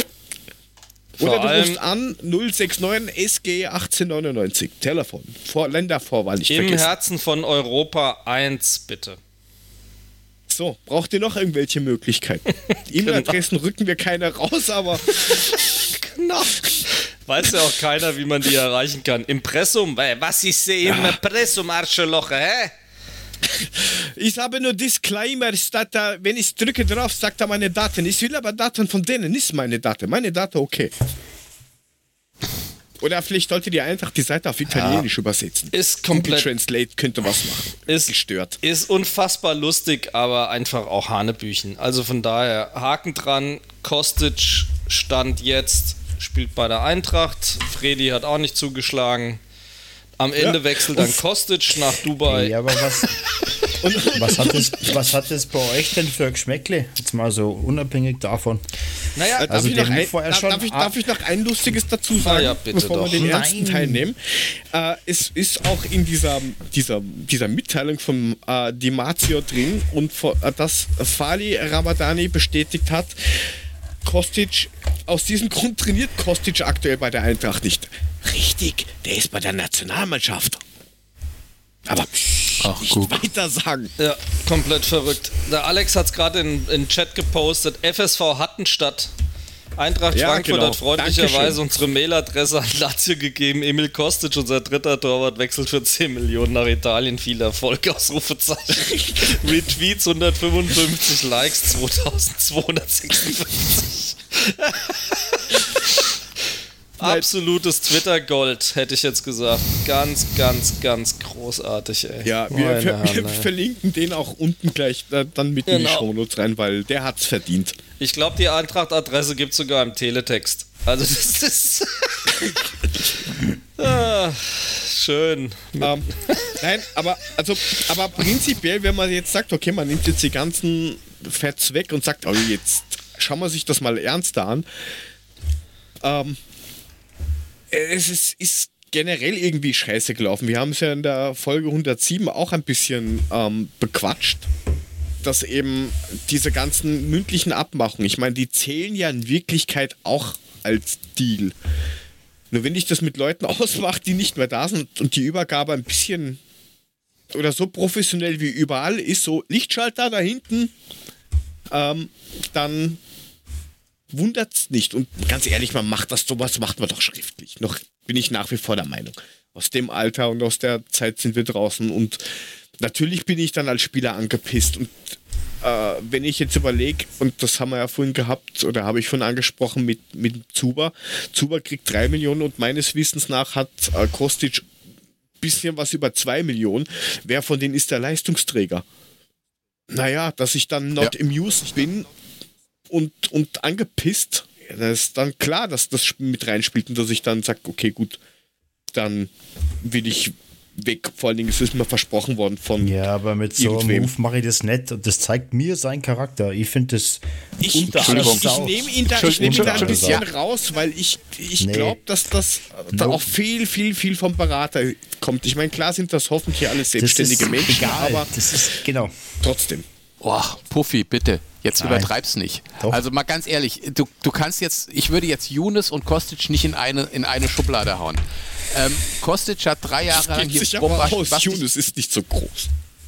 Oder du rufst an null sechs neun S G achtzehnhundertneunundneunzig. Telefon. Vor, Ländervorwahl nicht Im vergessen. Herzen von Europa eins, bitte. So, braucht ihr noch irgendwelche Möglichkeiten? E-Mail-Adressen genau. Rücken wir keine raus, aber... Genau. Weiß ja auch keiner, wie man die erreichen kann. Impressum, was ist im ja. Impressum, Arschloche, hä? Ich habe nur Disclaimers, dass da, wenn ich drücke drauf, sagt er meine Daten. Ich will aber Daten von denen, nicht meine Daten. Meine Daten, okay. Oder vielleicht sollte die einfach die Seite auf Italienisch ja. übersetzen. Ist komplett. Google Translate könnte was machen. Ist gestört. Ist unfassbar lustig, aber einfach auch Hanebüchen. Also von daher, Haken dran. Kostic stand jetzt, spielt bei der Eintracht. Fredi hat auch nicht zugeschlagen. Am Ende ja. wechselt dann Kostic nach Dubai. Ja, aber was, was, hat das, was hat das bei euch denn für Geschmäckle? Jetzt mal so unabhängig davon. Naja, also darf, ich noch ein, darf, darf, ich, darf ich noch ein Lustiges dazu sagen, ah, ja, bevor doch. wir den ersten Nein. Teil nehmen? Äh, es ist auch in dieser, dieser, dieser Mitteilung von äh, Di Marzio drin und vor, äh, dass Fali Ramadani bestätigt hat, Kostic, aus diesem Grund trainiert Kostic aktuell bei der Eintracht nicht. Richtig, der ist bei der Nationalmannschaft. Aber psch, Ach, nicht gut. weiter sagen. Ja, komplett verrückt. Der Alex hat es gerade in den Chat gepostet. F S V Hattenstadt. Eintracht ja, Frankfurt genau. hat freundlicherweise Dankeschön. unsere Mailadresse an Lazio gegeben. Emil Kostic, unser dritter Torwart, wechselt für zehn Millionen nach Italien. Viel Erfolg, Ausrufezeichen. Retweets hundertfünfundfünfzig, Likes zweitausendzweihundertsechsundfünfzig. Absolutes Twitter-Gold, hätte ich jetzt gesagt. Ganz, ganz, ganz großartig, ey. Ja, wir, ver wir verlinken den auch unten gleich äh, dann mit genau. in die Shownotes rein, weil der hat's verdient. Ich glaube, die Eintracht-Adresse gibt es sogar im Teletext. Also das ist... ah, schön. Ähm, nein, aber, also, aber prinzipiell, wenn man jetzt sagt, okay, man nimmt jetzt die ganzen Fats weg und sagt, oh, jetzt schauen wir sich das mal ernster an. Ähm... Es ist, ist generell irgendwie scheiße gelaufen. Wir haben es ja in der Folge hundertsieben auch ein bisschen ähm, bequatscht, dass eben diese ganzen mündlichen Abmachungen, ich meine, die zählen ja in Wirklichkeit auch als Deal. Nur wenn ich das mit Leuten ausmache, die nicht mehr da sind und die Übergabe ein bisschen oder so professionell wie überall ist, so Lichtschalter da hinten, ähm, dann wundert's nicht. Und ganz ehrlich, man macht das, sowas macht man doch schriftlich. Noch bin ich nach wie vor der Meinung. Aus dem Alter und aus der Zeit sind wir draußen und natürlich bin ich dann als Spieler angepisst und äh, wenn ich jetzt überlege, und das haben wir ja vorhin gehabt, oder habe ich vorhin angesprochen mit, mit Zuber, Zuber kriegt drei Millionen und meines Wissens nach hat äh, Kostic ein bisschen was über zwei Millionen. Wer von denen ist der Leistungsträger? Naja, dass ich dann not ja. amused bin und, und angepisst, ja, das ist dann klar, dass das mit reinspielt und dass ich dann sage, okay, gut, dann will ich weg. Vor allen Dingen ist es mir versprochen worden von Ja, aber mit so einem Move mache ich das nicht und das zeigt mir seinen Charakter. Ich finde das Ich, unter ich, aller ich, ich Sau. nehme ihn da, ich nehm ihn da ein bisschen Sau. raus, weil ich, ich Nee. glaube, dass das da No. auch viel, viel, viel vom Berater kommt. Ich meine, klar sind das hoffentlich alles Das selbstständige ist Menschen, egal. aber Das ist, genau. trotzdem. Oh, Puffy, bitte. Jetzt Nein. übertreib's nicht. Doch. Also mal ganz ehrlich, du, du kannst jetzt, ich würde jetzt Younes und Kostic nicht in eine, in eine Schublade hauen. Ähm, Kostic hat drei Jahre lang Kennt hier sich aber bombastisch- aus. was- Younes ist nicht so groß.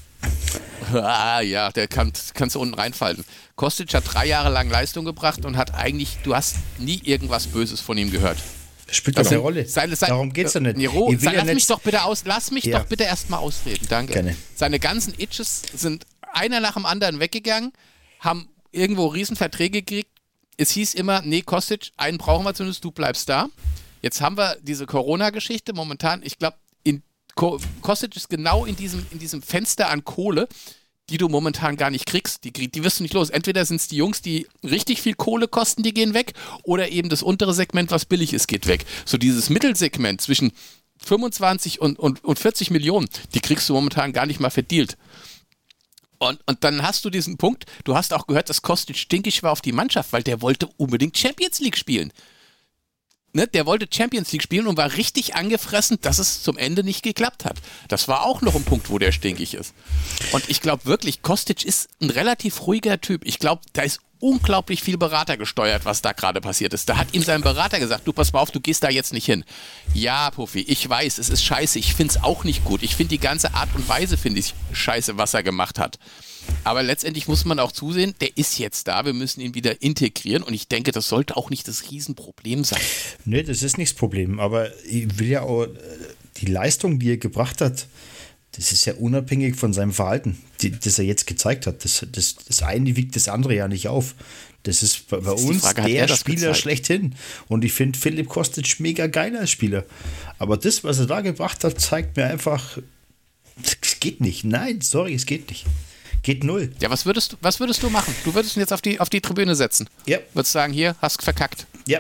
Ah, ja, der kann, kannst du unten reinfallen. Kostic hat drei Jahre lang Leistung gebracht und hat eigentlich, du hast nie irgendwas Böses von ihm gehört. Das spielt Das doch keine sind- Rolle. Seine, seine, Darum geht's ja nicht. Nero, Ich will ja lass mich nicht- doch bitte aus, lass mich Ja. doch bitte erstmal ausreden, danke. Gerne. Seine ganzen Itches sind einer nach dem anderen weggegangen, haben irgendwo Riesenverträge gekriegt. Es hieß immer, nee, Kostic, einen brauchen wir zumindest, du bleibst da. Jetzt haben wir diese Corona-Geschichte momentan, ich glaube, Ko- Kostic ist genau in diesem, in diesem Fenster an Kohle, die du momentan gar nicht kriegst. Die, krieg- die wirst du nicht los. Entweder sind es die Jungs, die richtig viel Kohle kosten, die gehen weg, oder eben das untere Segment, was billig ist, geht weg. So dieses Mittelsegment zwischen fünfundzwanzig und, und, und vierzig Millionen, die kriegst du momentan gar nicht mal verdealt. Und, und dann hast du diesen Punkt, du hast auch gehört, dass Kostic stinkig war auf die Mannschaft, weil der wollte unbedingt Champions League spielen. Ne, der wollte Champions League spielen und war richtig angefressen, dass es zum Ende nicht geklappt hat. Das war auch noch ein Punkt, wo der stinkig ist. Und ich glaube wirklich, Kostic ist ein relativ ruhiger Typ. Ich glaube, da ist unglaublich viel Berater gesteuert, was da gerade passiert ist. Da hat ihm sein Berater gesagt, du pass mal auf, du gehst da jetzt nicht hin. Ja, Puffy, ich weiß, es ist scheiße. Ich finde es auch nicht gut. Ich finde die ganze Art und Weise, finde ich scheiße, was er gemacht hat. Aber letztendlich muss man auch zusehen, der ist jetzt da, wir müssen ihn wieder integrieren und ich denke, das sollte auch nicht das Riesenproblem sein. Nee, das ist nicht das Problem, aber ich will ja auch, äh, die Leistung, die er gebracht hat, das ist ja unabhängig von seinem Verhalten, die, das er jetzt gezeigt hat. Das, das, das eine wiegt das andere ja nicht auf. Das ist bei, bei ist die uns Frage, hat er der das Spieler gezeigt? schlechthin. Und ich finde Philipp Kostic mega geil als Spieler. Aber das, was er da gebracht hat, zeigt mir einfach, es geht nicht. Nein, sorry, es geht nicht. Geht null. Ja, was würdest du, was würdest du machen? Du würdest ihn jetzt auf die, auf die Tribüne setzen. Ja, Würdest sagen, hier, hast verkackt. ja.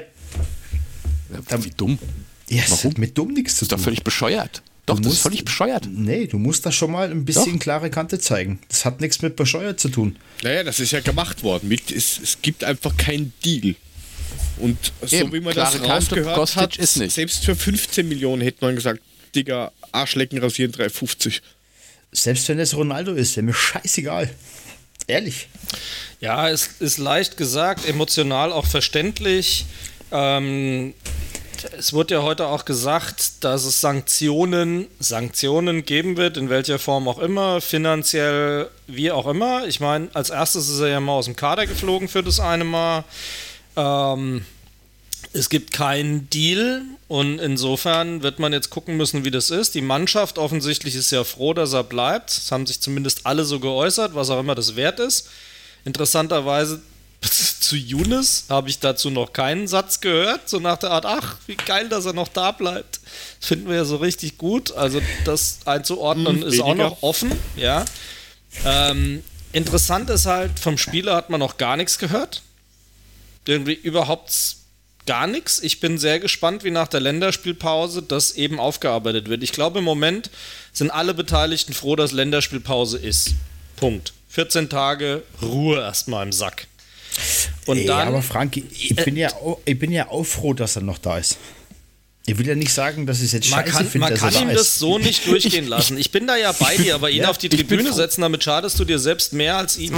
Wie dumm. Ja, es hat mit dumm nichts zu Das ist doch tun. völlig bescheuert. Doch, Du das ist musst- völlig bescheuert. Nee, du musst da schon mal ein bisschen Doch. klare Kante zeigen. Das hat nichts mit bescheuert zu tun. Naja, das ist ja gemacht worden. Mit, es, es gibt einfach keinen Deal. Und so Eben, wie man klare das Kante, rausgehört Kostic hat, ist nicht. selbst für fünfzehn Millionen hätte man gesagt, Digga, Arschlecken rasieren drei fünfzig. Selbst wenn es Ronaldo ist, wäre mir scheißegal. Ehrlich. Ja, es ist leicht gesagt, emotional auch verständlich. Ähm, es wurde ja heute auch gesagt, dass es Sanktionen, Sanktionen geben wird, in welcher Form auch immer, finanziell wie auch immer. Ich meine, als erstes ist er ja mal aus dem Kader geflogen für das eine Mal. Ähm, es gibt keinen Deal und insofern wird man jetzt gucken müssen, wie das ist. Die Mannschaft offensichtlich ist ja froh, dass er bleibt. Es haben sich zumindest alle so geäußert, was auch immer das wert ist. Interessanterweise zu Younes habe ich dazu noch keinen Satz gehört, so nach der Art, ach, wie geil, dass er noch da bleibt. Das finden wir ja so richtig gut. Also das einzuordnen Hm, ist auch weniger. noch offen, ja. Ähm, interessant ist halt, vom Spieler hat man noch gar nichts gehört. Irgendwie überhaupt gar nichts. Ich bin sehr gespannt, wie nach der Länderspielpause das eben aufgearbeitet wird. Ich glaube, im Moment sind alle Beteiligten froh, dass Länderspielpause ist. Punkt. vierzehn Tage Ruhe erstmal im Sack. Und Ey, dann, aber Frank, ich Äh, bin, ja auch, ich bin ja auch froh, dass er noch da ist. Ich will ja nicht sagen, dass ich es jetzt man scheiße kann, finde, man dass kann er ihm da das ist. so nicht durchgehen lassen. Ich bin da ja bei dir, aber ihn ja, auf die ich bin Tribüne froh. setzen, damit schadest du dir selbst mehr als ihm.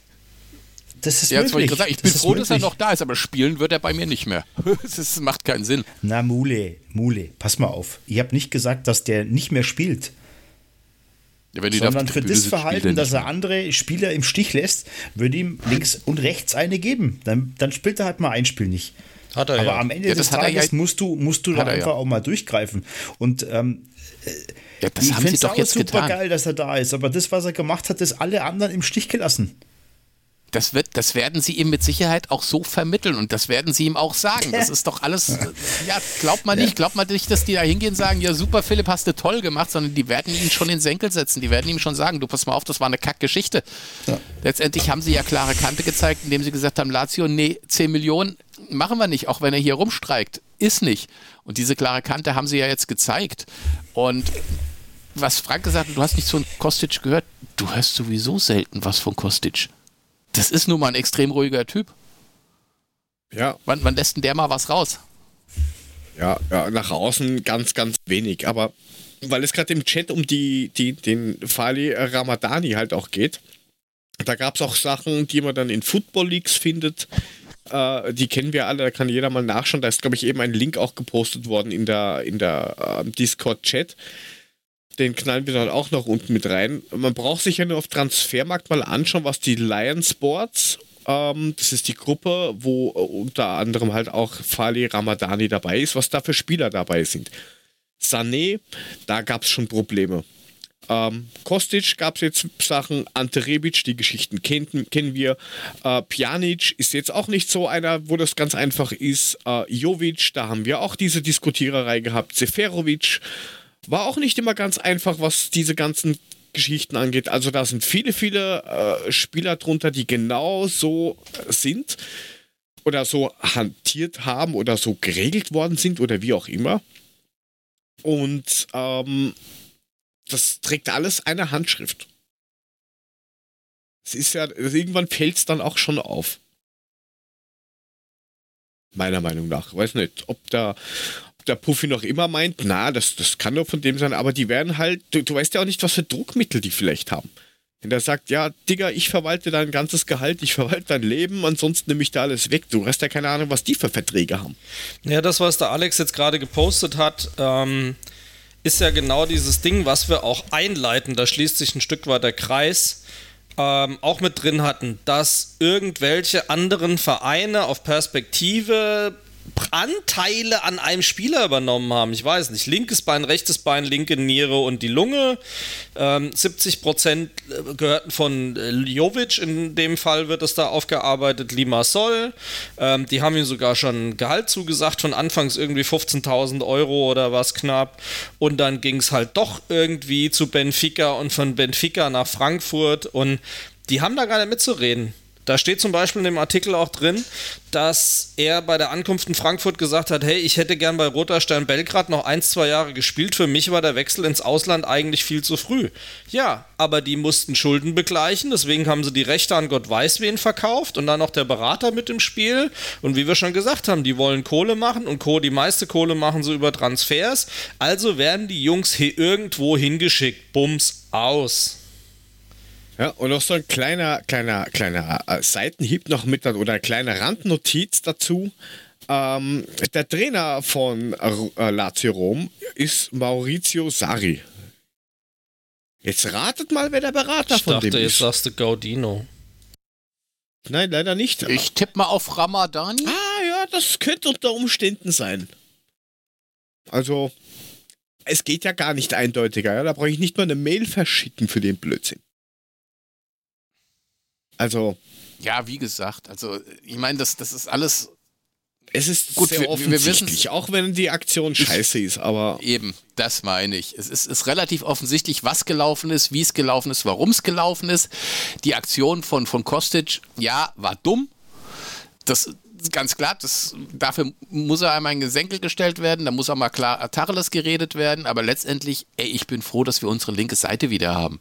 Das ist Ja, jetzt wollte ich möglich. gerade sagen, ich Das bin ist froh, dass er möglich. noch da ist, aber spielen wird er bei mir nicht mehr. Das macht keinen Sinn. Na, Mule, Mule, pass mal auf. Ich habe nicht gesagt, dass der nicht mehr spielt. Ja, wenn die da auf Sondern der für Tribüne das sitzt, spielt Verhalten, er dass nicht er mehr. andere Spieler im Stich lässt, würde ihm links und rechts eine geben. Dann, dann spielt er halt mal ein Spiel nicht. Hat er Aber ja. am Ende Ja, des das hat er Tages ja- musst du, musst du da hat er einfach ja. auch mal durchgreifen. Und ähm, Ja, das ich haben finde sie es doch auch jetzt super getan. geil, dass er da ist. Aber das, was er gemacht hat, ist alle anderen im Stich gelassen. Das, wird, das werden sie ihm mit Sicherheit auch so vermitteln und das werden sie ihm auch sagen. Das ist doch alles, äh, ja, glaubt man nicht, glaubt man nicht, dass die da hingehen und sagen, ja super Philipp, hast du toll gemacht, sondern die werden ihn schon in den Senkel setzen, die werden ihm schon sagen, du pass mal auf, das war eine Kackgeschichte. Ja. Letztendlich haben sie ja klare Kante gezeigt, indem sie gesagt haben, Lazio, nee, zehn Millionen machen wir nicht, auch wenn er hier rumstreikt, ist nicht. Und diese klare Kante haben sie ja jetzt gezeigt. Und was Frank gesagt hat, du hast nichts von Kostic gehört, du hörst sowieso selten was von Kostic. Das ist nun mal ein extrem ruhiger Typ. Ja, Wann, wann lässt denn der mal was raus? ja, ja, nach außen ganz, ganz wenig. Aber weil es gerade im Chat um die, die, den Fali Ramadani halt auch geht, da gab es auch Sachen, die man dann in Football Leagues findet. Äh, die kennen wir alle, da kann jeder mal nachschauen. Da ist, glaube ich, eben ein Link auch gepostet worden in der, in der äh, Discord-Chat. Den knallen wir dann auch noch unten mit rein. Man braucht sich ja nur auf Transfermarkt mal anschauen, was die Lion Sports, ähm, das ist die Gruppe, wo äh, unter anderem halt auch Fali Ramadani dabei ist, was da für Spieler dabei sind. Sané, da gab es schon Probleme. Ähm, Kostic gab es jetzt Sachen, Ante Rebic, die Geschichten kennen, kennen wir. Äh, Pjanic ist jetzt auch nicht so einer, wo das ganz einfach ist. Äh, Jovic, da haben wir auch diese Diskutiererei gehabt. Seferovic war auch nicht immer ganz einfach, was diese ganzen Geschichten angeht. Also da sind viele, viele äh, Spieler drunter, die genau so äh, sind oder so hantiert haben oder so geregelt worden sind oder wie auch immer. Und ähm, das trägt alles eine Handschrift. Es ist ja, irgendwann fällt es dann auch schon auf. Meiner Meinung nach. Weiß nicht, ob der, ob der Puffy noch immer meint, na, das, das kann doch von dem sein, aber die werden halt, du, du weißt ja auch nicht, was für Druckmittel die vielleicht haben. Wenn der sagt, ja, Digga, ich verwalte dein ganzes Gehalt, ich verwalte dein Leben, ansonsten nehme ich da alles weg. Du hast ja keine Ahnung, was die für Verträge haben. Ja, das, was der Alex jetzt gerade gepostet hat, ähm, ist ja genau dieses Ding, was wir auch einleiten, da schließt sich ein Stück weit der Kreis, ähm, auch mit drin hatten, dass irgendwelche anderen Vereine auf Perspektive Anteile an einem Spieler übernommen haben. Ich weiß nicht, linkes Bein, rechtes Bein, linke Niere und die Lunge. Ähm, siebzig Prozent gehörten von äh, Jovic, in dem Fall wird es da aufgearbeitet, Limassol. Ähm, die haben ihm sogar schon Gehalt zugesagt, von anfangs irgendwie fünfzehntausend Euro oder was knapp. Und dann ging es halt doch irgendwie zu Benfica und von Benfica nach Frankfurt und die haben da gar nicht mitzureden. Da steht zum Beispiel in dem Artikel auch drin, dass er bei der Ankunft in Frankfurt gesagt hat, hey, ich hätte gern bei Roter Stern Belgrad noch ein, zwei Jahre gespielt. Für mich war der Wechsel ins Ausland eigentlich viel zu früh. Ja, aber die mussten Schulden begleichen, deswegen haben sie die Rechte an Gott weiß wen verkauft und dann noch der Berater mit im Spiel. Und wie wir schon gesagt haben, die wollen Kohle machen und die meiste Kohle machen sie über Transfers. Also werden die Jungs hier irgendwo hingeschickt. Bums, aus. Ja, und noch so ein kleiner, kleiner, kleiner äh, Seitenhieb noch mit, oder eine kleine Randnotiz dazu. Ähm, der Trainer von äh, Lazio Rom ist Maurizio Sarri. Jetzt ratet mal, wer der Berater Ich von dachte, dem jetzt ist. sagst du Gaudino. Nein, leider nicht. Ich tippe mal auf Ramadani. Ah ja, das könnte unter Umständen sein. Also, es geht ja gar nicht eindeutiger. Ja? Da brauche ich nicht mal eine Mail verschicken für den Blödsinn. Also, Ja, wie gesagt, also ich meine, das, das ist alles es ist Gut, sehr wir- wir offensichtlich, wissen's. auch wenn die Aktion scheiße ist, aber eben, das meine ich. Es ist, ist relativ offensichtlich, was gelaufen ist, wie es gelaufen ist, warum es gelaufen ist. Die Aktion von, von Kostic, ja, war dumm. Das ist ganz klar, das, dafür muss er einmal in den Senkel gestellt werden, da muss auch mal klar Tacheles geredet werden, aber letztendlich, ey, ich bin froh, dass wir unsere linke Seite wieder haben.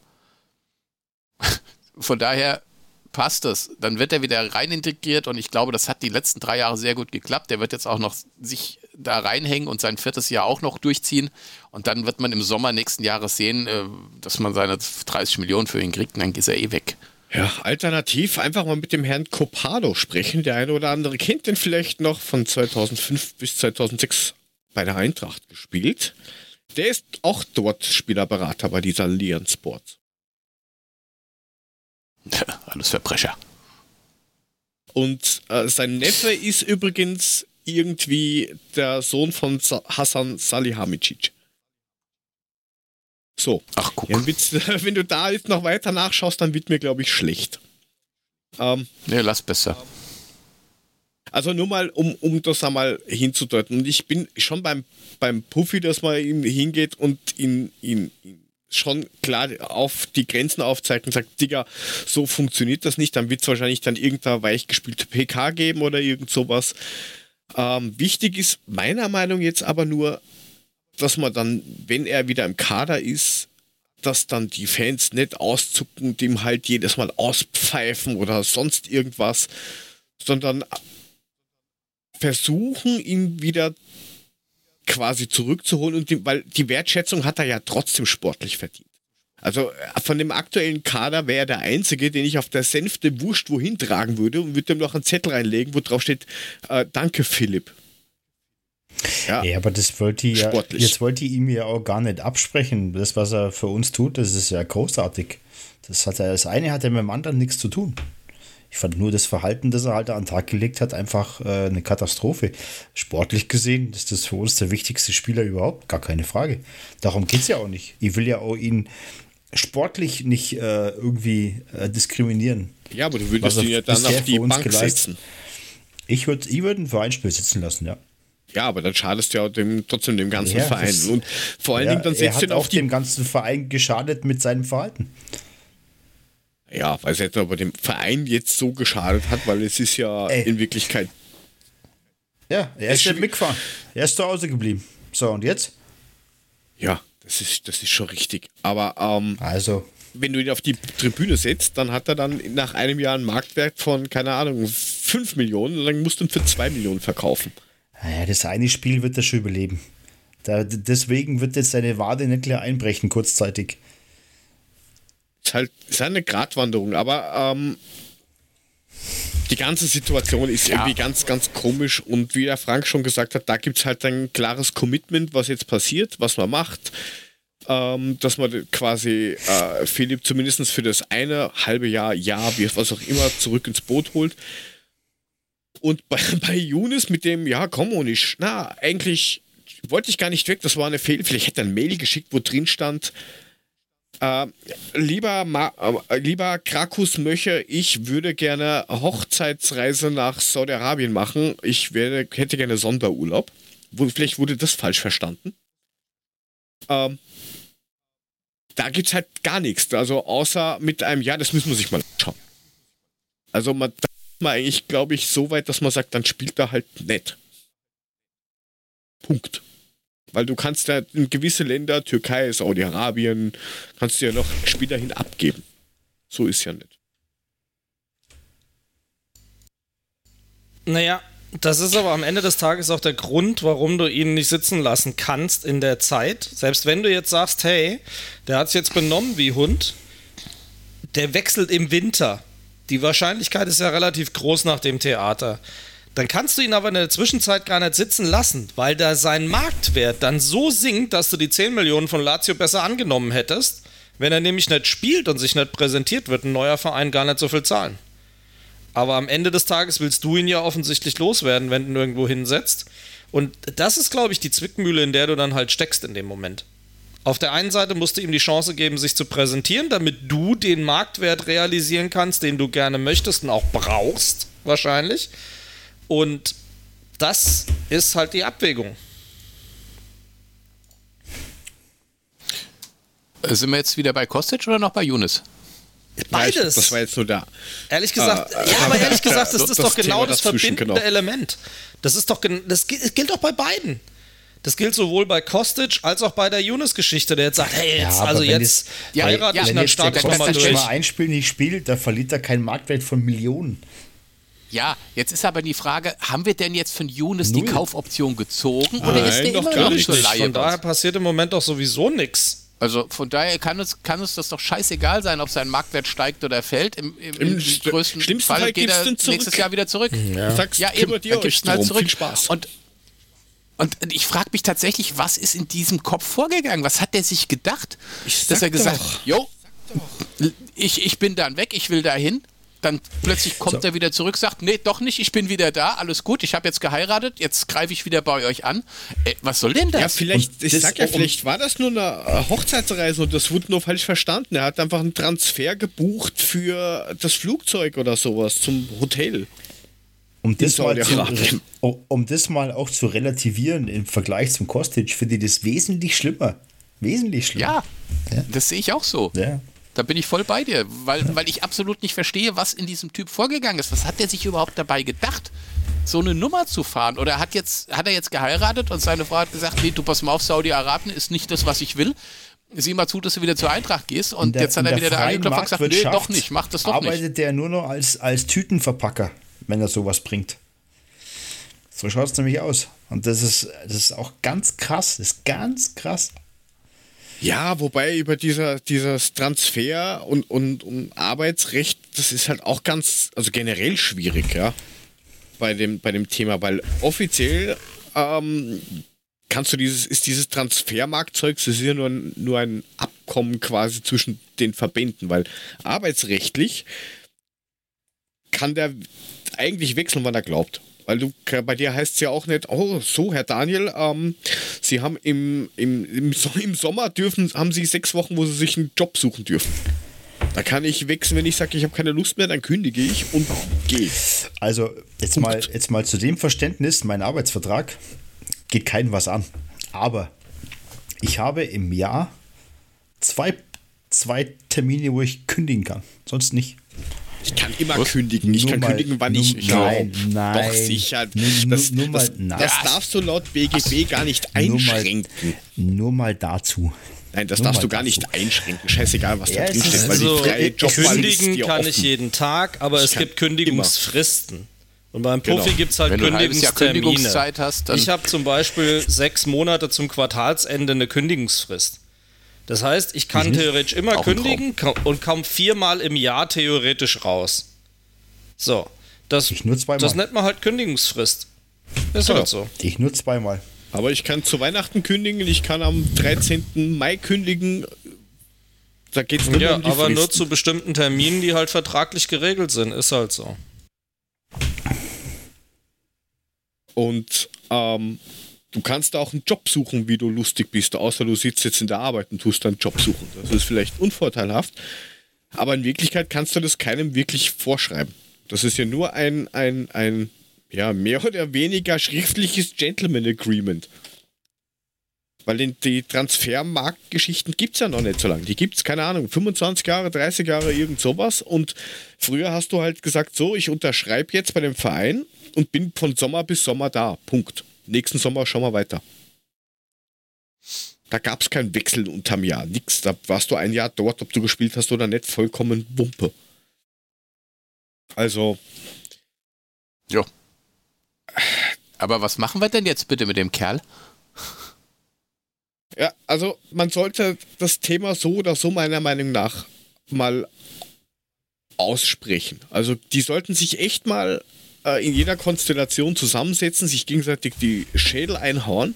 Von daher passt das. Dann wird er wieder rein integriert und ich glaube, das hat die letzten drei Jahre sehr gut geklappt. Der wird jetzt auch noch sich da reinhängen und sein viertes Jahr auch noch durchziehen und dann wird man im Sommer nächsten Jahres sehen, äh, dass man seine dreißig Millionen für ihn kriegt und dann ist er eh weg. ja, alternativ einfach mal mit dem Herrn Copado sprechen. Der eine oder andere kennt den vielleicht noch von zweitausendfünf bis zweitausendsechs bei der Eintracht gespielt. Der ist auch dort Spielerberater bei dieser Lion Sports. Alles Verbrecher. Und äh, sein Neffe ist übrigens irgendwie der Sohn von Sa- Hasan Salihamidzic. So. Ach, guck. Ja, wenn du da jetzt noch weiter nachschaust, dann wird mir, glaube ich, schlecht. Ähm, Nee, lass besser. Also nur mal, um, um das einmal hinzudeuten. Und ich bin schon beim, beim Puffy, dass man ihm hingeht und ihn, ihn, ihn schon klar auf die Grenzen aufzeigt und sagt, Digga, so funktioniert das nicht. Dann wird es wahrscheinlich dann irgendeine weichgespielte P K geben oder irgend sowas. Ähm, wichtig ist meiner Meinung jetzt aber nur, dass man dann, wenn er wieder im Kader ist, dass dann die Fans nicht auszucken und ihm halt jedes Mal auspfeifen oder sonst irgendwas, sondern versuchen, ihn wieder quasi zurückzuholen, und die, weil die Wertschätzung hat er ja trotzdem sportlich verdient. Also von dem aktuellen Kader wäre er der Einzige, den ich auf der Sänfte wurscht wohin tragen würde und würde ihm noch einen Zettel reinlegen, wo drauf steht, äh, danke Philipp. Ja, ja, aber das wollte ich ja, sportlich. jetzt wollte ich ihm ja auch gar nicht absprechen. Das, was er für uns tut, das ist ja großartig. Das hat er, das eine hat ja mit dem anderen nichts zu tun. Ich fand nur das Verhalten, das er halt an den Tag gelegt hat, einfach äh, eine Katastrophe. Sportlich gesehen ist das für uns der wichtigste Spieler überhaupt, gar keine Frage. Darum geht es ja auch nicht. Ich will ja auch ihn sportlich nicht äh, irgendwie äh, diskriminieren. Ja, aber du würdest ihn ja dann auf die Bank setzen. Ich würde ich würd ein Vereinsspiel sitzen lassen, ja. Ja, aber dann schadest du ja dem, trotzdem dem ganzen ja, Verein. das, und vor allen ja, Dingen, dann setzt du ihn auf die... dem ganzen Verein geschadet mit seinem Verhalten. Ja, weil es jetzt aber dem Verein jetzt so geschadet hat, weil es ist ja Ey. in Wirklichkeit... Ja, er ist nicht mitgefahren. Er ist zu Hause geblieben. So, und jetzt? Ja, das ist, das ist schon richtig. Aber ähm, also... wenn du ihn auf die Tribüne setzt, dann hat er dann nach einem Jahr einen Marktwert von, keine Ahnung, fünf Millionen und dann musst du ihn für zwei Millionen verkaufen. Naja, das eine Spiel wird er schon überleben. Da, deswegen wird jetzt seine Wade nicht gleich einbrechen, kurzzeitig. Ist halt, ist halt eine Gratwanderung, aber ähm, die ganze Situation ist ja. irgendwie ganz, ganz komisch, und wie der Frank schon gesagt hat, da gibt es halt ein klares Commitment, was jetzt passiert, was man macht, ähm, dass man quasi äh, Philipp zumindest für das eine halbe Jahr, Jahr, wie was auch immer, zurück ins Boot holt. Und bei, bei Younes mit dem, ja komm, und ich, na, eigentlich wollte ich gar nicht weg, das war eine Fehler, vielleicht hätte er ein Mail geschickt, wo drin stand, Äh, lieber, Ma äh, lieber Krakus Möcher, ich würde gerne Hochzeitsreise nach Saudi-Arabien machen. Ich werde, hätte gerne Sonderurlaub. Wo, vielleicht wurde das falsch verstanden. Ähm, da gibt es halt gar nichts. Also außer mit einem, ja, das müssen wir sich mal anschauen. Also man, da ist man eigentlich, glaube ich, so weit, dass man sagt, dann spielt er halt nett. Punkt. Weil du kannst ja in gewisse Länder, Türkei, Saudi-Arabien, kannst du ja noch Spieler hin abgeben. So ist ja nicht. Naja, das ist aber am Ende des Tages auch der Grund, warum du ihn nicht sitzen lassen kannst in der Zeit. Selbst wenn du jetzt sagst, hey, der hat es jetzt benommen wie Hund, der wechselt im Winter. Die Wahrscheinlichkeit ist ja relativ groß nach dem Theater. Dann kannst du ihn aber in der Zwischenzeit gar nicht sitzen lassen, weil da sein Marktwert dann so sinkt, dass du die zehn Millionen von Lazio besser angenommen hättest. Wenn er nämlich nicht spielt und sich nicht präsentiert, wird ein neuer Verein gar nicht so viel zahlen. Aber am Ende des Tages willst du ihn ja offensichtlich loswerden, wenn du ihn irgendwo hinsetzt. Und das ist, glaube ich, die Zwickmühle, in der du dann halt steckst in dem Moment. Auf der einen Seite musst du ihm die Chance geben, sich zu präsentieren, damit du den Marktwert realisieren kannst, den du gerne möchtest und auch brauchst, wahrscheinlich. Und das ist halt die Abwägung. Sind wir jetzt wieder bei Kostic oder noch bei Younes? Beides. Ja, ich, das war jetzt nur da. Ehrlich gesagt, äh, ja, aber ehrlich gesagt, das, das ist doch genau das verbindende genau. Element. Das ist doch, das gilt doch bei beiden. Das gilt sowohl bei Kostic als auch bei der Younes-Geschichte, der jetzt sagt, hey, jetzt, ja, also jetzt ja, heirate ja, ich und dann starte ich nochmal durch. Wenn er ein Spiel nicht spielt, da verliert er keinen Marktwert von Millionen. Ja, jetzt ist aber die Frage, haben wir denn jetzt von Younes Null. die Kaufoption gezogen Nein, oder ist der immer noch nicht. zur Leihe? Von daher passiert im Moment doch sowieso nichts. Also von daher kann uns, kann uns das doch scheißegal sein, ob sein Marktwert steigt oder fällt. Im, im, Im, im größten schlimmsten Fall, Fall geht er nächstes Jahr wieder zurück. Ja, Sagst, ja eben, ihr dann gibt's ihn halt drum. zurück. Viel Spaß. Und, und ich frage mich tatsächlich, was ist in diesem Kopf vorgegangen? Was hat der sich gedacht? Ich dass er gesagt doch. jo, ich, ich bin dann weg, ich will dahin. Dann plötzlich kommt So. er wieder zurück, sagt, nee, doch nicht, ich bin wieder da, alles gut, ich habe jetzt geheiratet, jetzt greife ich wieder bei euch an. Äh, was soll denn das? Ja, vielleicht, ich das- sag ja, um- vielleicht war das nur eine äh, Hochzeitsreise und das wurde nur falsch verstanden. Er hat einfach einen Transfer gebucht für das Flugzeug oder sowas zum Hotel. Um das, mal zu, Saudi-Arabien. um, um das mal auch zu relativieren im Vergleich zum Kostic, finde ich das wesentlich schlimmer. Wesentlich schlimmer. Ja, das sehe ich auch so. Ja. Da bin ich voll bei dir, weil, weil ich absolut nicht verstehe, was in diesem Typ vorgegangen ist. Was hat der sich überhaupt dabei gedacht, so eine Nummer zu fahren? Oder hat, jetzt, hat er jetzt geheiratet und seine Frau hat gesagt, nee, du pass mal auf, Saudi-Arabien ist nicht das, was ich will. Sieh mal zu, dass du wieder zur Eintracht gehst. Und In der- jetzt hat in er der wieder da freien angeklopft und gesagt, nee, Marktwirtschaft doch nicht, mach das doch arbeitet nicht. der nur noch als, als Tütenverpacker, wenn er sowas bringt. So schaut es nämlich aus. Und das ist, das ist auch ganz krass. Das ist ganz krass. Ja, wobei über dieser, dieses Transfer und, und, und Arbeitsrecht, das ist halt auch ganz, also generell schwierig, ja, bei dem, bei dem Thema, weil offiziell ähm, kannst du dieses, ist dieses Transfermarktzeug, das ist ja nur, ein- nur ein Abkommen quasi zwischen den Verbänden, weil arbeitsrechtlich kann der eigentlich wechseln, wann er glaubt. Weil du, bei dir heißt es ja auch nicht, oh, so, Herr Daniel, ähm, Sie haben im, im, im, So- im Sommer dürfen, haben Sie sechs Wochen, wo Sie sich einen Job suchen dürfen. Da kann ich wechseln, wenn ich sage, ich habe keine Lust mehr, dann kündige ich und gehe. Also jetzt mal, jetzt mal zu dem Verständnis, mein Arbeitsvertrag geht keinem was an. Aber ich habe im Jahr zwei, zwei Termine, wo ich kündigen kann. Sonst nicht. Ich kann immer Was? kündigen. Ich Nur kann mal- kündigen, wann nur- ich nein, glaube. nein. Doch, sicher. Nur- Das, nur- nur mal- das, nein. das darfst du laut B G B gar nicht Nur mal, einschränken. nur mal dazu. Nein, das nur darfst mal du gar dazu. nicht einschränken. Scheißegal, was Ja, da es drin ist- steht, weil Also, die freie Jobwahl ist kündigen dir kann offen. ich jeden Tag, aber es kann gibt Kündigungsfristen. Und beim Genau. Profi gibt es halt Wenn du ein halbes Jahr Kündigungstermine. Kündigungszeit hast, dann- Ich habe zum Beispiel sechs Monate zum Quartalsende eine Kündigungsfrist. Das heißt, ich kann theoretisch immer Auch ein kündigen ko- und komme viermal im Jahr theoretisch raus. So, das, Ich nur zweimal. das nennt man halt Kündigungsfrist. Ist Genau. halt so. Ich nur zweimal. Aber ich kann zu Weihnachten kündigen, ich kann am dreizehnten Mai kündigen. Da geht es nur Ja, um die aber nur Fristen. zu bestimmten Terminen, die halt vertraglich geregelt sind. Ist halt so. Und ähm, du kannst auch einen Job suchen, wie du lustig bist, außer du sitzt jetzt in der Arbeit und tust einen Job suchen. Das ist vielleicht unvorteilhaft, aber in Wirklichkeit kannst du das keinem wirklich vorschreiben. Das ist ja nur ein, ein, ein ja, mehr oder weniger schriftliches Gentleman Agreement. Weil den, die Transfermarktgeschichten gibt es ja noch nicht so lange. Die gibt es, keine Ahnung, fünfundzwanzig Jahre, dreißig Jahre, irgend sowas. Und früher hast du halt gesagt, so, ich unterschreibe jetzt bei dem Verein und bin von Sommer bis Sommer da. Punkt. Nächsten Sommer schauen wir weiter. Da gab es kein Wechsel unterm Jahr. Nix. Da warst du ein Jahr dort, ob du gespielt hast oder nicht, vollkommen Wumpe. Also, Ja. Aber was machen wir denn jetzt bitte mit dem Kerl? ja, also man sollte das Thema so oder so meiner Meinung nach mal aussprechen. Also die sollten sich echt mal äh, in jeder Konstellation zusammensetzen, sich gegenseitig die Schädel einhauen.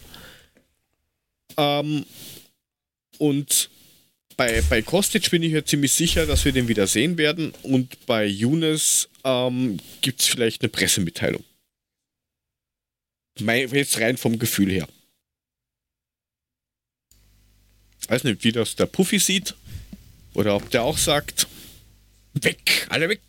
Ähm, und bei, bei Kostic bin ich mir ziemlich sicher, dass wir den wieder sehen werden. Und bei Younes ähm, gibt es vielleicht eine Pressemitteilung. Mein, jetzt rein vom Gefühl her. Weiß nicht, wie das der Puffy sieht. Oder ob der auch sagt, weg, alle weg.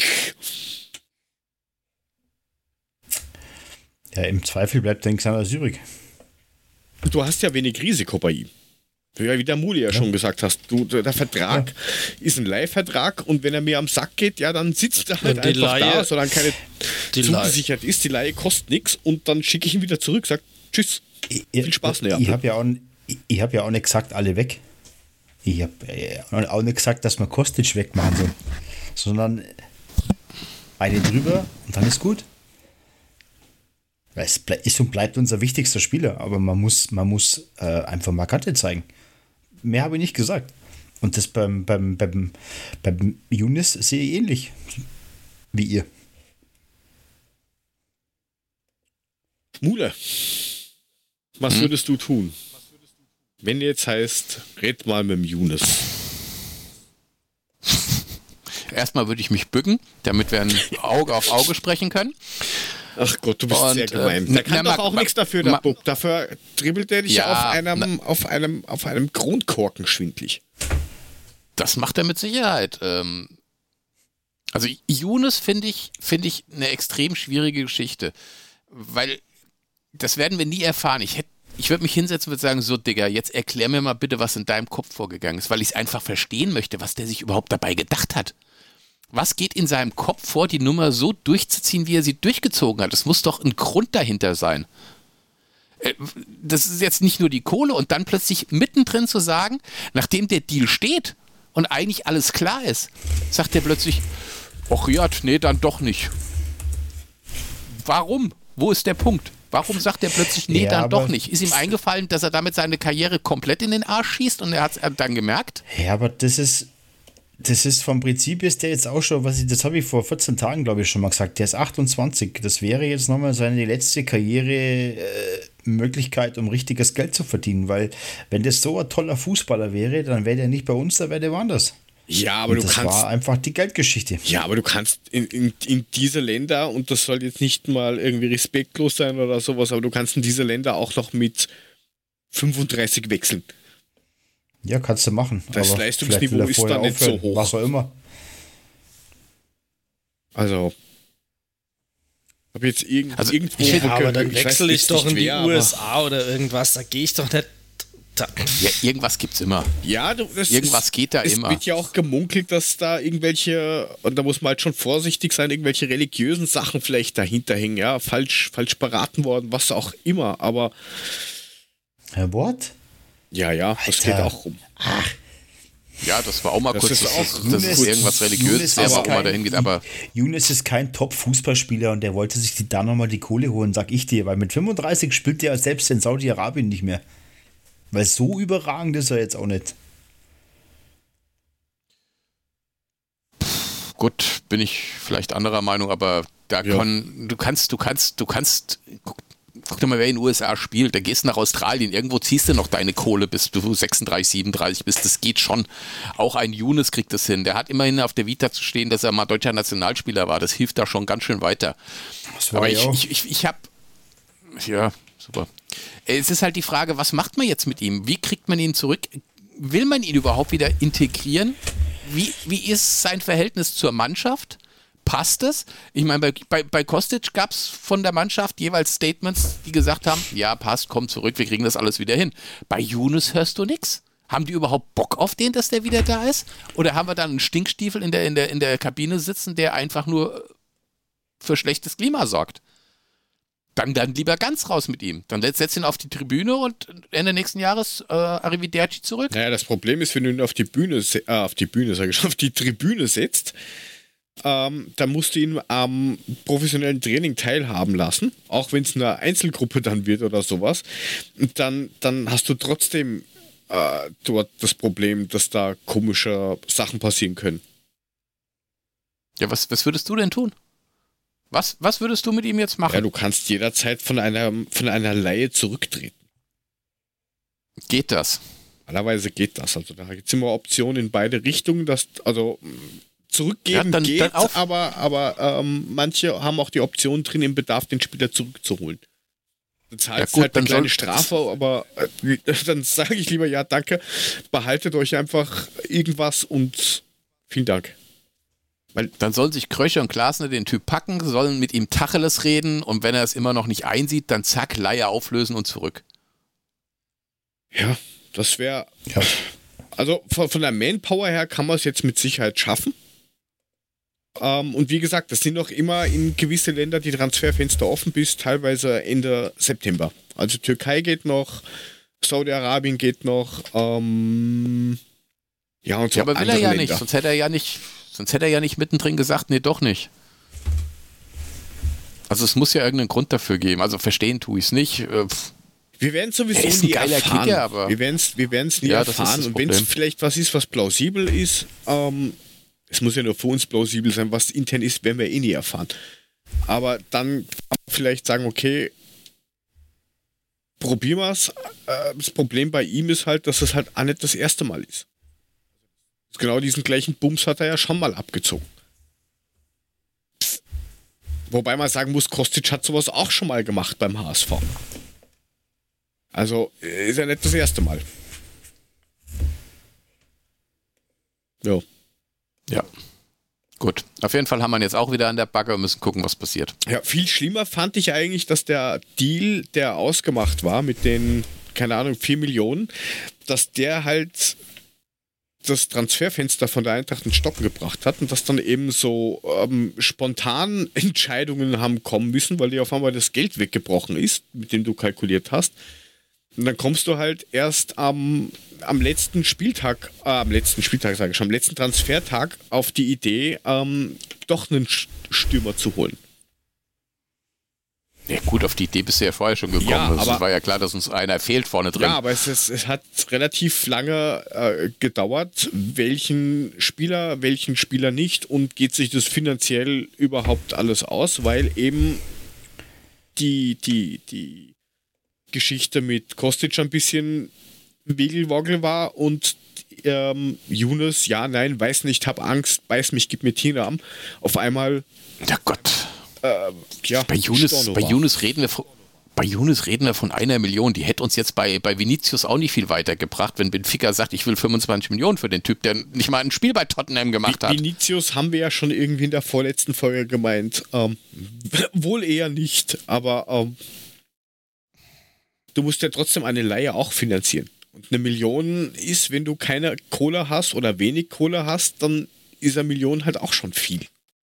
Ja, im Zweifel bleibt dann nichts anderes übrig. Du hast ja wenig Risiko bei ihm. Ja, wie der Muli ja, schon gesagt hast, du, der Vertrag ist ein Leihvertrag und wenn er mir am Sack geht, ja, dann sitzt er halt Und die einfach Leihe- da, solange keine Die Leihe- zugesichert ist. Die Leihe kostet nichts und dann schicke ich ihn wieder zurück, sag tschüss. Ich, Viel Spaß, Neapel. Ich habe ja, auch- ich, ich hab ja auch nicht gesagt, alle weg. Ich habe auch nicht gesagt, dass man Kostic wegmachen soll. Sondern eine drüber und dann ist gut. Weil es ble- ist und bleibt unser wichtigster Spieler, aber man muss, man muss äh, einfach mal Kante zeigen. Mehr habe ich nicht gesagt. Und das beim, beim, beim, beim Younes sehe ich ähnlich wie ihr. Mule, was Hm? würdest du tun? Wenn jetzt heißt, red mal mit dem Younes. Erstmal würde ich mich bücken, damit wir ein Auge auf Auge sprechen können. Ach Gott, du bist Und, sehr gemein. äh, Der kann na, doch ma- auch ma- nichts dafür, der ma- Bub. Dafür dribbelt er dich Ja, auf einem, auf einem, auf einem Grundkorken schwindlig. Das macht er mit Sicherheit. Ähm, also Younes finde ich, finde ich eine extrem schwierige Geschichte, weil das werden wir nie erfahren. Ich hätte Ich würde mich hinsetzen und würde sagen, so Digga, jetzt erklär mir mal bitte, was in deinem Kopf vorgegangen ist, weil ich es einfach verstehen möchte, was der sich überhaupt dabei gedacht hat. Was geht in seinem Kopf vor, die Nummer so durchzuziehen, wie er sie durchgezogen hat? Es muss doch ein Grund dahinter sein. Äh, Das ist jetzt nicht nur die Kohle und dann plötzlich mittendrin zu sagen, nachdem der Deal steht und eigentlich alles klar ist, sagt er plötzlich, ach ja, nee, dann doch nicht. Warum? Wo ist der Punkt? Warum sagt er plötzlich, nee, Ja, dann aber- doch nicht? Ist ihm eingefallen, dass er damit seine Karriere komplett in den Arsch schießt und er hat es dann gemerkt? Ja, aber das ist, das ist vom Prinzip ist der jetzt auch schon, was ich, das habe ich vor vierzehn Tagen, glaube ich, schon mal gesagt, der ist achtundzwanzig. Das wäre jetzt nochmal seine letzte Karriere-Möglichkeit, um richtiges Geld zu verdienen, weil wenn das so ein toller Fußballer wäre, dann wäre der nicht bei uns, dann wäre der woanders. Ja, aber Und du das kannst. war einfach die Geldgeschichte. Ja, aber du kannst in, in, in diese Länder, und das soll jetzt nicht mal irgendwie respektlos sein oder sowas, aber du kannst in diese Länder auch noch mit fünfunddreißig wechseln. Ja, kannst du machen. Das aber Leistungsniveau vielleicht will er ist vorher da nicht so aufhören, hoch. Was auch immer. Also. Hab jetzt irgend, Also, irgendwo. ich- Ja, aber dann ich weiß wechsle ich jetzt doch nicht in die wer, U S A oder irgendwas, da gehe ich doch nicht. Da. Ja, irgendwas gibt's immer. Ja, du, das Irgendwas ist, geht da es immer. wird ja auch gemunkelt, dass da irgendwelche, und da muss man halt schon vorsichtig sein, irgendwelche religiösen Sachen vielleicht dahinter hängen, ja, falsch, falsch beraten worden, was auch immer, aber Herr Wort? ja, ja, das Alter. geht auch rum. Ja, das war auch mal Das kurz, ist dass, auch das, Younes- dass es irgendwas Religiöses Younes wäre, ist warum er kein- dahin geht, aber Younes ist kein Top-Fußballspieler und der wollte sich die- da nochmal die Kohle holen, sag ich dir, weil mit fünfunddreißig spielt der selbst in Saudi-Arabien nicht mehr. Weil so überragend ist er jetzt auch nicht. gut, bin ich vielleicht anderer Meinung, aber da Ja. kann, du kannst, du kannst, du kannst, guck, guck dir mal, wer in den U S A spielt, da gehst du nach Australien, irgendwo ziehst du noch deine Kohle, bis du sechsunddreißig, siebenunddreißig bist, das geht schon. Auch ein Younes kriegt das hin, der hat immerhin auf der Vita zu stehen, dass er mal deutscher Nationalspieler war, das hilft da schon ganz schön weiter. Das war Aber ja ich, auch. ich, ich, ich habe, ja, super. Es ist halt die Frage, was macht man jetzt mit ihm? Wie kriegt man ihn zurück? Will man ihn überhaupt wieder integrieren? Wie, wie ist sein Verhältnis zur Mannschaft? Passt es? Ich meine, bei, bei, bei Kostic gab es von der Mannschaft jeweils Statements, die gesagt haben, ja, passt, komm zurück, wir kriegen das alles wieder hin. Bei Younes hörst du nichts. Haben die überhaupt Bock auf den, dass der wieder da ist? Oder haben wir dann einen Stinkstiefel in der, in der, in der Kabine sitzen, der einfach nur für schlechtes Klima sorgt? Dann, dann lieber ganz raus mit ihm. Dann setzt ihn auf die Tribüne und Ende nächsten Jahres äh, Arrivederci zurück. Naja, das Problem ist, wenn du ihn auf die Bühne, se- äh, auf die Bühne, sag ich schon, auf die Tribüne setzt, ähm, dann musst du ihn am professionellen Training teilhaben lassen, auch wenn es eine Einzelgruppe dann wird oder sowas. Und dann, dann hast du trotzdem äh, dort das Problem, dass da komische Sachen passieren können. Ja, was, was würdest du denn tun? Was, was würdest du mit ihm jetzt machen? Ja, du kannst jederzeit von einer, von einer Leihe zurücktreten. Geht das? Normalerweise geht das. Also da gibt es immer Optionen in beide Richtungen, dass, also mh, zurückgeben Ja, dann- geht, dann auf. aber, aber ähm, manche haben auch die Option drin, im Bedarf den Spieler zurückzuholen. Du zahlst Ja, gut, halt eine dann kleine soll- Strafe, aber äh, dann sage ich lieber, ja, danke, behaltet euch einfach irgendwas und vielen Dank. Dann sollen sich Kröcher und Glasner den Typ packen, sollen mit ihm Tacheles reden und wenn er es immer noch nicht einsieht, dann zack, Leihe auflösen und zurück. Ja, das wäre, Ja. also von, von der Manpower her kann man es jetzt mit Sicherheit schaffen. Ähm, und wie gesagt, das sind noch immer in gewisse Länder die Transferfenster offen bis teilweise Ende September. Also Türkei geht noch, Saudi-Arabien geht noch, ähm, ja und so Ja, aber will er andere ja Länder. nicht, sonst hätte er ja nicht, sonst hätte er ja nicht mittendrin gesagt, nee, doch nicht. Also es muss ja irgendeinen Grund dafür geben. Also verstehen tue ich es nicht. Äh, pff. Wir werden sowieso Er ist ein nie geiler erfahren. Kicker, aber- wir werden es wir werden's nie Ja, das ist erfahren. das Und wenn es Problem. vielleicht was ist, was plausibel ist, ähm, es muss ja nur für uns plausibel sein, was intern ist, werden wir eh nie erfahren. Aber dann kann man vielleicht sagen, okay, probieren wir es. Äh, das Problem bei ihm ist halt, dass es halt auch nicht das erste Mal ist. Genau diesen gleichen Bums hat er ja schon mal abgezogen. Wobei man sagen muss, Kostic hat sowas auch schon mal gemacht beim H S V. Also ist ja nicht das erste Mal. Jo. Ja. Gut. Auf jeden Fall haben wir ihn jetzt auch wieder an der Backe und müssen gucken, was passiert. Ja, viel schlimmer fand ich eigentlich, dass der Deal, der ausgemacht war mit den, keine Ahnung, vier Millionen, dass der halt das Transferfenster von der Eintracht ins Stocken gebracht hat und dass dann eben so ähm, spontan Entscheidungen haben kommen müssen, weil dir auf einmal das Geld weggebrochen ist, mit dem du kalkuliert hast. Und dann kommst du halt erst am, am letzten Spieltag, äh, am letzten Spieltag sage ich schon, am letzten Transfertag auf die Idee, ähm, doch einen Stürmer zu holen. Ja gut, auf die Idee bist du ja vorher schon gekommen. Ja, also aber, es war ja klar, dass uns einer fehlt vorne drin. Ja, aber es, ist, es hat relativ lange äh, gedauert, welchen Spieler, welchen Spieler nicht und geht sich das finanziell überhaupt alles aus, weil eben die, die, die Geschichte mit Kostic ein bisschen Wiggelwoggle war und ähm, Younes, ja, nein, weiß nicht, hab Angst, beiß mich, gib mir Tiernamen, auf einmal ja Gott. Äh, ja, bei Younes, bei Younes reden wir von, bei Younes reden wir von einer Million. Die hätte uns jetzt bei, bei Vinicius auch nicht viel weitergebracht, wenn Benfica sagt, ich will fünfundzwanzig Millionen für den Typ, der nicht mal ein Spiel bei Tottenham gemacht hat. Vinicius haben wir ja schon irgendwie in der vorletzten Folge gemeint. Ähm, wohl eher nicht, aber ähm, du musst ja trotzdem eine Leihe auch finanzieren. Und eine Million ist, wenn du keine Kohle hast oder wenig Kohle hast, dann ist eine Million halt auch schon viel.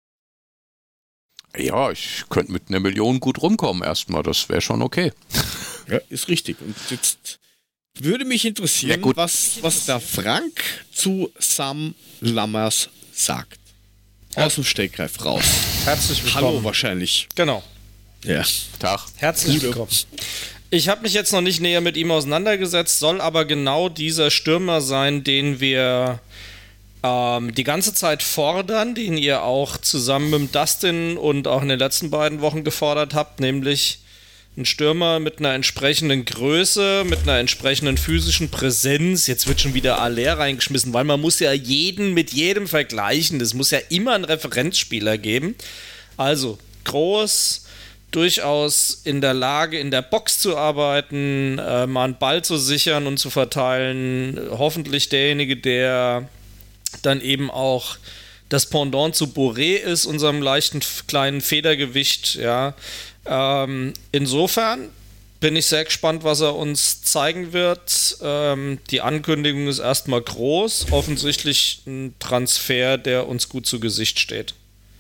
Ja, ich könnte mit einer Million gut rumkommen erstmal, das wäre schon okay. Ja, ist richtig. Und jetzt würde mich interessieren, ja, was, was der Frank zu Sam Lammers sagt. Aus dem Stegreif raus. Herzlich willkommen. Hallo wahrscheinlich. Genau. Ja. Tag. Herzlich Gute. willkommen. Ich habe mich jetzt noch nicht näher mit ihm auseinandergesetzt, soll aber genau dieser Stürmer sein, den wir ähm, die ganze Zeit fordern, den ihr auch zusammen mit Dustin und auch in den letzten beiden Wochen gefordert habt, nämlich ein Stürmer mit einer entsprechenden Größe, mit einer entsprechenden physischen Präsenz. Jetzt wird schon wieder Aller reingeschmissen, weil man muss ja jeden mit jedem vergleichen. Es muss ja immer einen Referenzspieler geben. Also groß, durchaus in der Lage, in der Box zu arbeiten, äh, mal einen Ball zu sichern und zu verteilen. Hoffentlich derjenige, der dann eben auch das Pendant zu Boré ist, unserem leichten kleinen Federgewicht, ja. Ähm, insofern bin ich sehr gespannt, was er uns zeigen wird. Ähm, die Ankündigung ist erstmal groß. Offensichtlich ein Transfer, der uns gut zu Gesicht steht.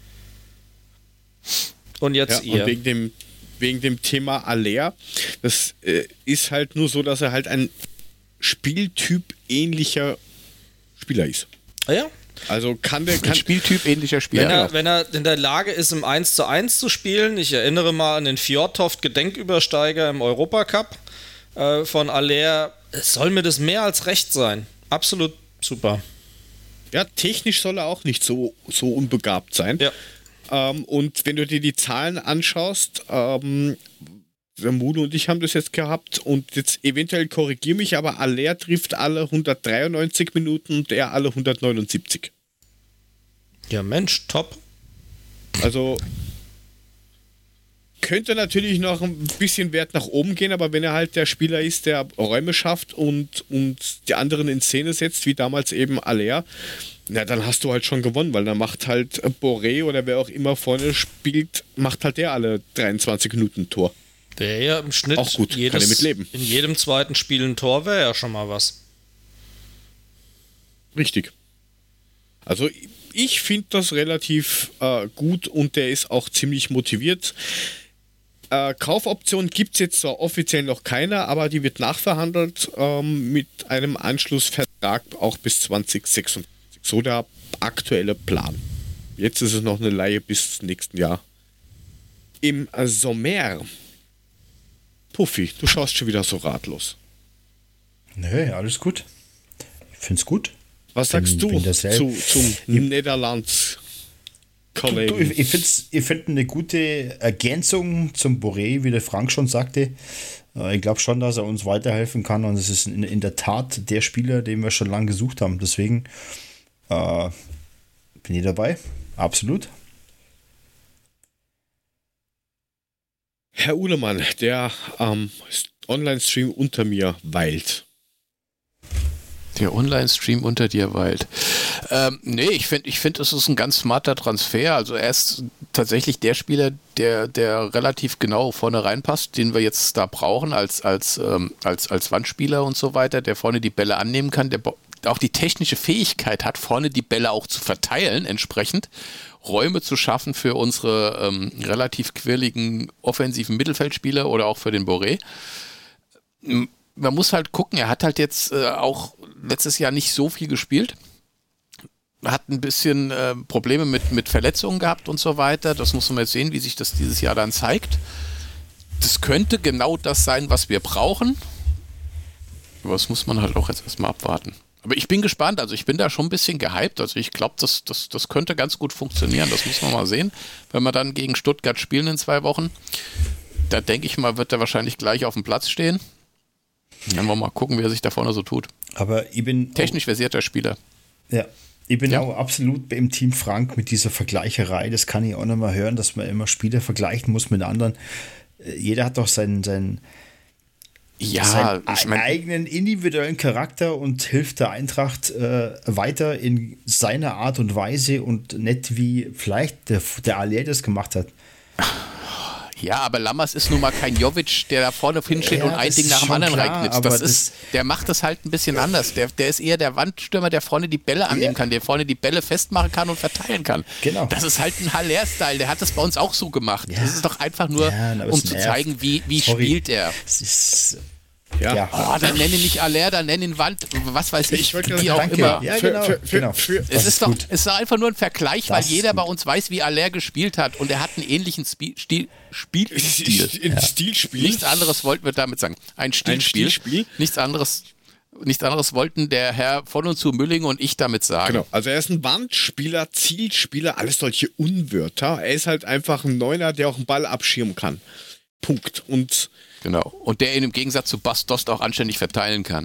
Und jetzt ja, ihr. Und wegen dem, wegen dem Thema Aller, das äh, ist halt nur so, dass er halt ein Spieltyp ähnlicher Spieler ist. Ah ja? Also kann der... Kann, ein Spieltyp ähnlicher Spieler. Wenn er, wenn er in der Lage ist, im eins zu eins zu spielen, ich erinnere mal an den Fjordhoft-Gedenkübersteiger im Europacup äh, von Aller, soll mir das mehr als recht sein. Absolut super. Ja, technisch soll er auch nicht so, so unbegabt sein. Ja. Ähm, und wenn du dir die Zahlen anschaust, ähm, der Mudo und ich haben das jetzt gehabt und jetzt eventuell korrigiere mich, aber Aller trifft alle hundertdreiundneunzig Minuten und er alle hundertneunundsiebzig. Ja, Mensch, top. Also könnte natürlich noch ein bisschen Wert nach oben gehen, aber wenn er halt der Spieler ist, der Räume schafft und, und die anderen in Szene setzt, wie damals eben Aller, na, dann hast du halt schon gewonnen, weil dann macht halt Boré oder wer auch immer vorne spielt, macht halt der alle dreiundzwanzig Minuten ein Tor. Wäre ja im Schnitt auch gut, jedes, kann er mitleben. In jedem zweiten Spiel ein Tor wäre ja schon mal was. Richtig. Also ich finde das relativ äh, gut und der ist auch ziemlich motiviert. Äh, Kaufoption gibt es jetzt zwar offiziell noch keine, aber die wird nachverhandelt ähm, mit einem Anschlussvertrag auch bis zwanzig sechsundzwanzig. So der aktuelle Plan. Jetzt ist es noch eine Leihe bis zum nächsten Jahr. Im Sommer. Puffy, du schaust schon wieder so ratlos. Nö, alles gut. Ich find's gut. Was sagst Bin- du bin dasselbe. zu, zum Niederlands Du, du, Kollegen? ich finde es ich find eine gute Ergänzung zum Boré, wie der Frank schon sagte. Äh, Ich glaube schon, dass er uns weiterhelfen kann und es ist in, in der Tat der Spieler, den wir schon lange gesucht haben. Deswegen Äh, bin ich dabei? Absolut. Herr Uhlemann, der am Online-Stream unter mir weilt. Der Online-Stream unter dir weilt. Ähm, nee, ich finde, ich find, es ist ein ganz smarter Transfer. Also er ist tatsächlich der Spieler, der, der relativ genau vorne reinpasst, den wir jetzt da brauchen als, als, ähm, als, als Wandspieler und so weiter, der vorne die Bälle annehmen kann, der auch die technische Fähigkeit hat, vorne die Bälle auch zu verteilen, entsprechend Räume zu schaffen für unsere ähm, relativ quirligen offensiven Mittelfeldspieler oder auch für den Boré. Man muss halt gucken, er hat halt jetzt äh, auch letztes Jahr nicht so viel gespielt. Hat ein bisschen äh, Probleme mit, mit Verletzungen gehabt und so weiter. Das muss man jetzt sehen, wie sich das dieses Jahr dann zeigt. Das könnte genau das sein, was wir brauchen. Aber das muss man halt auch jetzt erstmal abwarten. Aber ich bin gespannt, also ich bin da schon ein bisschen gehypt. Also ich glaube, das, das, das könnte ganz gut funktionieren. Das muss man mal sehen. Wenn wir dann gegen Stuttgart spielen in zwei Wochen, da denke ich mal, wird er wahrscheinlich gleich auf dem Platz stehen. Dann wollen wir mal gucken, wie er sich da vorne so tut. Aber ich bin technisch versierter Spieler. Ja, ich bin ja. auch absolut im Team Frank mit dieser Vergleicherei. Das kann ich auch noch mal hören, dass man immer Spieler vergleichen muss mit anderen. Jeder hat doch seinen, seinen, ja, seinen ich mein, eigenen individuellen Charakter und hilft der Eintracht äh, weiter in seiner Art und Weise und nicht wie vielleicht der, der Aller das gemacht hat. Ja, aber Lammers ist nun mal kein Jovic, der da vorne hinsteht ja, und ein Ding nach dem anderen reinknipst. Das ist, der macht das halt ein bisschen anders. Der, der ist eher der Wandstürmer, der vorne die Bälle annehmen ja. kann, der vorne die Bälle festmachen kann und verteilen kann. Genau. Das ist halt ein Haller-Style, der hat das bei uns auch so gemacht. Ja. Das ist doch einfach nur, ja, um zu zeigen, wie, wie spielt er. Es ist... Ja. ja. Oh, dann nenn ihn nicht Aller, dann nenn ihn Wand, was weiß ich, ich wie auch danke. immer. Ja, genau. Für, für, genau. Für, es ist doch, gut. es ist einfach nur ein Vergleich, das weil jeder bei uns weiß, wie Aller gespielt hat und er hat einen ähnlichen Spi- Stil, Spielstil. Ein ja. Stilspiel. Nichts anderes wollten wir damit sagen. Ein Stilspiel. Ein Stilspiel. Nichts anderes. Nichts anderes wollten der Herr von und zu Mülling und ich damit sagen. Genau, also er ist ein Wandspieler, Zielspieler, alles solche Unwörter. Er ist halt einfach ein Neuner, der auch einen Ball abschirmen kann. Punkt. Und genau. Und der ihn im Gegensatz zu Bas Dost auch anständig verteilen kann.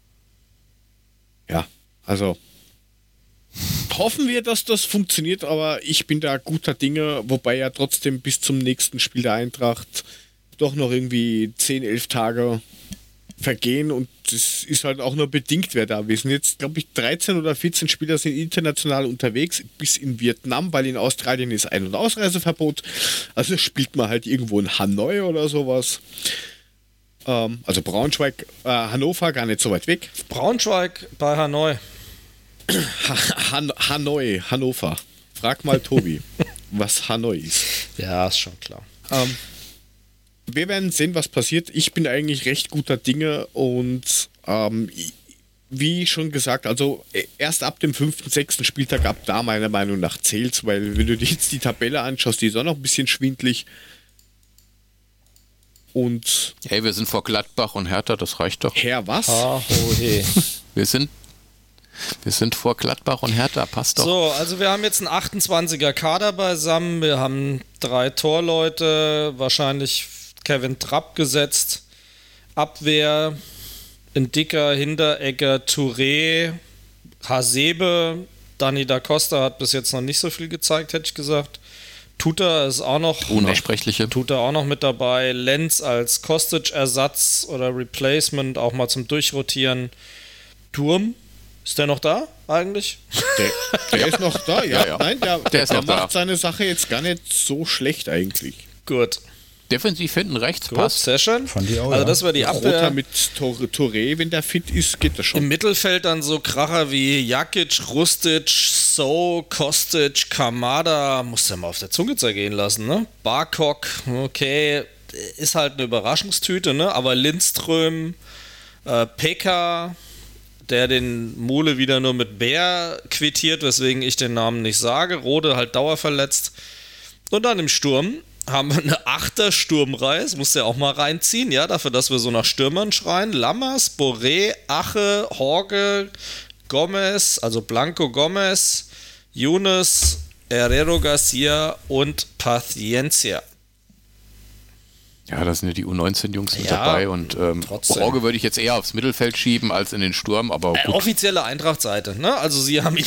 Ja, also hoffen wir, dass das funktioniert, aber ich bin da guter Dinge, wobei ja trotzdem bis zum nächsten Spiel der Eintracht doch noch irgendwie zehn, elf Tage vergehen und das ist halt auch nur bedingt, wer da. Wir sind jetzt, glaube ich, dreizehn oder vierzehn Spieler sind international unterwegs, bis in Vietnam, weil in Australien ist Ein- und Ausreiseverbot. Also spielt man halt irgendwo in Hanoi oder sowas. Ähm, also Braunschweig, äh, Hannover, gar nicht so weit weg. Braunschweig bei Hanoi. Ha- Han- Hanoi, Hannover. Frag mal Tobi, was Hanoi ist. Ja, ist schon klar. Ähm, wir werden sehen, was passiert. Ich bin eigentlich recht guter Dinge und ähm, wie schon gesagt, also erst ab dem fünften, sechsten Spieltag, ab da meiner Meinung nach zählt's, weil wenn du dir jetzt die Tabelle anschaust, die ist auch noch ein bisschen schwindlig. Und hey, wir sind vor Gladbach und Hertha, das reicht doch. Herr was? Ah, oh hey. Wir sind Wir sind vor Gladbach und Hertha, passt doch. So, also wir haben jetzt einen achtundzwanziger Kader beisammen, wir haben drei Torleute, wahrscheinlich Kevin Trapp gesetzt, Abwehr, ein dicker Hinteregger, Touré, Hasebe, Dani da Costa hat bis jetzt noch nicht so viel gezeigt, hätte ich gesagt. Tuta ist auch noch Unaussprechliche. Tuta auch noch mit dabei, Lenz als Kostic-Ersatz oder Replacement, auch mal zum Durchrotieren. Turm, ist der noch da eigentlich? Der, der ist noch da, ja. Ja, ja. Nein, der, Der der, ist der noch macht da. seine Sache jetzt gar nicht so schlecht eigentlich. Gut. Defensiv hinten rechts Gut, passt. sehr schön. Fand ich auch, also ja. das war die Abwehr. Roter mit Touré, wenn der fit ist, geht das schon. Im Mittelfeld dann so Kracher wie Jakic, Rustic, So, Kostic, Kamada, muss ja mal auf der Zunge zergehen lassen, ne? Barkok, okay, ist halt eine Überraschungstüte, ne? Aber Lindström, äh, Pekka, der den Mule wieder nur mit Bär quittiert, weswegen ich den Namen nicht sage. Rode halt dauerverletzt. Und dann im Sturm haben wir eine Achter-Sturmreihe, das musst du ja auch mal reinziehen, ja, dafür, dass wir so nach Stürmern schreien. Lammers, Boré, Ache, Horge, Gomez, also Blanco Gomez, Younes, Herrero Garcia und Paciencia. Ja, da sind ja die U neunzehn Jungs mit Ja, dabei und ähm, trotzdem. Horge würde ich jetzt eher aufs Mittelfeld schieben als in den Sturm, aber Äh, gut. offizielle Eintracht-Seite, ne? Also sie haben ihn jetzt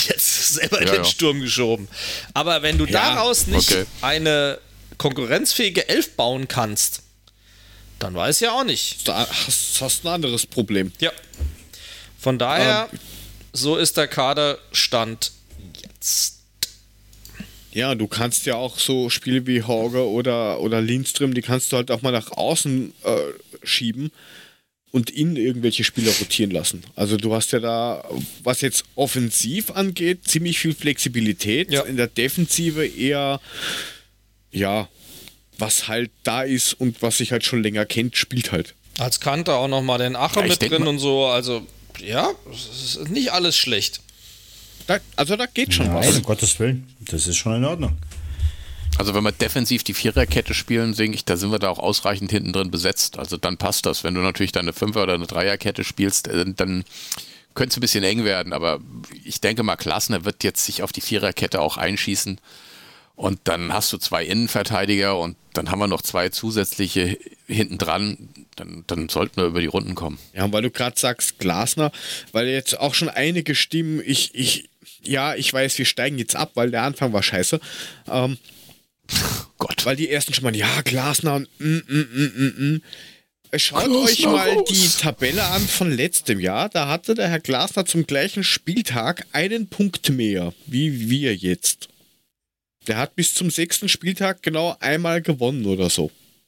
selber in Ja, den ja. Sturm geschoben. Aber wenn du Ja, daraus nicht okay. eine konkurrenzfähige Elf bauen kannst, dann weiß ich ja auch nicht. Da hast, hast ein anderes Problem. Ja. Von daher, so ist der Kaderstand jetzt. Ja, du kannst ja auch so Spiele wie Hauger oder, oder Lindström, die kannst du halt auch mal nach außen äh, schieben und in irgendwelche Spieler rotieren lassen. Also du hast ja da, was jetzt offensiv angeht, ziemlich viel Flexibilität. Ja. In der Defensive eher, ja, was halt da ist und was sich halt schon länger kennt, spielt halt. Als Kanter auch nochmal den Acher Ja, ich mit denk drin mal- und so. Also, ja, es ist nicht alles schlecht. Da, also da geht schon Nein, was. um Gottes Willen. Das ist schon in Ordnung. Also wenn wir defensiv die Viererkette spielen, denke ich, da sind wir da auch ausreichend hinten drin besetzt. Also dann passt das. Wenn du natürlich dann eine Fünfer- oder eine Dreierkette spielst, äh, dann könnte es ein bisschen eng werden. Aber ich denke mal, Glasner wird jetzt sich auf die Viererkette auch einschießen. Und dann hast du zwei Innenverteidiger und dann haben wir noch zwei zusätzliche hinten dran. Dann, dann sollten wir über die Runden kommen. Ja, weil du gerade sagst, Glasner, weil jetzt auch schon einige Stimmen, ich, ich, ja, ich weiß, wir steigen jetzt ab, weil der Anfang war scheiße. Ähm, Gott. Weil die ersten schon mal, ja, Glasner und mm, mm, mm, mm, mm. Schaut Glasner euch mal raus. die Tabelle an von letztem Jahr. Da hatte der Herr Glasner zum gleichen Spieltag einen Punkt mehr, wie wir jetzt. Der hat bis zum sechsten Spieltag genau einmal gewonnen oder so.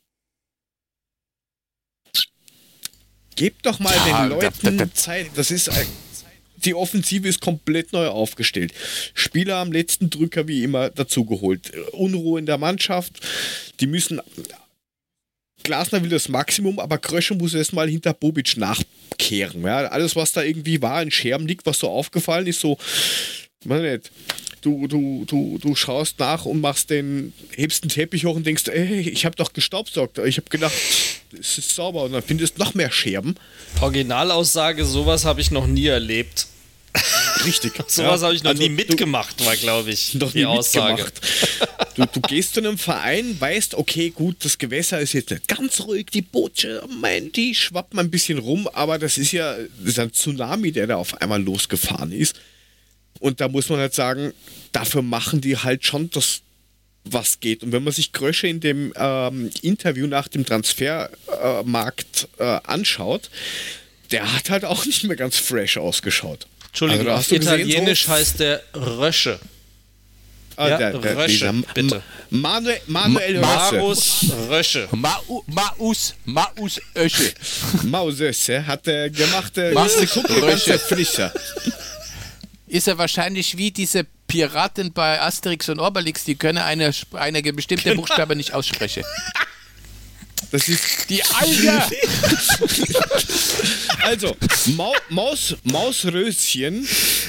Gebt doch mal Ja, den da- Leuten da- da- Zeit. Das ist ein, die Offensive ist komplett neu aufgestellt. Spieler am letzten Drücker wie immer dazugeholt. Unruhe in der Mannschaft. Die müssen. Glasner will das Maximum, aber Krösche muss erstmal hinter Bobic nachkehren. Ja, alles, was da irgendwie war, in Scherben liegt, was so aufgefallen ist, so. Man nicht. Du, du, du, du schaust nach und machst den, hebst den Teppich hoch und denkst, ey, ich habe doch gestaubsaugt. Ich habe gedacht, es ist sauber. Und dann findest du noch mehr Scherben. Originalaussage, sowas habe ich noch nie erlebt. Richtig. Sowas Ja, habe ich noch also nie du- mitgemacht, war, glaube ich, Noch die nie Aussage. mitgemacht. Du, du gehst zu einem Verein, weißt, okay, gut, das Gewässer ist jetzt nicht ganz ruhig, die Boote, mein, die schwappen ein bisschen rum, aber das ist ja das ist ein Tsunami, der da auf einmal losgefahren ist. Und da muss man halt sagen, dafür machen die halt schon das, was geht. Und wenn man sich Krösche in dem ähm, Interview nach dem Transfermarkt äh, anschaut, der hat halt auch nicht mehr ganz fresh ausgeschaut. Entschuldigung, Also da auf hast du gesehen, Italienisch so- heißt der Rösche. Ah, Ja, der, der, Rösche, dieser bitte. Manuel, Manuel Rösche. Marus Rösche. Mau, Maus, Maus Ösche. Mausösse hat er gemacht, der Was? ist guckt ganz Rösche. frischer. Ist er wahrscheinlich wie diese Piraten bei Asterix und Obelix, die können eine, eine bestimmte Buchstabe nicht aussprechen. Das ist Die Alger! also Mau, Maus, Mausröschen.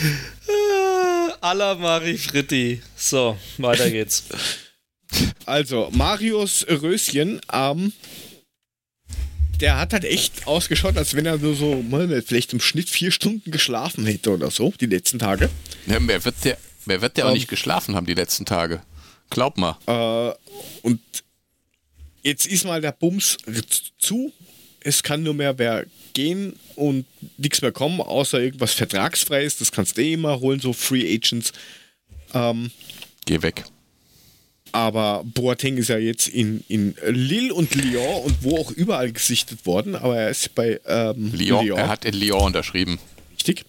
À la Marie Fritti. So, weiter geht's. Also Marius Röschen, ähm, der hat halt echt ausgeschaut, als wenn er nur so, mal, vielleicht im Schnitt vier Stunden geschlafen hätte oder so, die letzten Tage. Ja, wer wird der, wer wird der auch Ähm. nicht geschlafen haben die letzten Tage? Glaub mal. Äh, und jetzt ist mal der Bums zu. Es kann nur mehr wer gehen und nichts mehr kommen, außer irgendwas Vertragsfreies. Das kannst du eh immer holen, so Free Agents. Ähm, Geh weg. aber Boateng ist ja jetzt in, in Lille und Lyon und wo auch überall gesichtet worden, aber er ist bei ähm, Lyon, er hat in Lyon unterschrieben. Richtig.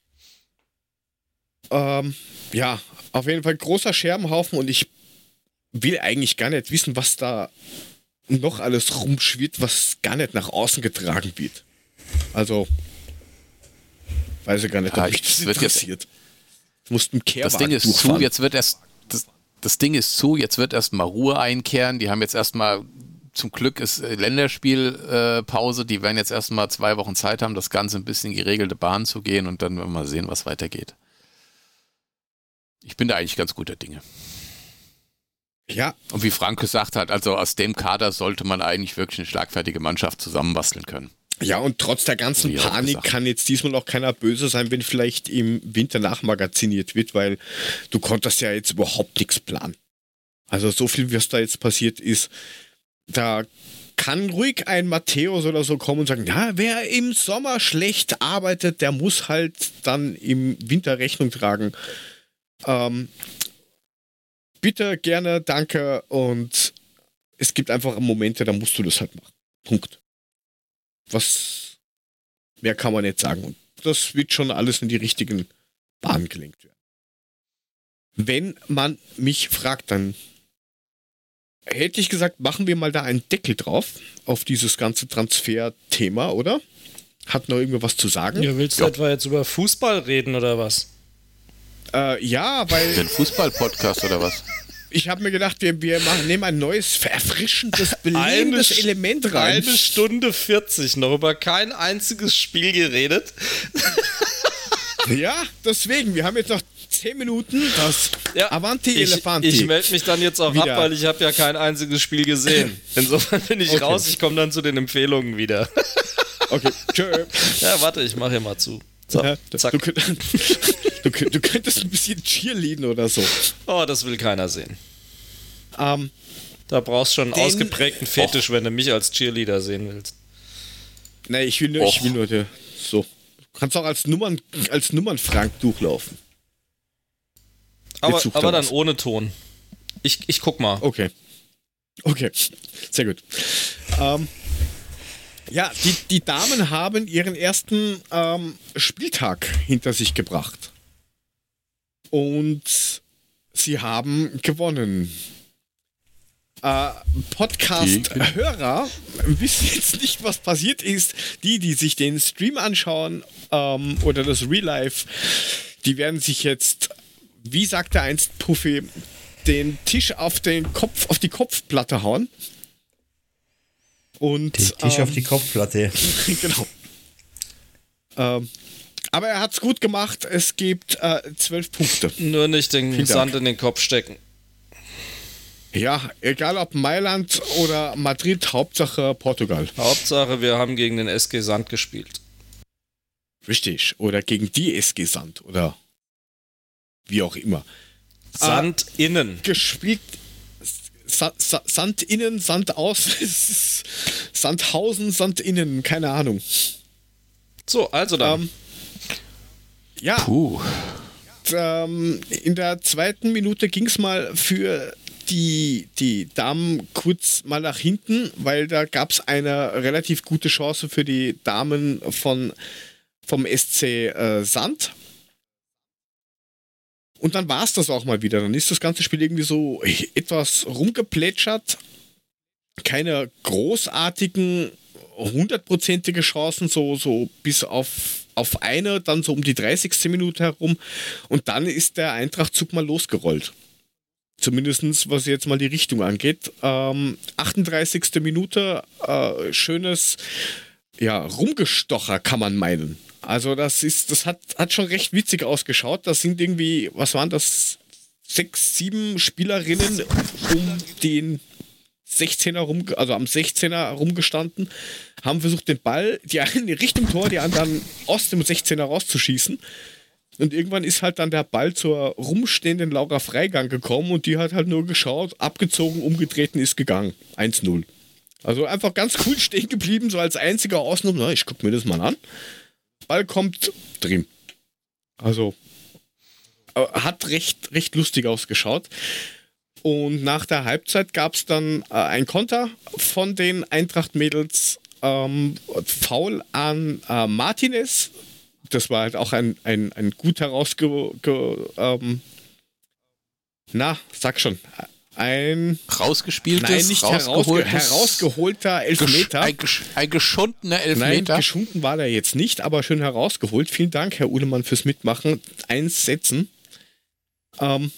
Ähm, ja, auf jeden Fall großer Scherbenhaufen und ich will eigentlich gar nicht wissen, was da noch alles rumschwirrt, was gar nicht nach außen getragen wird. Also, weiß ich gar nicht, ob Ja, mich ich- das wird jetzt- interessiert. Ich musste einen Das Kehrwagen Ding ist durchfahren. zu, jetzt wird erst das, das Ding ist zu, jetzt wird erstmal Ruhe einkehren. Die haben jetzt erstmal, zum Glück ist äh, Länderspielpause, äh, Pause. Die werden jetzt erstmal zwei Wochen Zeit haben, das Ganze ein bisschen in geregelte Bahn zu gehen und dann werden wir mal sehen, was weitergeht. Ich bin da eigentlich ganz guter Dinge. Ja, Und wie Frank gesagt hat, also aus dem Kader sollte man eigentlich wirklich eine schlagfertige Mannschaft zusammenbasteln können. ja, und trotz der ganzen Wie auch Panik gesagt. kann jetzt diesmal auch keiner böse sein, wenn vielleicht im Winter nachmagaziniert wird, weil du konntest ja jetzt überhaupt nichts planen. Also so viel, was da jetzt passiert ist, da kann ruhig ein Matthäus oder so kommen und sagen, ja, wer im Sommer schlecht arbeitet, der muss halt dann im Winter Rechnung tragen. Ähm, bitte, gerne, danke und es gibt einfach Momente, da musst du das halt machen. Punkt. Was mehr kann man nicht sagen. Und das wird schon alles in die richtigen Bahnen gelenkt werden. Wenn man mich fragt, dann hätte ich gesagt, machen wir mal da einen Deckel drauf auf dieses ganze Transfer-Thema, oder? Hat noch irgendwer was zu sagen? Ja, willst du Ja. etwa jetzt über Fußball reden oder was? Äh, ja, weil Ein Fußball-Podcast oder was? ich habe mir gedacht, wir, wir machen, nehmen ein neues, erfrischendes, belebendes St- Element rein. Eine Stunde vierzig, noch über kein einziges Spiel geredet. Ja, deswegen, wir haben jetzt noch zehn Minuten das Ja, Avanti ich, Elefanti. ich melde mich dann jetzt auch Wieder. ab, weil ich habe ja kein einziges Spiel gesehen. Insofern bin ich Okay. raus, ich komme dann zu den Empfehlungen wieder. Okay, tschö. Ja, warte, ich mache hier mal zu. So, Ja, zack. du, könnt- du, könnt- du könntest ein bisschen cheerleaden oder so. Oh, das will keiner sehen. Ähm, Da brauchst du schon einen Den- ausgeprägten Fetisch, wenn du mich als Cheerleader sehen willst. nee, ich will nur, ich Och. will nur der, so. Du kannst auch als Nummern, als Nummern-Frank durchlaufen. Aber, sucht er aber dann was. ohne Ton. Ich, ich guck mal. Okay. Okay, sehr gut. Ähm, ja, die, die Damen haben ihren ersten ähm, Spieltag hinter sich gebracht. Und sie haben gewonnen. Äh, Podcast-Hörer wissen jetzt nicht, was passiert ist. Die, die sich den Stream anschauen ähm, oder das Real Life, die werden sich jetzt, wie sagte einst Puffy, den Tisch auf den Kopf, auf die Kopfplatte hauen. Und Den Tisch ähm, auf die Kopfplatte. genau. Ähm, aber er hat's gut gemacht. Es gibt äh, zwölf Punkte. Nur nicht den Vielen Sand Dank. in den Kopf stecken. Ja, egal ob Mailand oder Madrid, Hauptsache Portugal. Hauptsache, wir haben gegen den S G Sand gespielt. Richtig. Oder gegen die S G Sand oder wie auch immer. Sand innen. Gespielt. Sa Sa Sand innen, Sand aus. Sandhausen, Sand innen, keine Ahnung. So, also dann. Ähm, ja, Puh. ähm, in der zweiten Minute ging es mal für die, die Damen kurz mal nach hinten, weil da gab es eine relativ gute Chance für die Damen von, vom S C äh, Sand. Und dann war es das auch mal wieder. Dann ist das ganze Spiel irgendwie so etwas rumgeplätschert. Keine großartigen, hundertprozentige Chancen, so, so bis auf, auf eine, dann so um die dreißigste Minute herum. Und dann ist der Eintracht-Zug mal losgerollt. Zumindest was jetzt mal die Richtung angeht. Ähm, achtunddreißigste Minute, äh, schönes ja, Rumgestocher, kann man meinen. Also das ist, das hat, hat schon recht witzig ausgeschaut. Das sind irgendwie, was waren das, sechs, sieben Spielerinnen um den sechzehner rum, also am sechzehner rumgestanden, haben versucht, den Ball, die einen in Richtung Tor, die anderen aus dem sechzehner rauszuschießen. Und irgendwann ist halt dann der Ball zur rumstehenden Laura Freigang gekommen und die hat halt nur geschaut, abgezogen, umgetreten, ist gegangen. eins null. Also einfach ganz cool stehen geblieben, so als einziger außen. Na, ich guck mir das mal an. Ball kommt drin. Also äh, hat recht, recht lustig ausgeschaut. Und nach der Halbzeit gab es dann äh, ein Konter von den Eintracht-Mädels. Ähm, Foul an äh, Martinez. Das war halt auch ein, ein, ein gut herausge... Ge, ähm, na, sag schon. Ein... Rausgespieltes, Nein, nicht herausge rausgeholtes, herausgeholter Elfmeter. gesch- ein, gesch ein geschundener Nein, Elfmeter. geschunden war der jetzt nicht, aber schön herausgeholt. Vielen Dank, Herr Uhlemann, fürs Mitmachen. Eins setzen. Ähm,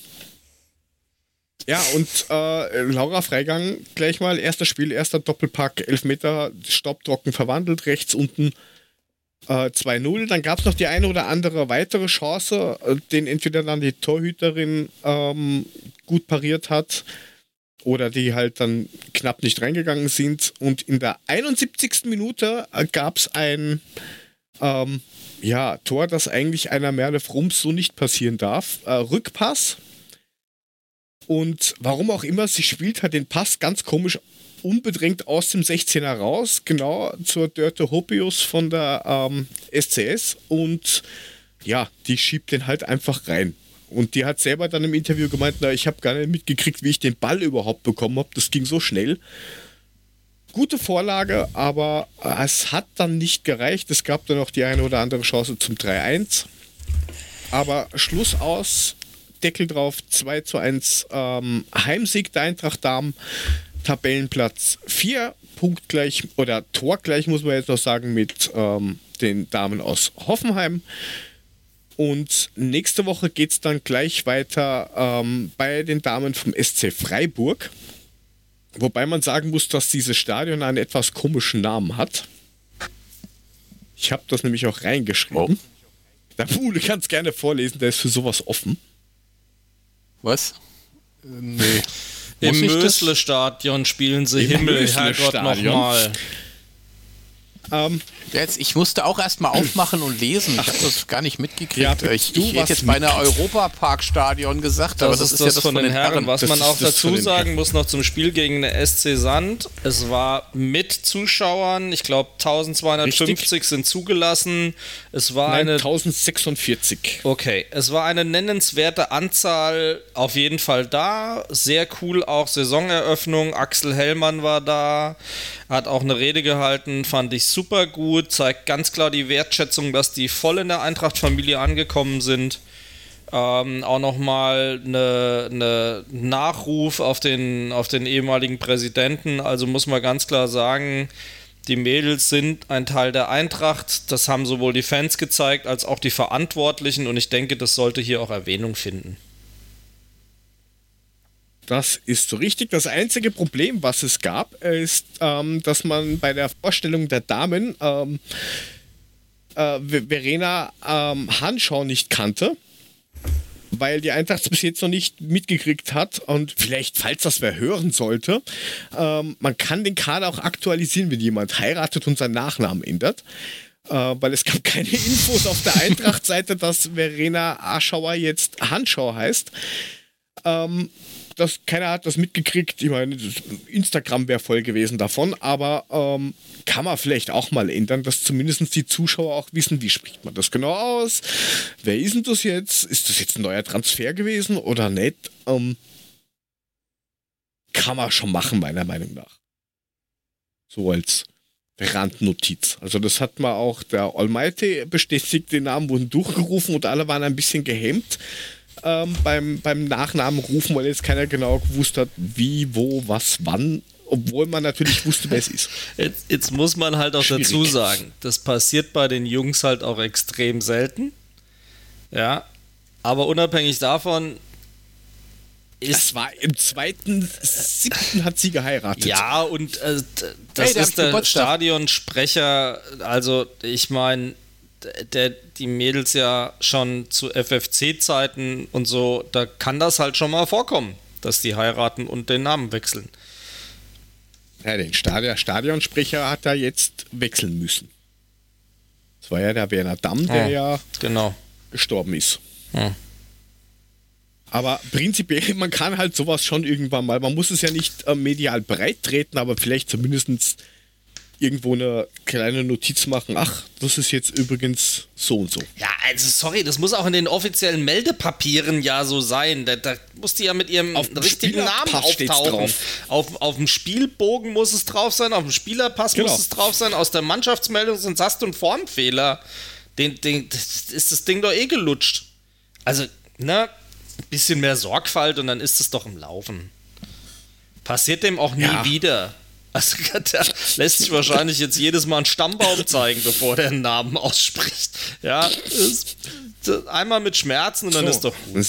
ja, und äh, Laura Freigang gleich mal, erster Spiel, erster Doppelpack, Elfmeter, Staubtrocken verwandelt, rechts unten äh, zwei null. Dann gab es noch die eine oder andere weitere Chance, äh, den entweder dann die Torhüterin ähm, gut pariert hat oder die halt dann knapp nicht reingegangen sind. Und in der einundsiebzigsten Minute äh, gab es ein ähm, ja, Tor, das eigentlich einer Merle Frums so nicht passieren darf. Äh, Rückpass. Und warum auch immer, sie spielt halt den Pass ganz komisch unbedrängt aus dem sechzehner raus, genau zur Dörte Hopius von der ähm, S C S. Und ja, die schiebt den halt einfach rein. Und die hat selber dann im Interview gemeint, na, ich habe gar nicht mitgekriegt, wie ich den Ball überhaupt bekommen habe. Das ging so schnell. Gute Vorlage, aber es hat dann nicht gereicht. Es gab dann noch die eine oder andere Chance zum drei eins. Aber Schluss aus, Deckel drauf, zwei zu eins. Ähm, Heimsieg der Eintracht Damen, Tabellenplatz vier, punktgleich oder torgleich, muss man jetzt noch sagen, mit ähm, den Damen aus Hoffenheim. Und nächste Woche geht es dann gleich weiter ähm, bei den Damen vom S C Freiburg. Wobei man sagen muss, dass dieses Stadion einen etwas komischen Namen hat. Ich habe das nämlich auch reingeschrieben. Oh. Der Pule kann es gerne vorlesen, der ist für sowas offen. Was? Äh, nee. Im Mösle-Stadion spielen sie Im Himmel, Herrgott, nochmal. Ähm, jetzt, ich musste auch erstmal aufmachen und lesen. Ich habe das gar nicht mitgekriegt. Ja, ich ich hätte jetzt beinahe Europapark-Stadion gesagt, das aber das ist, ist das ja das von, von den Herren. Herren. Was das man auch dazu sagen Herren. muss, noch zum Spiel gegen den S C Sand. Es war mit Zuschauern, ich glaube eintausendzweihundertfünfzig Richtig. Sind zugelassen. Es war Nein, eine tausendsechsundvierzig. Okay, es war eine nennenswerte Anzahl auf jeden Fall da. Sehr cool auch Saisoneröffnung. Axel Hellmann war da, hat auch eine Rede gehalten, fand ich super gut. Zeigt ganz klar die Wertschätzung, dass die voll in der Eintracht-Familie angekommen sind. Ähm, auch nochmal eine, eine Nachruf auf den, auf den ehemaligen Präsidenten. Also muss man ganz klar sagen, die Mädels sind ein Teil der Eintracht. Das haben sowohl die Fans gezeigt, als auch die Verantwortlichen. Und ich denke, das sollte hier auch Erwähnung finden. Das ist so richtig. Das einzige Problem, was es gab, ist, ähm, dass man bei der Vorstellung der Damen ähm, äh, Verena ähm, Hanschau nicht kannte, weil die Eintracht es bis jetzt noch nicht mitgekriegt hat. Und vielleicht, falls das wer hören sollte, ähm, man kann den Kader auch aktualisieren, wenn jemand heiratet und seinen Nachnamen ändert. Äh, weil es gab keine Infos auf der Eintracht-Seite, dass Verena Aschauer jetzt Hanschau heißt. Ähm, Das, keiner hat das mitgekriegt. Ich meine, Instagram wäre voll gewesen davon, aber ähm, kann man vielleicht auch mal ändern, dass zumindest die Zuschauer auch wissen, wie spricht man das genau aus? Wer ist denn das jetzt? Ist das jetzt ein neuer Transfer gewesen oder nicht? Ähm, kann man schon machen, meiner Meinung nach. So als Randnotiz. Also das hat man auch, der Almighty bestätigt, die Namen wurden durchgerufen und alle waren ein bisschen gehemmt. Ähm, beim, beim Nachnamen rufen, weil jetzt keiner genau gewusst hat, wie, wo, was, wann, obwohl man natürlich wusste, wer es ist. Jetzt, jetzt muss man halt auch Schwierig. dazu sagen, das passiert bei den Jungs halt auch extrem selten. Ja, aber unabhängig davon ist... Es war im zweiten, siebten hat sie geheiratet. Ja, und äh, das hey, ist der Stadionsprecher, also ich meine, der, die Mädels ja schon zu F F C-Zeiten und so, da kann das halt schon mal vorkommen, dass die heiraten und den Namen wechseln. Ja, den Stadion, Stadionsprecher hat er jetzt wechseln müssen. Das war ja der Werner Damm, der oh, ja genau. gestorben ist. Oh. Aber prinzipiell, man kann halt sowas schon irgendwann mal, man muss es ja nicht äh, medial breit treten, aber vielleicht zumindest irgendwo eine kleine Notiz machen, ach, das ist jetzt übrigens so und so. Ja, also sorry, das muss auch in den offiziellen Meldepapieren ja so sein. Da, da muss die ja mit ihrem auf richtigen Namen auftauchen. Auf, auf dem Spielbogen muss es drauf sein, auf dem Spielerpass genau. muss es drauf sein, aus der Mannschaftsmeldung sonst hast du einen Formfehler. Den, den, das ist das Ding doch eh gelutscht. Also, ne, ein bisschen mehr Sorgfalt und dann ist es doch im Laufen. Passiert dem auch nie ja. wieder. Also der lässt sich wahrscheinlich jetzt jedes Mal einen Stammbaum zeigen, bevor der einen Namen ausspricht. Ja, ist, einmal mit Schmerzen und dann so, ist doch gut.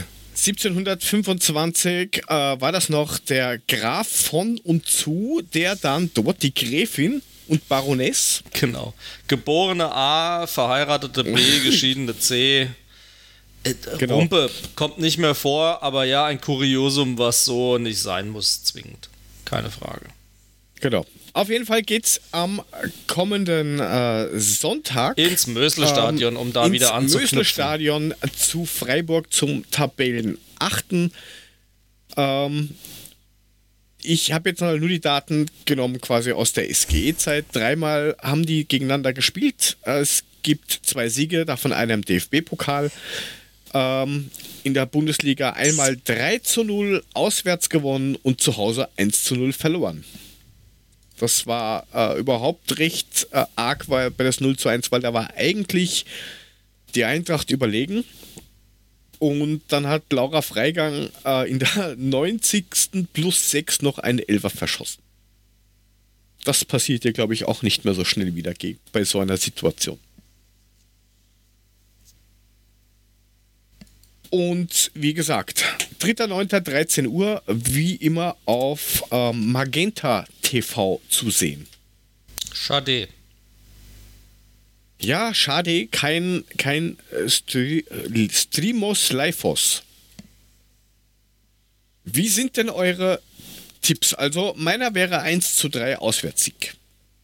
siebzehnhundertfünfundzwanzig äh, war das noch der Graf von und zu, der dann dort die Gräfin und Baroness. Genau. Geborene A, verheiratete B, geschiedene C. Äh, genau. Rumpe kommt nicht mehr vor, aber ja, ein Kuriosum, was so nicht sein muss, zwingend. Keine Frage. Genau. Auf jeden Fall geht's am kommenden äh, Sonntag ins Mösle-Stadion, ähm, um da wieder anzuknüpfen. Ins Mösle-Stadion zu Freiburg zum Tabellenachten. Ähm, ich habe jetzt nur die Daten genommen quasi aus der S G E-Zeit. Dreimal haben die gegeneinander gespielt. Es gibt zwei Siege, davon einer im D F B-Pokal. ähm, in der Bundesliga einmal drei zu null auswärts gewonnen und zu Hause eins zu null verloren. Das war äh, überhaupt recht äh, arg weil, bei das null zu eins, weil da war eigentlich die Eintracht überlegen. Und dann hat Laura Freigang äh, in der neunzigsten plus sechs noch einen Elfer verschossen. Das passiert ja, glaube ich, auch nicht mehr so schnell wieder bei so einer Situation. Und wie gesagt, dritter neunter dreizehn Uhr, wie immer auf ähm, Magenta T V zu sehen. Schade. Ja, schade, kein, kein äh, Stri äh, Streamos Lifos. Wie sind denn eure Tipps? Also, meiner wäre eins zu drei Auswärtssieg.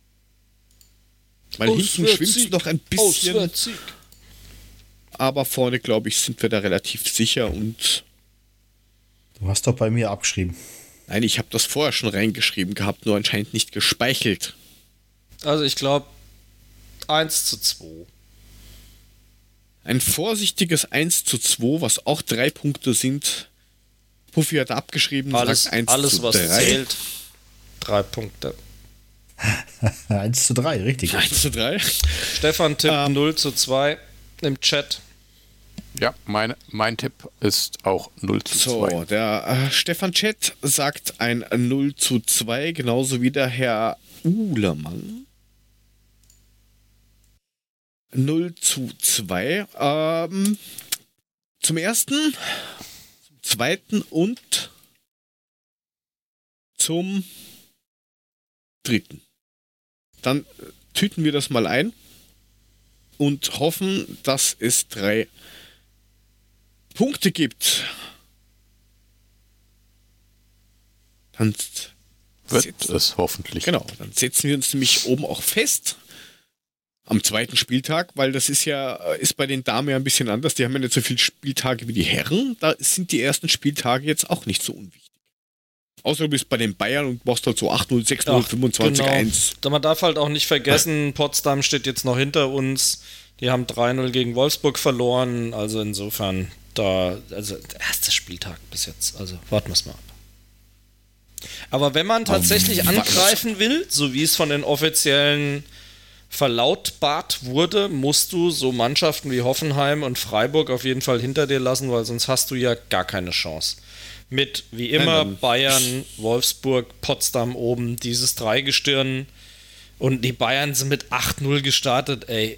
Weil hinten schwimmt es noch ein bisschen. Auswärtssieg. Aber vorne, glaube ich, sind wir da relativ sicher und. Du hast doch bei mir abgeschrieben. Nein, ich habe das vorher schon reingeschrieben gehabt, nur anscheinend nicht gespeichelt. Also ich glaube eins zu zwei. Ein vorsichtiges eins zu zwei, was auch drei Punkte sind. Puffy hat abgeschrieben, Alles, sagt eins alles zu was drei. zählt. Drei Punkte. eins zu drei, richtig. eins zu drei. Stefan tippt Ähm. null zu zwei im Chat. Ja, mein, mein Tipp ist auch null zu So, zwei. der äh, Stefan Chat sagt ein null zu zwei, genauso wie der Herr Uhlemann. null zu zwei. Ähm, zum ersten, zum zweiten und zum dritten. Dann äh, tüten wir das mal ein und hoffen, dass es drei Punkte gibt. Dann Wird setzen- es hoffentlich. Genau, dann setzen wir uns nämlich oben auch fest am zweiten Spieltag, weil das ist ja ist bei den Damen ja ein bisschen anders. Die haben ja nicht so viele Spieltage wie die Herren. Da sind die ersten Spieltage jetzt auch nicht so unwichtig. Außer du bist bei den Bayern und machst halt so acht null, sechs null, Ja, fünfundzwanzig eins. Da man darf halt auch nicht vergessen, Potsdam steht jetzt noch hinter uns. Die haben drei null gegen Wolfsburg verloren. Also insofern, da, also der erste Spieltag bis jetzt. Also warten wir es mal ab. Aber wenn man tatsächlich angreifen will, so wie es von den offiziellen verlautbart wurde, musst du so Mannschaften wie Hoffenheim und Freiburg auf jeden Fall hinter dir lassen, weil sonst hast du ja gar keine Chance. Mit, wie immer, Nein, dann- Bayern, Wolfsburg, Potsdam oben, dieses Dreigestirn. Und die Bayern sind mit acht null gestartet, ey.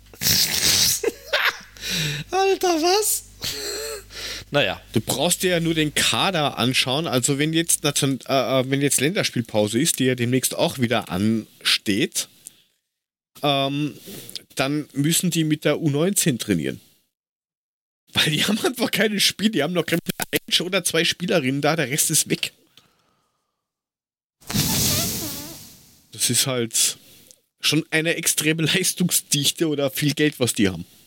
Alter, was? Naja. Du brauchst dir ja nur den Kader anschauen. Also wenn jetzt, Nation- äh, wenn jetzt Länderspielpause ist, die ja demnächst auch wieder ansteht, ähm, dann müssen die mit der U neunzehn trainieren. Weil die haben einfach keine Spiele. Die haben noch ein oder zwei Spielerinnen da, der Rest ist weg. Das ist halt schon eine extreme Leistungsdichte oder viel Geld, was die haben.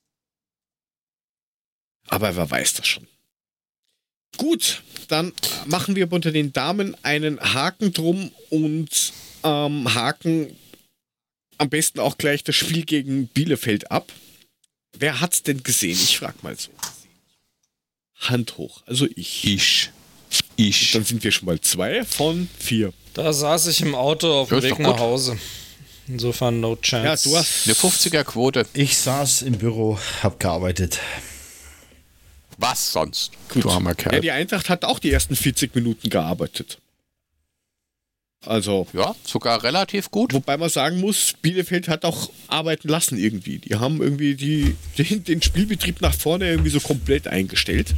Aber wer weiß das schon. Gut, dann machen wir unter den Damen einen Haken drum und ähm, haken am besten auch gleich das Spiel gegen Bielefeld ab. Wer hat's denn gesehen? Ich frag mal so. Hand hoch, also ich. Ich. Ich. Dann sind wir schon mal zwei von vier. Da saß ich im Auto auf Ja, dem ist Weg doch nach gut. Hause. Insofern no chance. Ja, du hast Eine fünfziger-Quote. Ich saß im Büro, hab gearbeitet. Was sonst? Gut. Du armer Kerl. Ja, die Eintracht hat auch die ersten vierzig Minuten gearbeitet. Also, Ja, sogar relativ gut. wobei man sagen muss, Bielefeld hat auch arbeiten lassen irgendwie. Die haben irgendwie die, den, den Spielbetrieb nach vorne irgendwie so komplett eingestellt.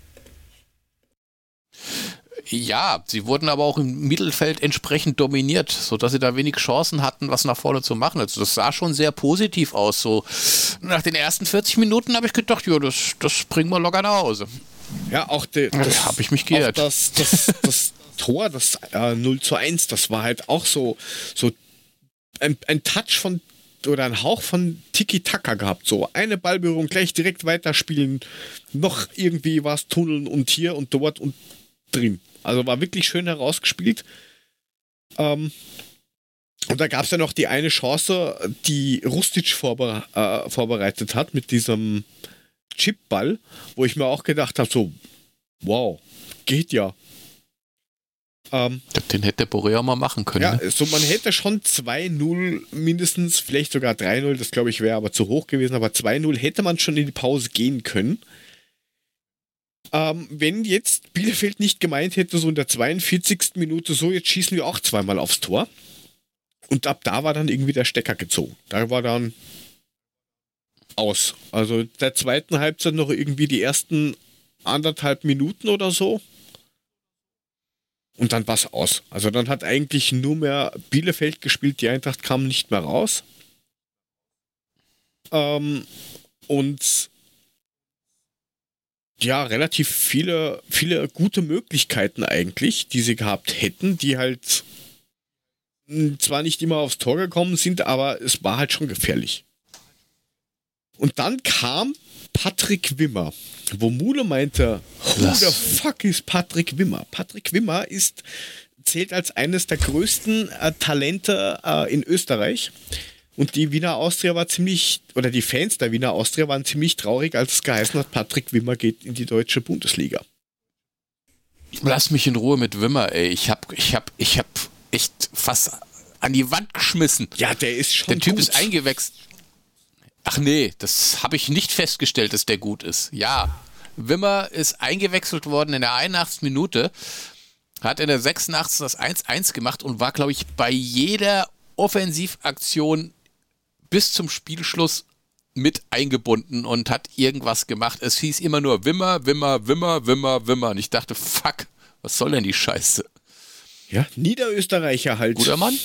Ja, sie wurden aber auch im Mittelfeld entsprechend dominiert, sodass sie da wenig Chancen hatten, was nach vorne zu machen. Also das sah schon sehr positiv aus. So nach den ersten vierzig Minuten habe ich gedacht, ja, das, das bringen wir locker nach Hause. Ja, auch de, Da das, hab ich mich auch geirrt. das, das, das Tor, das äh, null zu eins, das war halt auch so, so ein, ein Touch von oder ein Hauch von Tiki-Taka gehabt. So eine Ballberührung, gleich direkt weiterspielen, noch irgendwie was tunneln und hier und dort und drin. Also war wirklich schön herausgespielt. Ähm, und da gab es ja noch die eine Chance, die Rustic vorbe äh, vorbereitet hat mit diesem Chipball, wo ich mir auch gedacht habe, so, wow, geht ja. Ähm, Den hätte der Boré auch mal machen können. ja, Ne? so man hätte schon zwei null mindestens, vielleicht sogar drei null, das glaube ich wäre aber zu hoch gewesen, aber zwei null hätte man schon in die Pause gehen können. Ähm, wenn jetzt Bielefeld nicht gemeint hätte, so in der zweiundvierzigsten Minute, so jetzt schießen wir auch zweimal aufs Tor. Und ab da war dann irgendwie der Stecker gezogen. Da war dann aus. Also der zweiten Halbzeit noch irgendwie die ersten anderthalb Minuten oder so. Und dann war es aus. Also dann hat eigentlich nur mehr Bielefeld gespielt, die Eintracht kam nicht mehr raus. Ähm, und ja, relativ viele, viele gute Möglichkeiten eigentlich, die sie gehabt hätten, die halt zwar nicht immer aufs Tor gekommen sind, aber es war halt schon gefährlich. Und dann kam Patrick Wimmer, wo Mule meinte, who the fuck is Patrick Wimmer? Patrick Wimmer ist, zählt als eines der größten äh, Talente äh, in Österreich. Und die Wiener Austria war ziemlich, oder die Fans der Wiener Austria waren ziemlich traurig, als es geheißen hat, Patrick Wimmer geht in die deutsche Bundesliga. Lass mich in Ruhe mit Wimmer, ey. Ich hab, ich hab, ich hab echt fast an die Wand geschmissen. Ja, der ist schon Der Typ gut. ist eingewechselt. Ach nee, das habe ich nicht festgestellt, dass der gut ist. Ja, Wimmer ist eingewechselt worden in der einundachtzigsten Minute, hat in der sechsundachtzigsten das eins eins gemacht und war, glaube ich, bei jeder Offensivaktion bis zum Spielschluss mit eingebunden und hat irgendwas gemacht. Es hieß immer nur Wimmer, Wimmer, Wimmer, Wimmer, Wimmer. Und ich dachte, fuck, was soll denn die Scheiße? Ja, Niederösterreicher halt. Guter Mann?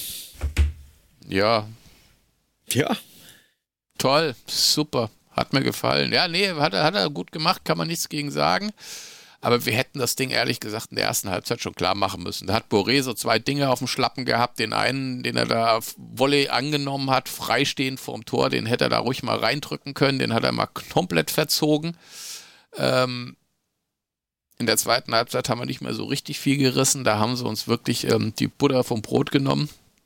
Ja. Ja. Toll, super, hat mir gefallen. Ja, nee, hat er, hat er gut gemacht, kann man nichts gegen sagen. Aber wir hätten das Ding ehrlich gesagt in der ersten Halbzeit schon klar machen müssen. Da hat Boré so zwei Dinge auf dem Schlappen gehabt. Den einen, den er da auf Volley angenommen hat, freistehend vorm Tor, den hätte er da ruhig mal reindrücken können. Den hat er mal komplett verzogen. Ähm, in der zweiten Halbzeit haben wir nicht mehr so richtig viel gerissen. Da haben sie uns wirklich ähm, die Butter vom Brot genommen.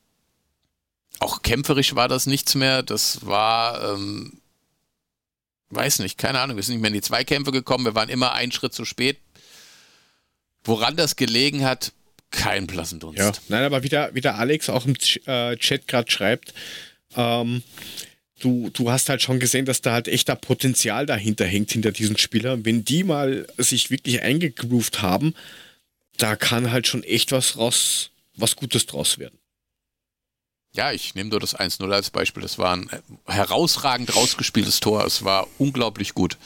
Auch kämpferisch war das nichts mehr. Das war, ähm, weiß nicht, keine Ahnung. Wir sind nicht mehr in die Zweikämpfe gekommen. Wir waren immer einen Schritt zu spät. Woran das gelegen hat, kein blassen Dunst. Ja, nein, aber wie der, wie der Alex auch im äh, Chat gerade schreibt, ähm, du, du hast halt schon gesehen, dass da halt echter Potenzial dahinter hängt, hinter diesen Spielern. Wenn die mal sich wirklich eingegroovt haben, da kann halt schon echt was raus, was Gutes draus werden. Ja, ich nehme nur das eins null als Beispiel. Das war ein herausragend rausgespieltes Tor. Es war unglaublich gut.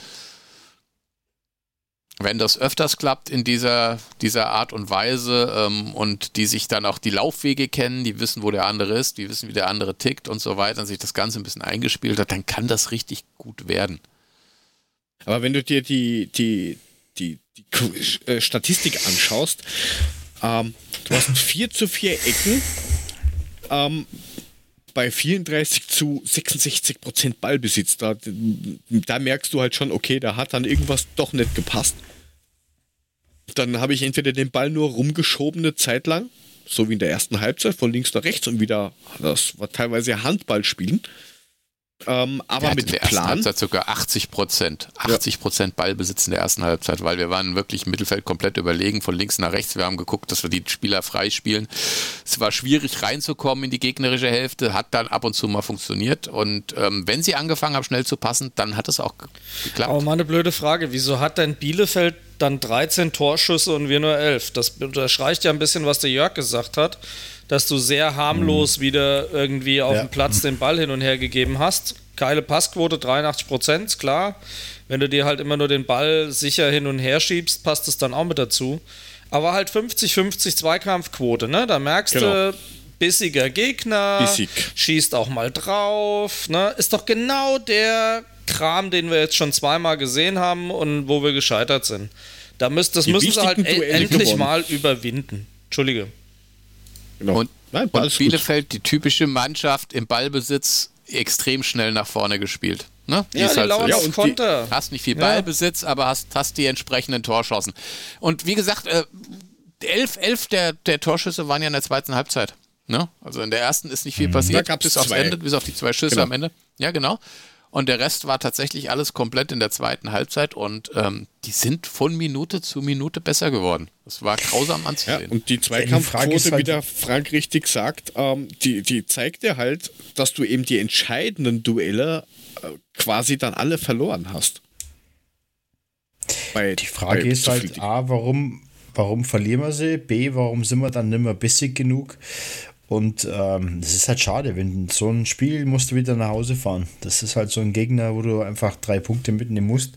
Wenn das öfters klappt in dieser, dieser Art und Weise ähm, und die sich dann auch die Laufwege kennen, die wissen, wo der andere ist, die wissen, wie der andere tickt und so weiter und sich das Ganze ein bisschen eingespielt hat, dann kann das richtig gut werden. Aber wenn du dir die, die, die, die äh, Statistik anschaust, ähm, du hast vier zu vier Ecken, ähm, bei vierunddreißig zu sechsundsechzig Prozent Ballbesitz. Da, da merkst du halt schon, okay, da hat dann irgendwas doch nicht gepasst. Dann habe ich entweder den Ball nur rumgeschoben eine Zeit lang, so wie in der ersten Halbzeit, von links nach rechts und wieder, das war teilweise Handball spielen. Ähm, aber mit in der ersten Plan. Halbzeit sogar achtzig Prozent. achtzig Prozent Ballbesitz in der ersten Halbzeit, weil wir waren wirklich im Mittelfeld komplett überlegen, von links nach rechts. Wir haben geguckt, dass wir die Spieler freispielen. Es war schwierig reinzukommen in die gegnerische Hälfte, hat dann ab und zu mal funktioniert. Und ähm, wenn sie angefangen haben, schnell zu passen, dann hat es auch geklappt. Aber mal eine blöde Frage, wieso hat denn Bielefeld dann dreizehn Torschüsse und wir nur elf? Das unterstreicht ja ein bisschen, was der Jörg gesagt hat, dass du sehr harmlos mhm. wieder irgendwie auf ja. dem Platz den Ball hin und her gegeben hast. Geile Passquote, dreiundachtzig Prozent, klar. Wenn du dir halt immer nur den Ball sicher hin und her schiebst, passt es dann auch mit dazu. Aber halt fünfzig fünfzig Zweikampfquote, ne? Da merkst genau. du, bissiger Gegner, Bissig. schießt auch mal drauf, ne? Ist doch genau der Kram, den wir jetzt schon zweimal gesehen haben und wo wir gescheitert sind. Da müsst, das Die müssen sie halt wichtigen e- Duelle endlich gewonnen. mal überwinden. Entschuldige. Genau. Und, Nein, Ball und ist gut. Bielefeld, die typische Mannschaft im Ballbesitz, extrem schnell nach vorne gespielt. Ne? Ja, ist die halt so. lauern Ja, auf und Konter. Hast nicht viel Ja. Ballbesitz, aber hast, hast die entsprechenden Torchancen. Und wie gesagt, äh, elf, elf der, der Torschüsse waren ja in der zweiten Halbzeit. Ne? Also in der ersten ist nicht viel passiert, Da gab's bis aufs zwei. Ende, bis auf die zwei Schüsse Genau. am Ende. Ja, genau. Und der Rest war tatsächlich alles komplett in der zweiten Halbzeit und ähm, die sind von Minute zu Minute besser geworden. Das war grausam anzusehen. Ja, und die Die Zweikampfquote, Frage ist halt- wie der Frank richtig sagt, ähm, die, die zeigt dir halt, dass du eben die entscheidenden Duelle äh, quasi dann alle verloren hast. Bei, Die Frage bei ist zu halt viel- A, warum, warum verlieren wir sie? B, warum sind wir dann nicht mehr bissig genug? Und ähm, das ist halt schade, wenn so ein Spiel musst du wieder nach Hause fahren. Das ist halt so ein Gegner, wo du einfach drei Punkte mitnehmen musst.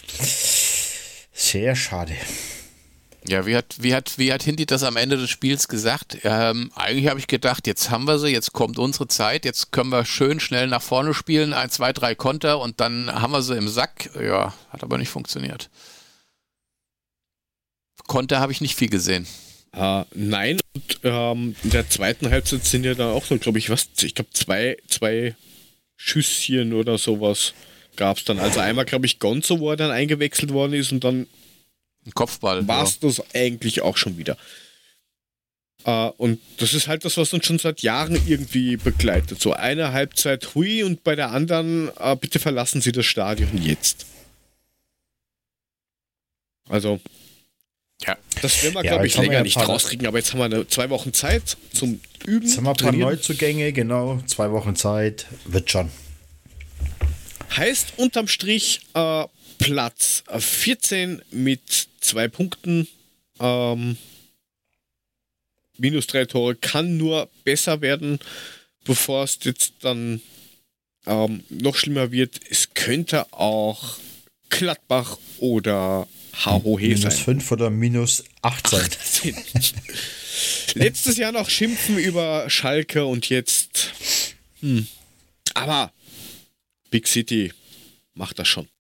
Sehr schade. Ja, wie hat, wie hat, wie hat Hindi das am Ende des Spiels gesagt? Ähm, eigentlich habe ich gedacht, jetzt haben wir sie, jetzt kommt unsere Zeit, jetzt können wir schön schnell nach vorne spielen, ein, zwei, drei Konter und dann haben wir sie im Sack. Ja, hat aber nicht funktioniert. Konter habe ich nicht viel gesehen. Äh, nein, und ähm, in der zweiten Halbzeit sind ja dann auch so, glaube ich, was, ich glaube, zwei, zwei Schüsschen oder sowas gab es dann. Also einmal, glaube ich, Gonzo, wo er dann eingewechselt worden ist und dann Ein Kopfball. war es das eigentlich auch schon wieder. Äh, und das ist halt das, was uns schon seit Jahren irgendwie begleitet. So eine Halbzeit hui und bei der anderen, äh, bitte verlassen Sie das Stadion jetzt. Also, Ja. das werden wir, Ja, glaube jetzt ich, haben wir länger ja nicht ein paar- rauskriegen, aber jetzt haben wir eine, zwei Wochen Zeit zum Üben. Jetzt haben wir ein paar trainieren. Neuzugänge, genau. Zwei Wochen Zeit. Wird schon. Heißt unterm Strich äh, Platz vierzehn mit zwei Punkten. Ähm, minus drei Tore kann nur besser werden, bevor es jetzt dann ähm, noch schlimmer wird. Es könnte auch Gladbach oder H O H Minus sein. fünf oder minus acht sein. Letztes Jahr noch schimpfen über Schalke und jetzt. Hm. Aber Big City macht das schon.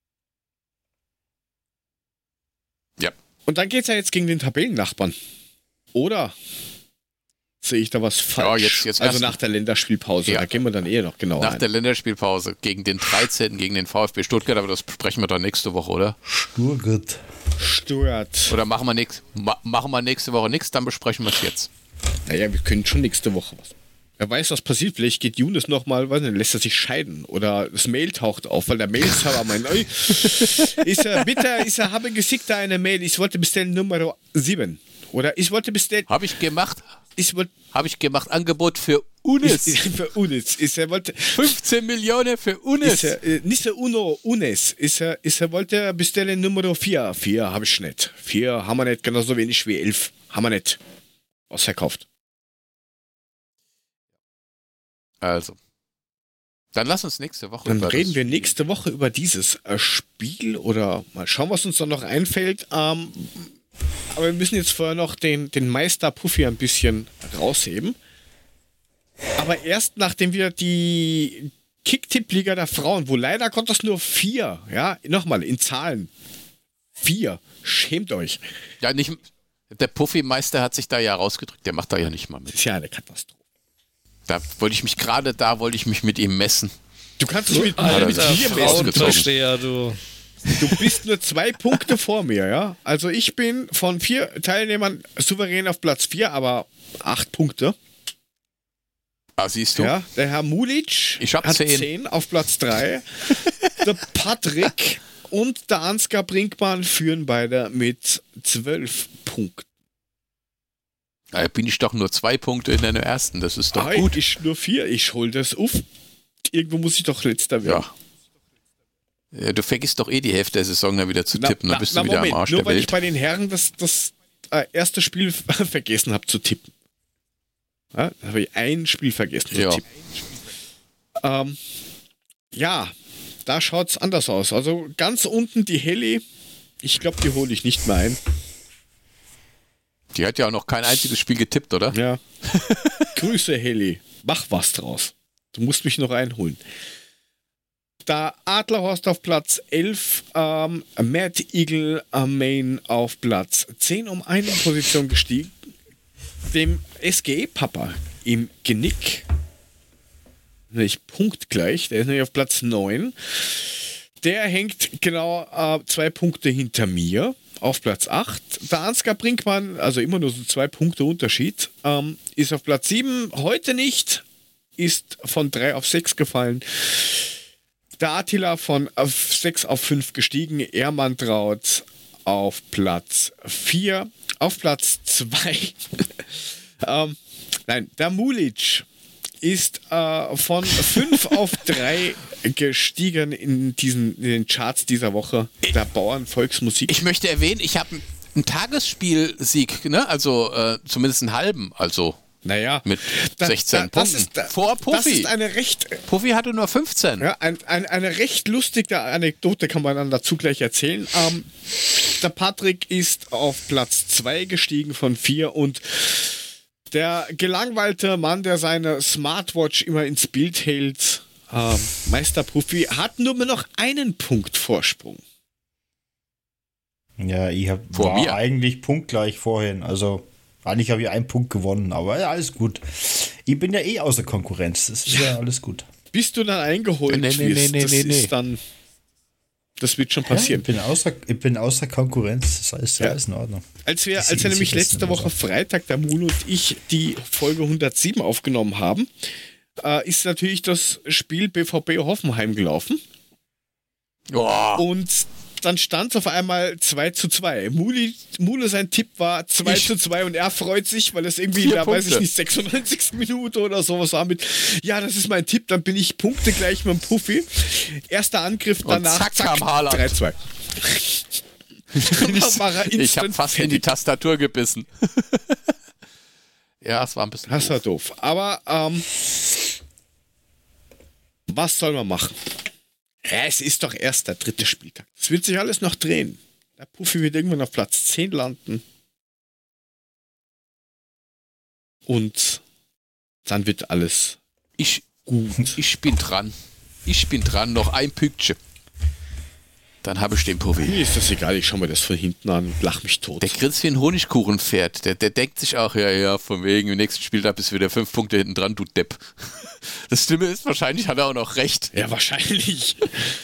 Ja. Und dann geht's ja jetzt gegen den Tabellennachbarn. Oder sehe ich da was falsch? Ja, jetzt- jetzt also erst- nach der Länderspielpause. Ja. Da gehen wir dann eher noch genauer Nach ein. der Länderspielpause gegen den dreizehnten gegen den VfB Stuttgart, aber das besprechen wir dann nächste Woche, oder? Sturgut. Stört. Oder machen wir, nächst, ma, machen wir nächste Woche nichts, dann besprechen wir es jetzt. Naja, wir können schon nächste Woche was. Wer weiß, was passiert. Vielleicht geht Younes nochmal, weiß nicht, lässt er sich scheiden. Oder das Mail taucht auf, weil der Mailserver meint, oi, ist er, bitte, ist er, habe geschickt da eine Mail, ich wollte bestellen Nummer sieben. Oder ich wollte bestellen, Habe ich gemacht, ich wollte, habe ich gemacht, Angebot für Unis. ist, für Unis, ist er wollte, fünfzehn Millionen für Unis. ist er, äh, nicht so Uno, Unes, ist er, ist er wollte bestellen Nummer vier. vier habe ich nicht. vier haben wir nicht, genauso wenig wie elf. Haben wir nicht. Ausverkauft. Also, dann lass uns nächste Woche Dann über reden das wir Spiel- nächste Woche über dieses äh, Spiel oder mal schauen, was uns dann noch einfällt. Ähm, aber wir müssen jetzt vorher noch den, den Meister Puffy ein bisschen rausheben. Aber erst nachdem wir die Kick-Tipp-Liga der Frauen, wo leider Gottes nur vier, ja, nochmal in Zahlen, vier, schämt euch. Ja, nicht, der Puffy-Meister hat sich da ja rausgedrückt, der macht da ja nicht mal Das mit. ist ja eine Katastrophe. Da wollte ich mich gerade da, wollte ich mich mit ihm messen. Du kannst dich mit, Alter, mit das ist mir Frauen- messen. Frauenversteher, du. Du bist nur zwei Punkte vor mir, ja? Also ich bin von vier Teilnehmern souverän auf Platz vier, aber acht Punkte. Ah, siehst du? Ja, der Herr Mulic Ich hab hat zehn. zehn auf Platz drei. Der Patrick und der Ansgar Brinkmann führen beide mit zwölf Punkten. Da bin ich doch nur zwei Punkte in der ersten, das ist doch Ah, gut. Ich nur vier, ich hol das auf. Irgendwo muss ich doch letzter werden. Ja. Ja, du vergisst doch eh die Hälfte der Saison dann wieder zu Na, tippen, dann na, bist na, du wieder Moment, am Arsch nur der weil ich Welt. bei den Herren das, das äh, erste Spiel vergessen habe zu tippen. Ja, da habe ich ein Spiel vergessen zu Ja. tippen. Ähm, ja, da schaut es anders aus. Also ganz unten die Heli, ich glaube, die hole ich nicht mehr ein. Die hat ja auch noch kein einziges Spiel getippt, oder? Ja. Grüße, Heli. Mach was draus. Du musst mich noch einholen. Da Adlerhorst auf Platz elf, ähm, Mad Eagle am Main auf Platz zehn um eine Position gestiegen. Dem S G E-Papa im Genick. Nicht punktgleich, der ist nämlich auf Platz neun. Der hängt genau äh, zwei Punkte hinter mir auf Platz acht. Der Ansgar Brinkmann, also immer nur so zwei Punkte Unterschied, ähm, ist auf Platz sieben. Heute nicht, ist von drei auf sechs gefallen. der Attila von sechs auf fünf gestiegen, Ermantraut auf Platz vier, auf Platz zwei. ähm, nein, der Mulic ist äh, von fünf auf drei gestiegen in, diesen, in den Charts dieser Woche, der Bauernvolksmusik. Ich möchte erwähnen, ich habe einen Tagesspielsieg, ne? Also äh, zumindest einen halben, also naja, mit da, sechzehn da, das Punkten. Ist, da, Vor Puffy. Das ist eine recht... Puffy hatte nur fünfzehn. Ja, ein, ein, eine recht lustige Anekdote kann man dann dazu gleich erzählen. Ähm, der Patrick ist auf Platz zwei gestiegen von vier und der gelangweilte Mann, der seine Smartwatch immer ins Bild hält, ähm, Meister Puffy, hat nur noch einen Punkt Vorsprung. Ja, ich hab, Vor war mir. eigentlich punktgleich vorhin. Also eigentlich habe ich einen Punkt gewonnen, aber ja, alles gut. Ich bin ja eh außer Konkurrenz. Das ist ja, ja alles gut. Bis du dann eingeholt Nee, nee, nee, wirst, nee, das nee, ist nee. dann... Das wird schon Ja, passieren. ich, bin außer, ich bin außer Konkurrenz. Das heißt, ja, Ja. ist in Ordnung. Als wir, Das als wir ist nämlich jetzt letzte immer Woche so. Freitag, der Mul und ich, die Folge hundertsieben aufgenommen haben, äh, ist natürlich das Spiel B V B Hoffenheim gelaufen. Oh, Und dann stand es auf einmal zwei zu zwei. Muli, Mule, sein Tipp war zwei Ich- zu zwei und er freut sich, weil es irgendwie, Vier da weiß ich Punkte. nicht, sechsundneunzigsten Minute oder sowas war mit, ja, das ist mein Tipp, dann bin ich Punkte gleich mit dem Puffy. Erster Angriff, danach zack, kam Haaland. drei zwei. Da war er ich habe instant fast in die fertig. Tastatur gebissen. Ja, es war ein bisschen Das war doof. doof. Aber ähm, was soll man machen? Ja, es ist doch erst der dritte Spieltag. Es wird sich alles noch drehen. Der Puffy wird irgendwann auf Platz zehn landen. Und dann wird alles Ich, gut. ich bin dran. Ich bin dran, noch ein Pünktchen. Dann habe ich den Puffy. Mir ist das egal, ich schaue mir das von hinten an und lach mich tot. Der grinst wie ein Honigkuchenpferd. Der, der denkt sich auch, ja, ja, von wegen, im nächsten Spieltag bist du wieder fünf Punkte hinten dran, du Depp. Das Stimme ist, wahrscheinlich hat er auch noch recht. Ja, wahrscheinlich.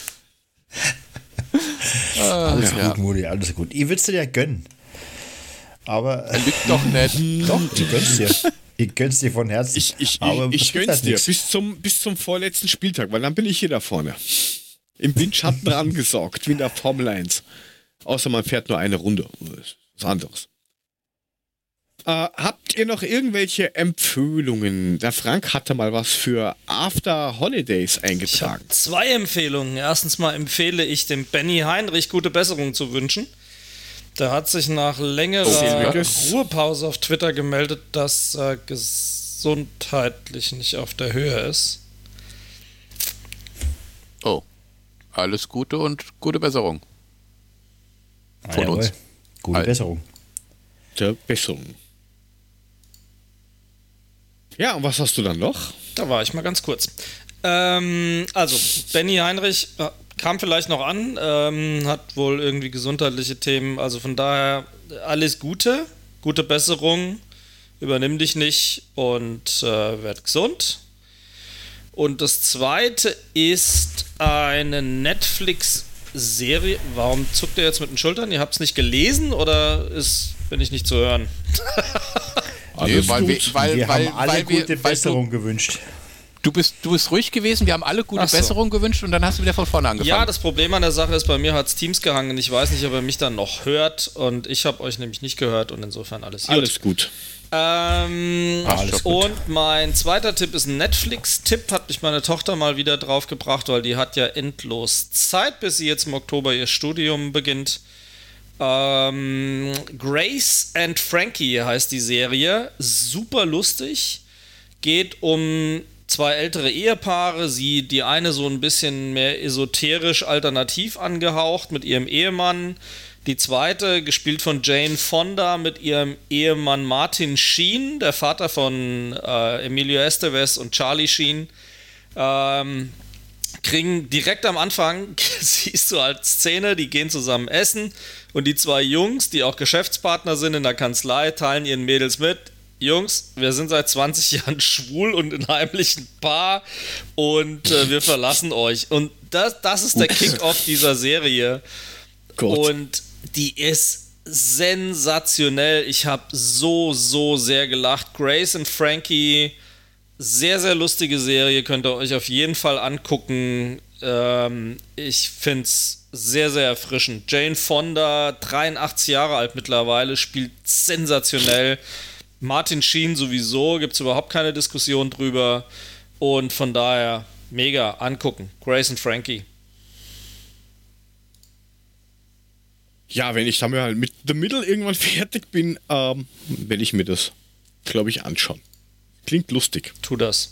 Ah, Alles ja. gut, Muli, alles gut. Ich würde es dir ja gönnen. Aber Er lügt doch nicht. doch, ich gönn's dir. Ich gönn's dir von Herzen. Ich, ich, Aber ich, es ich wird gönn's halt dir nix. bis zum, bis zum vorletzten Spieltag, weil dann bin ich hier da vorne. Im Windschatten rangesaugt, wie in der Formel eins. Außer man fährt nur eine Runde. Das ist was anderes. Äh, habt ihr noch irgendwelche Empfehlungen? Der Frank hatte mal was für After Holidays Ich habe eingetragen. zwei Empfehlungen. Erstens mal empfehle ich dem Benny Heinrich gute Besserung zu wünschen. Der hat sich nach längerer Selbiges. Ruhepause auf Twitter gemeldet, dass er gesundheitlich nicht auf der Höhe ist. Oh, alles Gute und gute Besserung. Ah, von jawohl. uns. Gute Halt. Besserung. Der Besserung. Ja, und was hast du dann noch? Da war ich mal ganz kurz. Ähm, also, Benny Heinrich äh, kam vielleicht noch an, ähm, hat wohl irgendwie gesundheitliche Themen. Also von daher alles Gute, gute Besserung, übernimm dich nicht und äh, werd gesund. Und das zweite ist eine Netflix-Serie. Warum zuckt ihr jetzt mit den Schultern? Ihr habt es nicht gelesen oder ist, bin ich nicht zu hören? Nee, weil wir, weil, wir weil, haben alle weil wir, gute weil Besserung gewünscht. Du, du, bist, du bist ruhig gewesen, wir haben alle gute Ach so. Besserung gewünscht und dann hast du wieder von vorne angefangen. Ja, das Problem an der Sache ist, bei mir hat es Teams gehangen. Ich weiß nicht, ob ihr mich dann noch hört und ich habe euch nämlich nicht gehört und insofern alles gut. Alles gut. Ähm, Alles gut. und mein zweiter Tipp ist ein Netflix-Tipp, hat mich meine Tochter mal wieder drauf gebracht, weil die hat ja endlos Zeit, bis sie jetzt im Oktober ihr Studium beginnt. Ähm, Grace and Frankie heißt die Serie, super lustig, geht um zwei ältere Ehepaare, sie, die eine so ein bisschen mehr esoterisch alternativ angehaucht mit ihrem Ehemann, die zweite, gespielt von Jane Fonda mit ihrem Ehemann Martin Sheen, der Vater von äh, Emilio Estevez und Charlie Sheen, ähm, kriegen direkt am Anfang, siehst du als Szene, die gehen zusammen essen und die zwei Jungs, die auch Geschäftspartner sind in der Kanzlei, teilen ihren Mädels mit: Jungs, wir sind seit zwanzig Jahren schwul und ein heimlichen Paar und äh, wir verlassen euch. Und das, das ist der Kick-Off dieser Serie. Gott. Und die ist sensationell. Ich habe so, so sehr gelacht. Grace und Frankie, sehr, sehr lustige Serie, könnt ihr euch auf jeden Fall angucken. Ähm, ich finde es sehr, sehr erfrischend. Jane Fonda, dreiundachtzig Jahre alt mittlerweile, spielt sensationell. Martin Sheen sowieso, gibt es überhaupt keine Diskussion drüber. Und von daher mega angucken. Grace und Frankie. Ja, wenn ich dann mal mit The Middle irgendwann fertig bin, ähm, werde ich mir das, glaube ich, anschauen. Klingt lustig. Tu das.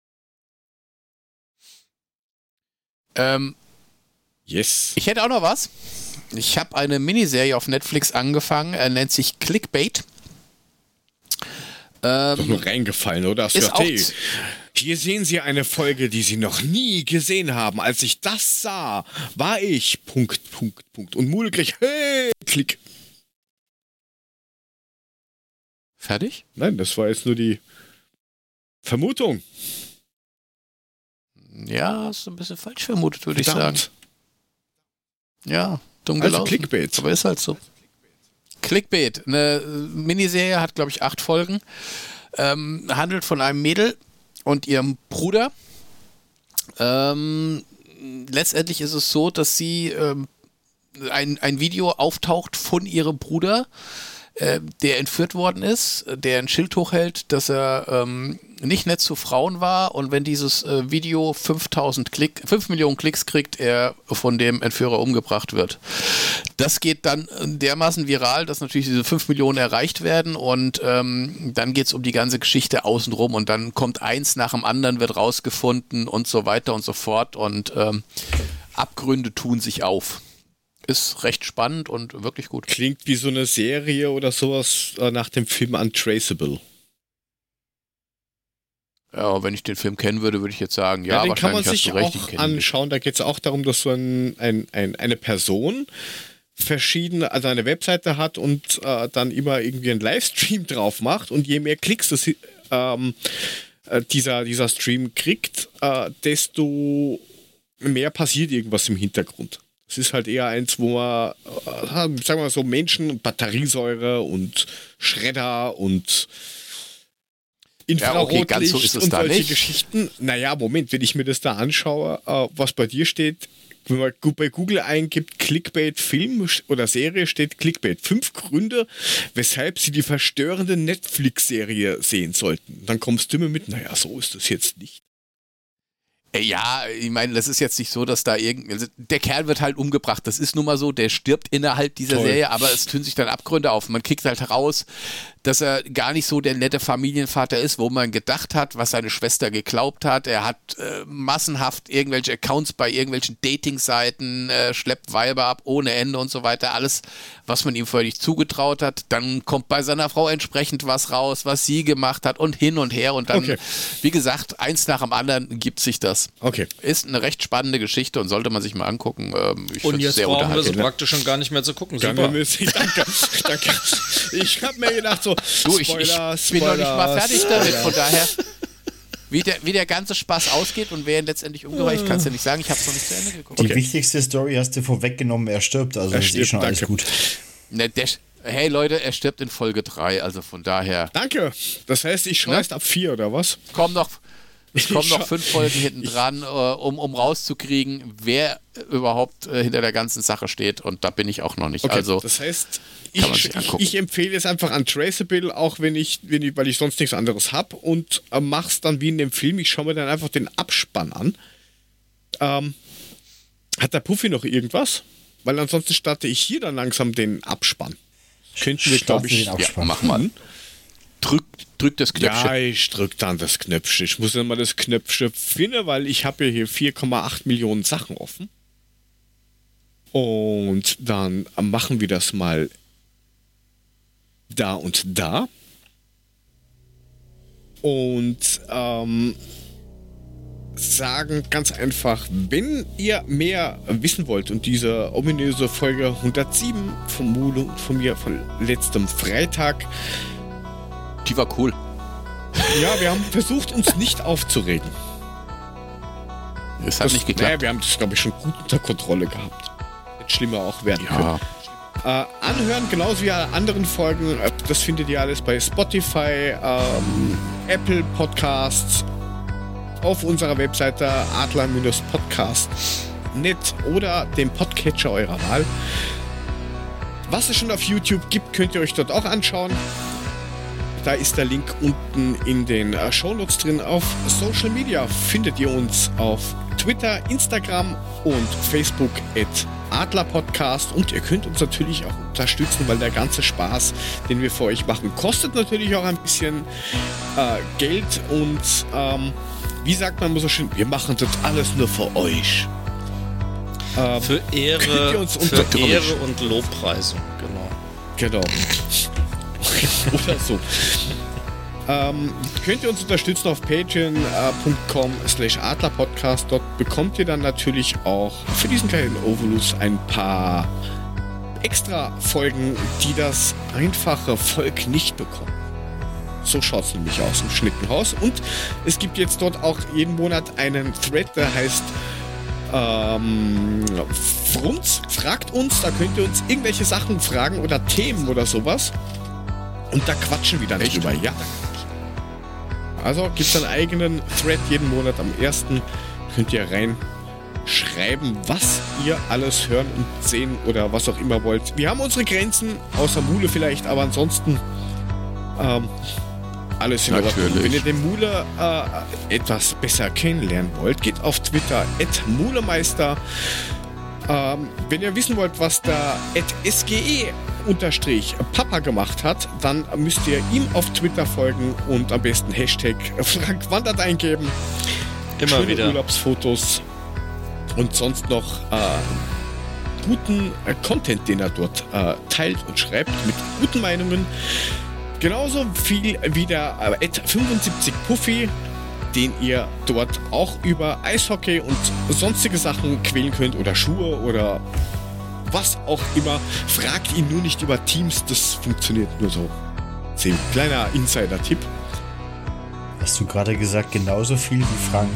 Ähm, yes. ich hätte auch noch was. Ich habe eine Miniserie auf Netflix angefangen, er nennt sich Clickbait. Ähm, Doch nur reingefallen, oder? Hast du ist gedacht, hey, auch- hier sehen Sie eine Folge, die Sie noch nie gesehen haben. Als ich das sah, war ich Punkt, Punkt, Punkt. Und Mule gleich, hey, Klick. Fertig? Nein, das war jetzt nur die Vermutung. Ja, hast du ein bisschen falsch vermutet, würde ich sagen. Verdammt. Ja, dumm Also gelaufen. Clickbait. Aber ist halt so. Clickbait, eine Miniserie, hat glaube ich acht Folgen, ähm, handelt von einem Mädel und ihrem Bruder. Ähm, letztendlich ist es so, dass sie ähm, ein, ein Video auftaucht von ihrem Bruder, äh, der entführt worden ist, der ein Schild hochhält, dass er ähm, nicht nett zu Frauen war, und wenn dieses äh, Video fünftausend Klick, fünf Millionen Klicks kriegt, er von dem Entführer umgebracht wird. Das geht dann dermaßen viral, dass natürlich diese fünf Millionen erreicht werden, und ähm, dann geht es um die ganze Geschichte außenrum, und dann kommt eins nach dem anderen, wird rausgefunden und so weiter und so fort, und ähm, Abgründe tun sich auf. Ist recht spannend und wirklich gut. Klingt wie so eine Serie oder sowas äh, nach dem Film Untraceable. Ja, wenn ich den Film kennen würde, würde ich jetzt sagen, ja, Ja, den kann man wahrscheinlich sich hast du recht, den auch kenn ich nicht. anschauen. Da geht es auch darum, dass so ein, ein, ein, eine Person verschiedene, also eine Webseite hat und äh, dann immer irgendwie einen Livestream drauf macht, und je mehr Klicks das, ähm, äh, dieser, dieser Stream kriegt, äh, desto mehr passiert irgendwas im Hintergrund. Es ist halt eher eins, wo man, äh, sagen wir mal so, Menschen und Batteriesäure und Schredder und Ja, okay, Infrarotlicht ganz so ist es und da solche nicht. Geschichten. Naja, Moment, wenn ich mir das da anschaue, äh, was bei dir steht, wenn man gu- bei Google eingibt, Clickbait Film oder Serie, steht Clickbait. Fünf Gründe, weshalb Sie die verstörende Netflix-Serie sehen sollten. Dann kommst du mir mit, naja, so ist das jetzt nicht. Äh, Ja, ich meine, das ist jetzt nicht so, dass da irgend... Also der Kerl wird halt umgebracht, das ist nun mal so, der stirbt innerhalb dieser Toll. Serie, aber es tun sich dann Abgründe auf. Man kriegt halt heraus, dass er gar nicht so der nette Familienvater ist, wo man gedacht hat, was seine Schwester geglaubt hat. Er hat äh, massenhaft irgendwelche Accounts bei irgendwelchen Dating-Seiten, äh, schleppt Weiber ab ohne Ende und so weiter. Alles, was man ihm vorher nicht zugetraut hat. Dann kommt bei seiner Frau entsprechend was raus, was sie gemacht hat, und hin und her. Und dann, Okay. wie gesagt, eins nach dem anderen gibt sich das. Okay. Ist eine recht spannende Geschichte und sollte man sich mal angucken. Ähm, ich Und find's jetzt sehr brauchen wir sie unterhaltsam. praktisch schon gar nicht mehr zu gucken. Dann Super. müssen wir- danke, danke. Ich habe mir gedacht, so, Du, ich, ich Spoiler, bin noch nicht mal Spoiler, fertig Spoiler. damit, von daher, wie der, wie der ganze Spaß ausgeht und wer ihn letztendlich umgebracht, ich kann es ja nicht sagen, ich habe es noch nicht zu Ende geguckt. Die Okay. wichtigste Story hast du vorweggenommen, er stirbt, also Er ist eh stirbt, schon alles danke. gut. Ne, der, hey Leute, er stirbt in Folge drei, also von daher, Danke. Das heißt, ich schaue Ne? erst ab vier, oder was? kommen noch, es kommen Ich noch scha- fünf Folgen hinten dran, äh, um, um rauszukriegen, wer überhaupt äh, hinter der ganzen Sache steht, und da bin ich auch noch nicht. Okay, Also, das heißt, kann man ich, sich ich, angucken. ich empfehle es einfach Untraceable, auch wenn ich, wenn ich, weil ich sonst nichts anderes habe, und äh, mach's dann wie in dem Film. Ich schaue mir dann einfach den Abspann an. Ähm, hat der Puffy noch irgendwas? Weil ansonsten starte ich hier dann langsam den Abspann. Könnten wir, glaube Starten wir ich. den ja, Abspann. mach mal. Drück, drück das Knöpfchen. Ja, ich drück dann das Knöpfchen. Ich muss dann mal das Knöpfchen finden, weil ich habe ja hier vier Komma acht Millionen Sachen offen. Und dann machen wir das mal da und da. Und ähm, sagen ganz einfach, wenn ihr mehr wissen wollt und diese ominöse Folge hundertsieben von Mulu und von mir von letztem Freitag, Die war cool. ja, wir haben versucht, uns nicht aufzuregen. Es hat nicht geklappt. Naja, wir haben das, glaube ich, schon gut unter Kontrolle gehabt. Hätte schlimmer auch werden Ja. können. Äh, anhören, genauso wie alle anderen Folgen, äh, das findet ihr alles bei Spotify, ähm, Apple Podcasts auf unserer Webseite adler Bindestrich podcast Punkt net oder dem Podcatcher eurer Wahl. Was es schon auf YouTube gibt, könnt ihr euch dort auch anschauen. Da ist der Link unten in den Shownotes drin. Auf Social Media findet ihr uns auf Twitter, Instagram und Facebook at adlerpodcast. Und ihr könnt uns natürlich auch unterstützen, weil der ganze Spaß, den wir für euch machen, kostet natürlich auch ein bisschen äh, Geld. Und ähm, wie sagt man immer so schön, wir machen das alles nur für euch. Ähm, für Ehre, uns für Ehre und Lobpreisung, genau. Genau. Oder so. Ähm, könnt ihr uns unterstützen auf patreon punkt com slash adlerpodcast. Dort bekommt ihr dann natürlich auch für diesen kleinen Ovolus ein paar extra Folgen, die das einfache Volk nicht bekommt. So schaut es nämlich aus im Schnittenhaus. Und es gibt jetzt dort auch jeden Monat einen Thread, der heißt ähm, Frunz, fragt uns. Da könnt ihr uns irgendwelche Sachen fragen oder Themen oder sowas. Und da quatschen wir dann Echt? drüber, ja. Also gibt es einen eigenen Thread jeden Monat am ersten. Könnt ihr reinschreiben, was ihr alles hören und sehen oder was auch immer wollt. Wir haben unsere Grenzen, außer Mule vielleicht, aber ansonsten ähm, alles in Ordnung. Natürlich. Wenn ihr den Mule äh, etwas besser kennenlernen wollt, geht auf Twitter at mulemeister. Ähm, wenn ihr wissen wollt, was der at S G E unterstrich Papa gemacht hat, dann müsst ihr ihm auf Twitter folgen und am besten Hashtag Frank Wandert eingeben. Immer Schöne wieder. Urlaubsfotos und sonst noch äh, guten äh, Content, den er dort äh, teilt und schreibt mit guten Meinungen. Genauso viel wie der äh, at fünfundsiebzig Puffy, den ihr dort auch über Eishockey und sonstige Sachen quälen könnt oder Schuhe oder was auch immer. Fragt ihn nur nicht über Teams, das funktioniert nur so. Zehn kleiner Insider-Tipp. Hast du gerade gesagt, genauso viel wie Frank?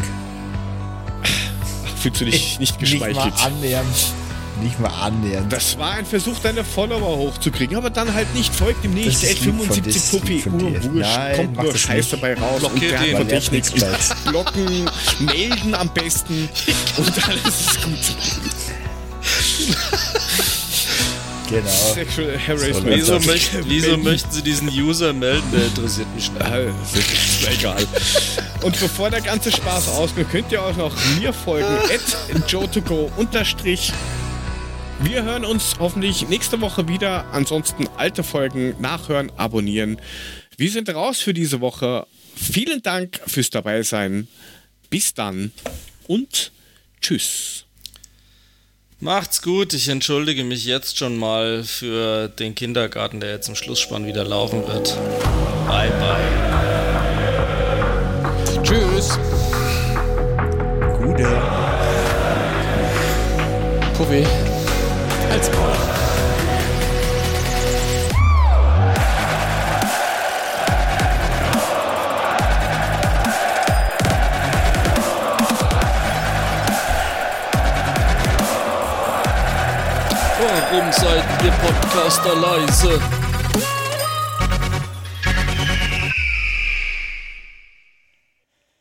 Ach, fühlst du dich nicht geschmeichelt? Nicht mal annähernd. Nicht mal annähernd. Das war ein Versuch, deine Follower hochzukriegen, aber dann halt nicht. Folgt ihm nicht. Das ist At lieb von fünfundsiebzig dir, Puffy, lieb von dir. Urwurscht, Nein, kommt mach nur das Scheiß nicht. dabei raus. Blockiert und der ihn. hat von Weil er Technik nichts weiß. blocken, melden am besten und alles ist gut. Genau. Sexual So, Harassment. Wieso, Das- möchten, wieso Melden. möchten Sie diesen User melden? Der interessiert mich nicht. Ah, das ist egal. Und bevor der ganze Spaß ausgeht, könnt ihr auch noch mir folgen. at joe to go unterstrich. Wir hören uns hoffentlich nächste Woche wieder. Ansonsten alte Folgen nachhören, abonnieren. Wir sind raus für diese Woche. Vielen Dank fürs Dabeisein. Bis dann und tschüss. Macht's gut. Ich entschuldige mich jetzt schon mal für den Kindergarten, der jetzt im Schlussspann wieder laufen wird. Bye, bye. Tschüss. Gute. Puffy. Als Maul. Warum seid ihr Podcaster leise?